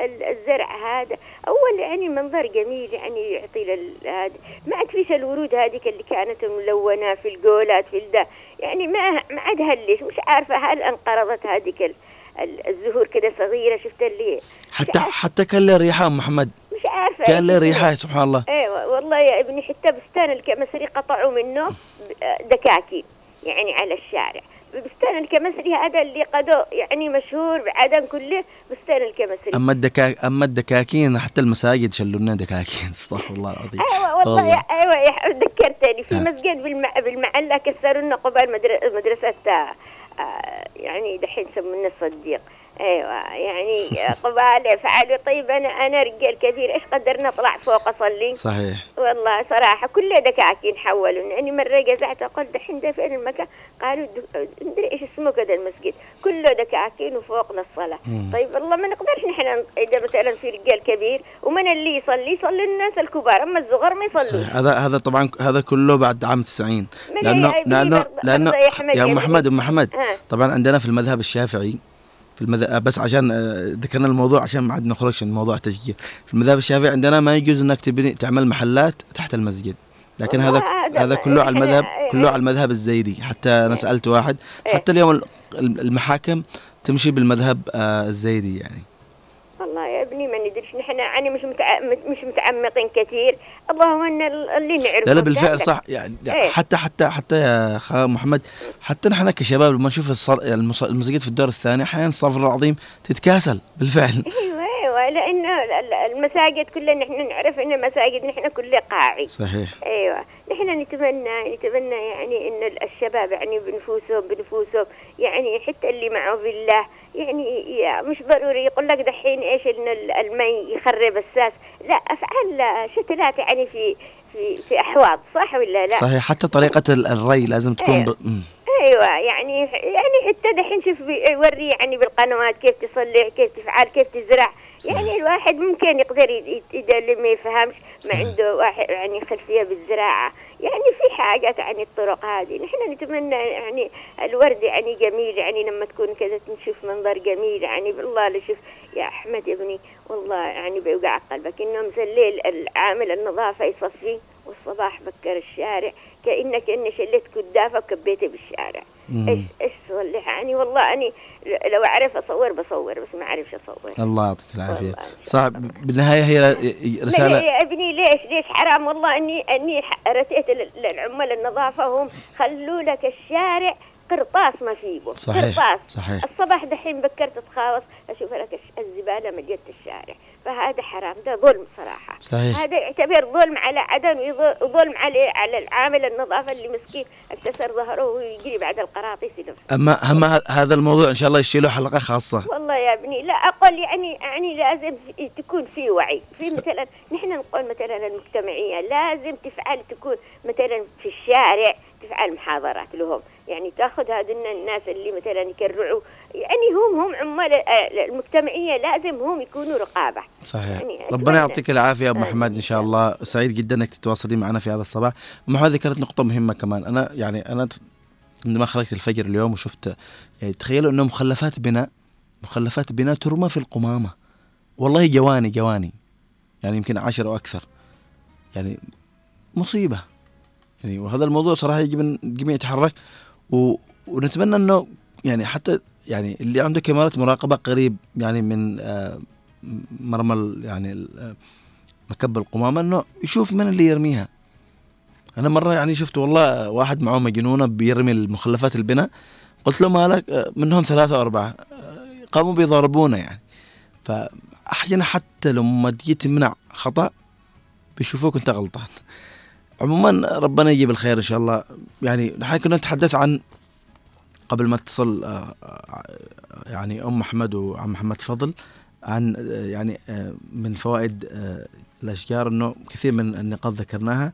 الزرع هذا أول يعني منظر جميل يعني يعطي لهذا. ما عاد فيش الورود هذيك اللي كانت ملونة في الجولات في الدا، يعني ما ما عاد هلش، مش عارفة هل انقرضت هذيك الزهور كده صغيرة شفت اللي حتى حتى كان له ريحة أم محمد، مش عارفة كان له ريحة سبحان الله. ايوه والله يا ابني، حتى بستان الكمسري قطعوا منه دكاكين يعني على الشارع. بستان الكمسري هذا اللي قدو يعني مشهور بعدن كله بستان الكمسري. أما الدكاك أما الدكاكين حتى المساجد شلوا لنا دكاكين استغفر الله العظيم. ايوه والله, والله. ايوه يا ذكرتني في مسجد بالمع... بالمعلة كسروا لنا قبال مدر... مدرسة آه يعني دحين سمونا الصديق. ايوه يعني قبال فعلوا. طيب انا انا رجال كثير ايش قدرنا اطلع فوق اصلي. صحيح والله صراحه كل دكاكين حولوا يعني. مره جزعت اقول دحين ده فين المكان، قالوا ندري ايش اسمه كذا المسجد كله دكاكين وفوقنا الصلاه. مم. طيب والله ما نقدرش نحن اذا مثلا في رجال كبير ومن اللي يصلي يصلي الناس الكبار، اما الصغار ما يصلوا. هذا هذا طبعا هذا كله بعد عام تسعين، لانه لانه لانه يا ام محمد ام محمد طبعا عندنا في المذهب الشافعي في المذهب، بس عشان ذكرنا الموضوع عشان ما عاد نخرجش من موضوع تشجيع. في المذهب الشافعي عندنا ما يجوز انك تبني تعمل محلات تحت المسجد، لكن هذا هذا كله على المذهب كله على المذهب الزيدي. حتى انا سالت واحد حتى اليوم المحاكم تمشي بالمذهب الزيدي يعني. والله يا ابني ما ندريش نحن يعني مش متع... مش متعمقين كثير، اللهم ان اللي نعرفه. لا لا بالفعل صح يعني. ايه؟ حتى حتى حتى يا خال محمد حتى نحن كشباب لما نشوف الصر... المساجد في الدور الثاني احيانا استغفر الله العظيم تتكاسل بالفعل. ايوه ايوه لانه المساجد كلها نحن نعرف ان مساجد نحن كلها قاعي. صحيح. ايوه نحن نتمنى نتمنى يعني ان الشباب يعني بنفوسهم بنفوسهم يعني حتى اللي معه بالله يعني مش ضروري يقول لك دحين ايش ان المي يخرب الساس، لا افعال شتلات يعني في في في احواض، صح ولا لا؟ صحيح. حتى طريقه الري لازم تكون ايوه, ب... أيوة يعني يعني حتى دحين شوف يوري يعني بالقنوات كيف تصلح كيف تفعل كيف تزرع. صحيح. يعني الواحد ممكن يقدر اذا اللي ما يفهمش ما عنده واحد يعني خلفيه بالزراعه يعني في حاجات يعني الطرق هذه. نحن نتمنى يعني الورد يعني جميل يعني لما تكون كذا نشوف منظر جميل يعني بالله لشوف يا أحمد يا ابني والله يعني بيوقع قلبك إنه مسليل العامل النظافة يصفي والصباح بكر الشارع كأنك إني شلت كدافة وكبيته بالشارع. إيش إيش صلح يعني والله أني لو أعرف أصور بصور بس ما أعرفش أصور. الله يعطيك العافية. صعب بالنهاية هي رسالة. يا ابني ليش ليش حرام والله إني إني رتيت للعمال النظافة هم خلوا لك الشارع قرطاس ما فيه. صحيح. قرطاس. صحيح. الصباح دحين بكرت تتخاوص أشوف لك الزبالة مليت الشارع، فهذا حرام ده ظلم صراحة. صحيح. هذا يعتبر ظلم على عدن وظلم على على العامل النظافة اللي مسكين اكتسر ظهره ويجري بعد القراطيس له. أما أما هذا الموضوع إن شاء الله يشيله حلقة خاصة. والله يا ابني لا أقول يعني يعني لازم تكون في وعي في مثلا نحن نقول مثلا المجتمعية لازم تفعل تكون مثلا في الشارع تفعل محاضرات لهم، يعني تاخذ هذول الناس اللي مثلا يكرعوا، يعني هم هم عمال المجتمعيه لازم هم يكونوا رقابه. صحيح. يعني ربنا يعطيك العافيه ابو محمد ان شاء الله. سعيد جدا انك تتواصلين معنا في هذا الصباح. ابو محمد ذكرت نقطه مهمه كمان. انا يعني انا عندما خرجت الفجر اليوم وشفت، يعني تخيلوا انه مخلفات بناء مخلفات بناء ترمى في القمامه، والله جواني جواني يعني يمكن عشر او اكثر، يعني مصيبه يعني. وهذا الموضوع صراحه يجب ان الجميع يتحرك، و... ونتمنى انه يعني حتى يعني اللي عنده كاميرات مراقبه قريب يعني من آه مرمى يعني مكب القمامه انه يشوف من اللي يرميها. انا مره يعني شفت والله واحد معه مجنونه بيرمي المخلفات البناء، قلت له مالك؟ منهم ثلاثه او اربعه قاموا بيضربونا يعني. فاحيانا حتى لما تجي تمنع خطا بيشوفوك انت غلطان. عموما ربنا يجيب الخير ان شاء الله. يعني نحن كنا نتحدث عن قبل ما اتصل يعني ام محمد وعم محمد فضل عن يعني من فوائد الاشجار، انه كثير من النقاط ذكرناها.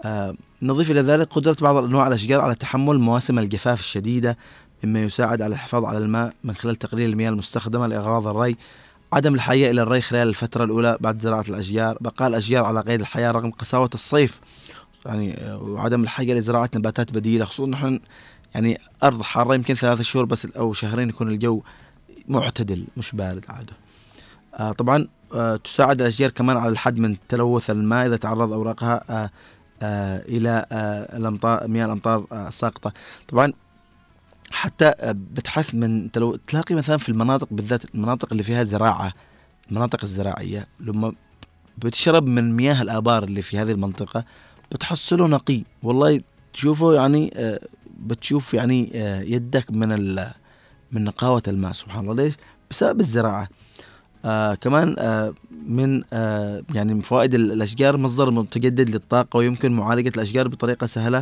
نضيف الى ذلك قدرة بعض انواع الاشجار على تحمل مواسم الجفاف الشديدة، مما يساعد على الحفاظ على الماء من خلال تقليل المياه المستخدمة لاغراض الري، عدم الحاجة الى الري خلال الفترة الاولى بعد زراعة الاشجار، بقاء الاشجار على قيد الحياة رغم قساوة الصيف يعني، وعدم الحاجة لزراعة نباتات بديلة، خصوصا نحن يعني أرض حارة يمكن ثلاثة شهور بس أو شهرين يكون الجو معتدل مش بارد عاده. آه طبعا آه تساعد الأشجار كمان على الحد من تلوث الماء إذا تعرض أوراقها آه آه إلى آه الأمطار مياه الأمطار الساقطة. آه طبعا حتى آه بتحث من تلو... تلاقي مثلا في المناطق بالذات المناطق اللي فيها زراعة، المناطق الزراعية لما بتشرب من مياه الآبار اللي في هذه المنطقة بتحصله نقي، والله تشوفه يعني آه بتشوف يعني آه يدك من من نقاوة الماء. سبحان الله. ليش؟ بسبب الزراعة. آه كمان آه من آه يعني من فوائد الأشجار مصدر متجدد للطاقة، ويمكن معالجة الأشجار بطريقة سهلة،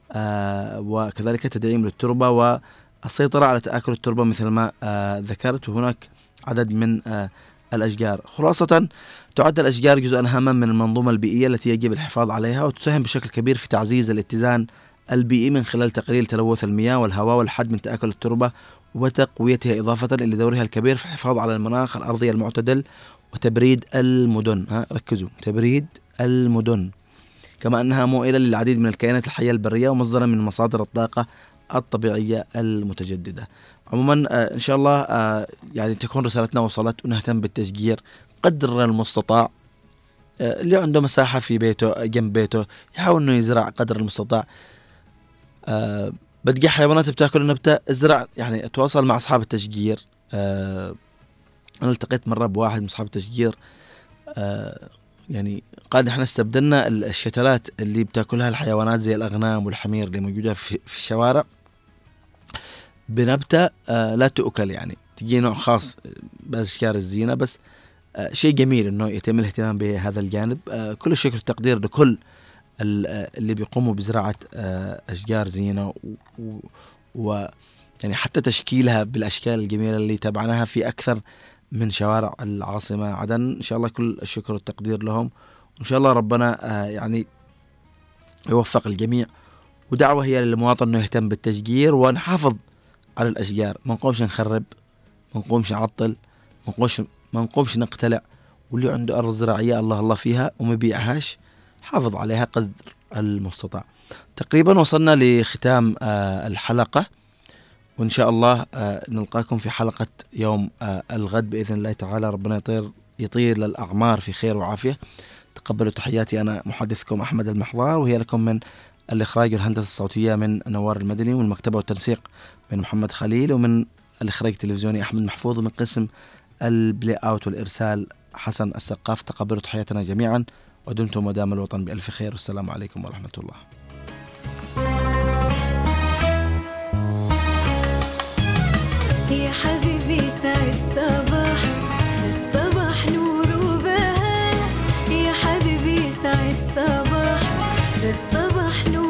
آه وكذلك تدعيم للتربة والسيطرة على تآكل التربة مثل ما آه ذكرت. وهناك عدد من آه الأشجار. خلاصة تعد الأشجار جزءا هاما من المنظومة البيئية التي يجب الحفاظ عليها، وتساهم بشكل كبير في تعزيز الاتزان البيئي من خلال تقليل تلوث المياه والهواء والحد من تآكل التربة وتقويتها، إضافة إلى دورها الكبير في الحفاظ على المناخ الأرضي المعتدل وتبريد المدن. ها ركزوا، تبريد المدن. كما أنها مؤهلة للعديد من الكائنات الحية البرية ومصدرا من مصادر الطاقة الطبيعية المتجددة. عموما آه إن شاء الله آه يعني تكون رسالتنا وصلت، ونهتم بالتشجير قدر المستطاع. آه اللي عنده مساحة في بيته جنب بيته يحاول أنه يزرع قدر المستطاع. آه بتلقى حيوانات بتاكل النبتة، ازرع يعني اتواصل مع أصحاب التشجير. آه أنا التقيت مرة بواحد من أصحاب التشجير آه يعني قال نحن استبدلنا الشتلات اللي بتاكلها الحيوانات زي الأغنام والحمير اللي موجودة في, في الشوارع بنبتة آه لا تؤكل، يعني تجي نوع خاص بأشجار الزينة. بس آه شيء جميل إنه يتم الاهتمام بهذا الجانب. آه كل الشكر والتقدير لكل اللي بيقوموا بزراعة أشجار زينة و يعني حتى تشكيلها بالأشكال الجميلة اللي تابعناها في أكثر من شوارع العاصمة عدن. إن شاء الله كل الشكر والتقدير لهم، وإن شاء الله ربنا يعني يوفق الجميع. ودعوة هي للمواطن أنه يهتم بالتشجير ونحافظ على الأشجار، ما نقومش نخرب، ما نقومش نعطل، ما نقومش ما نقومش نقتلع. واللي عنده أرض زراعية الله الله فيها وما بيعهاش حافظ عليها قدر المستطاع. تقريبا وصلنا لختام آه الحلقة، وإن شاء الله آه نلقاكم في حلقة يوم آه الغد بإذن الله تعالى. ربنا يطير يطير للأعمار في خير وعافية. تقبلوا تحياتي، أنا محدثكم أحمد المحضار، وهي لكم من الإخراج والهندسة الصوتية من نوار المدني، ومن المكتبة والتنسيق من محمد خليل، ومن الإخراج التلفزيوني أحمد محفوظ، ومن قسم البلاي أوت والإرسال حسن السقاف. تقبلوا تحياتنا جميعا، ودمتم ودام الوطن بألف خير، والسلام عليكم ورحمة الله. يا حبيبي سعد صباح، الصباح نور وبهاء. يا حبيبي سعد صباح، الصباح نور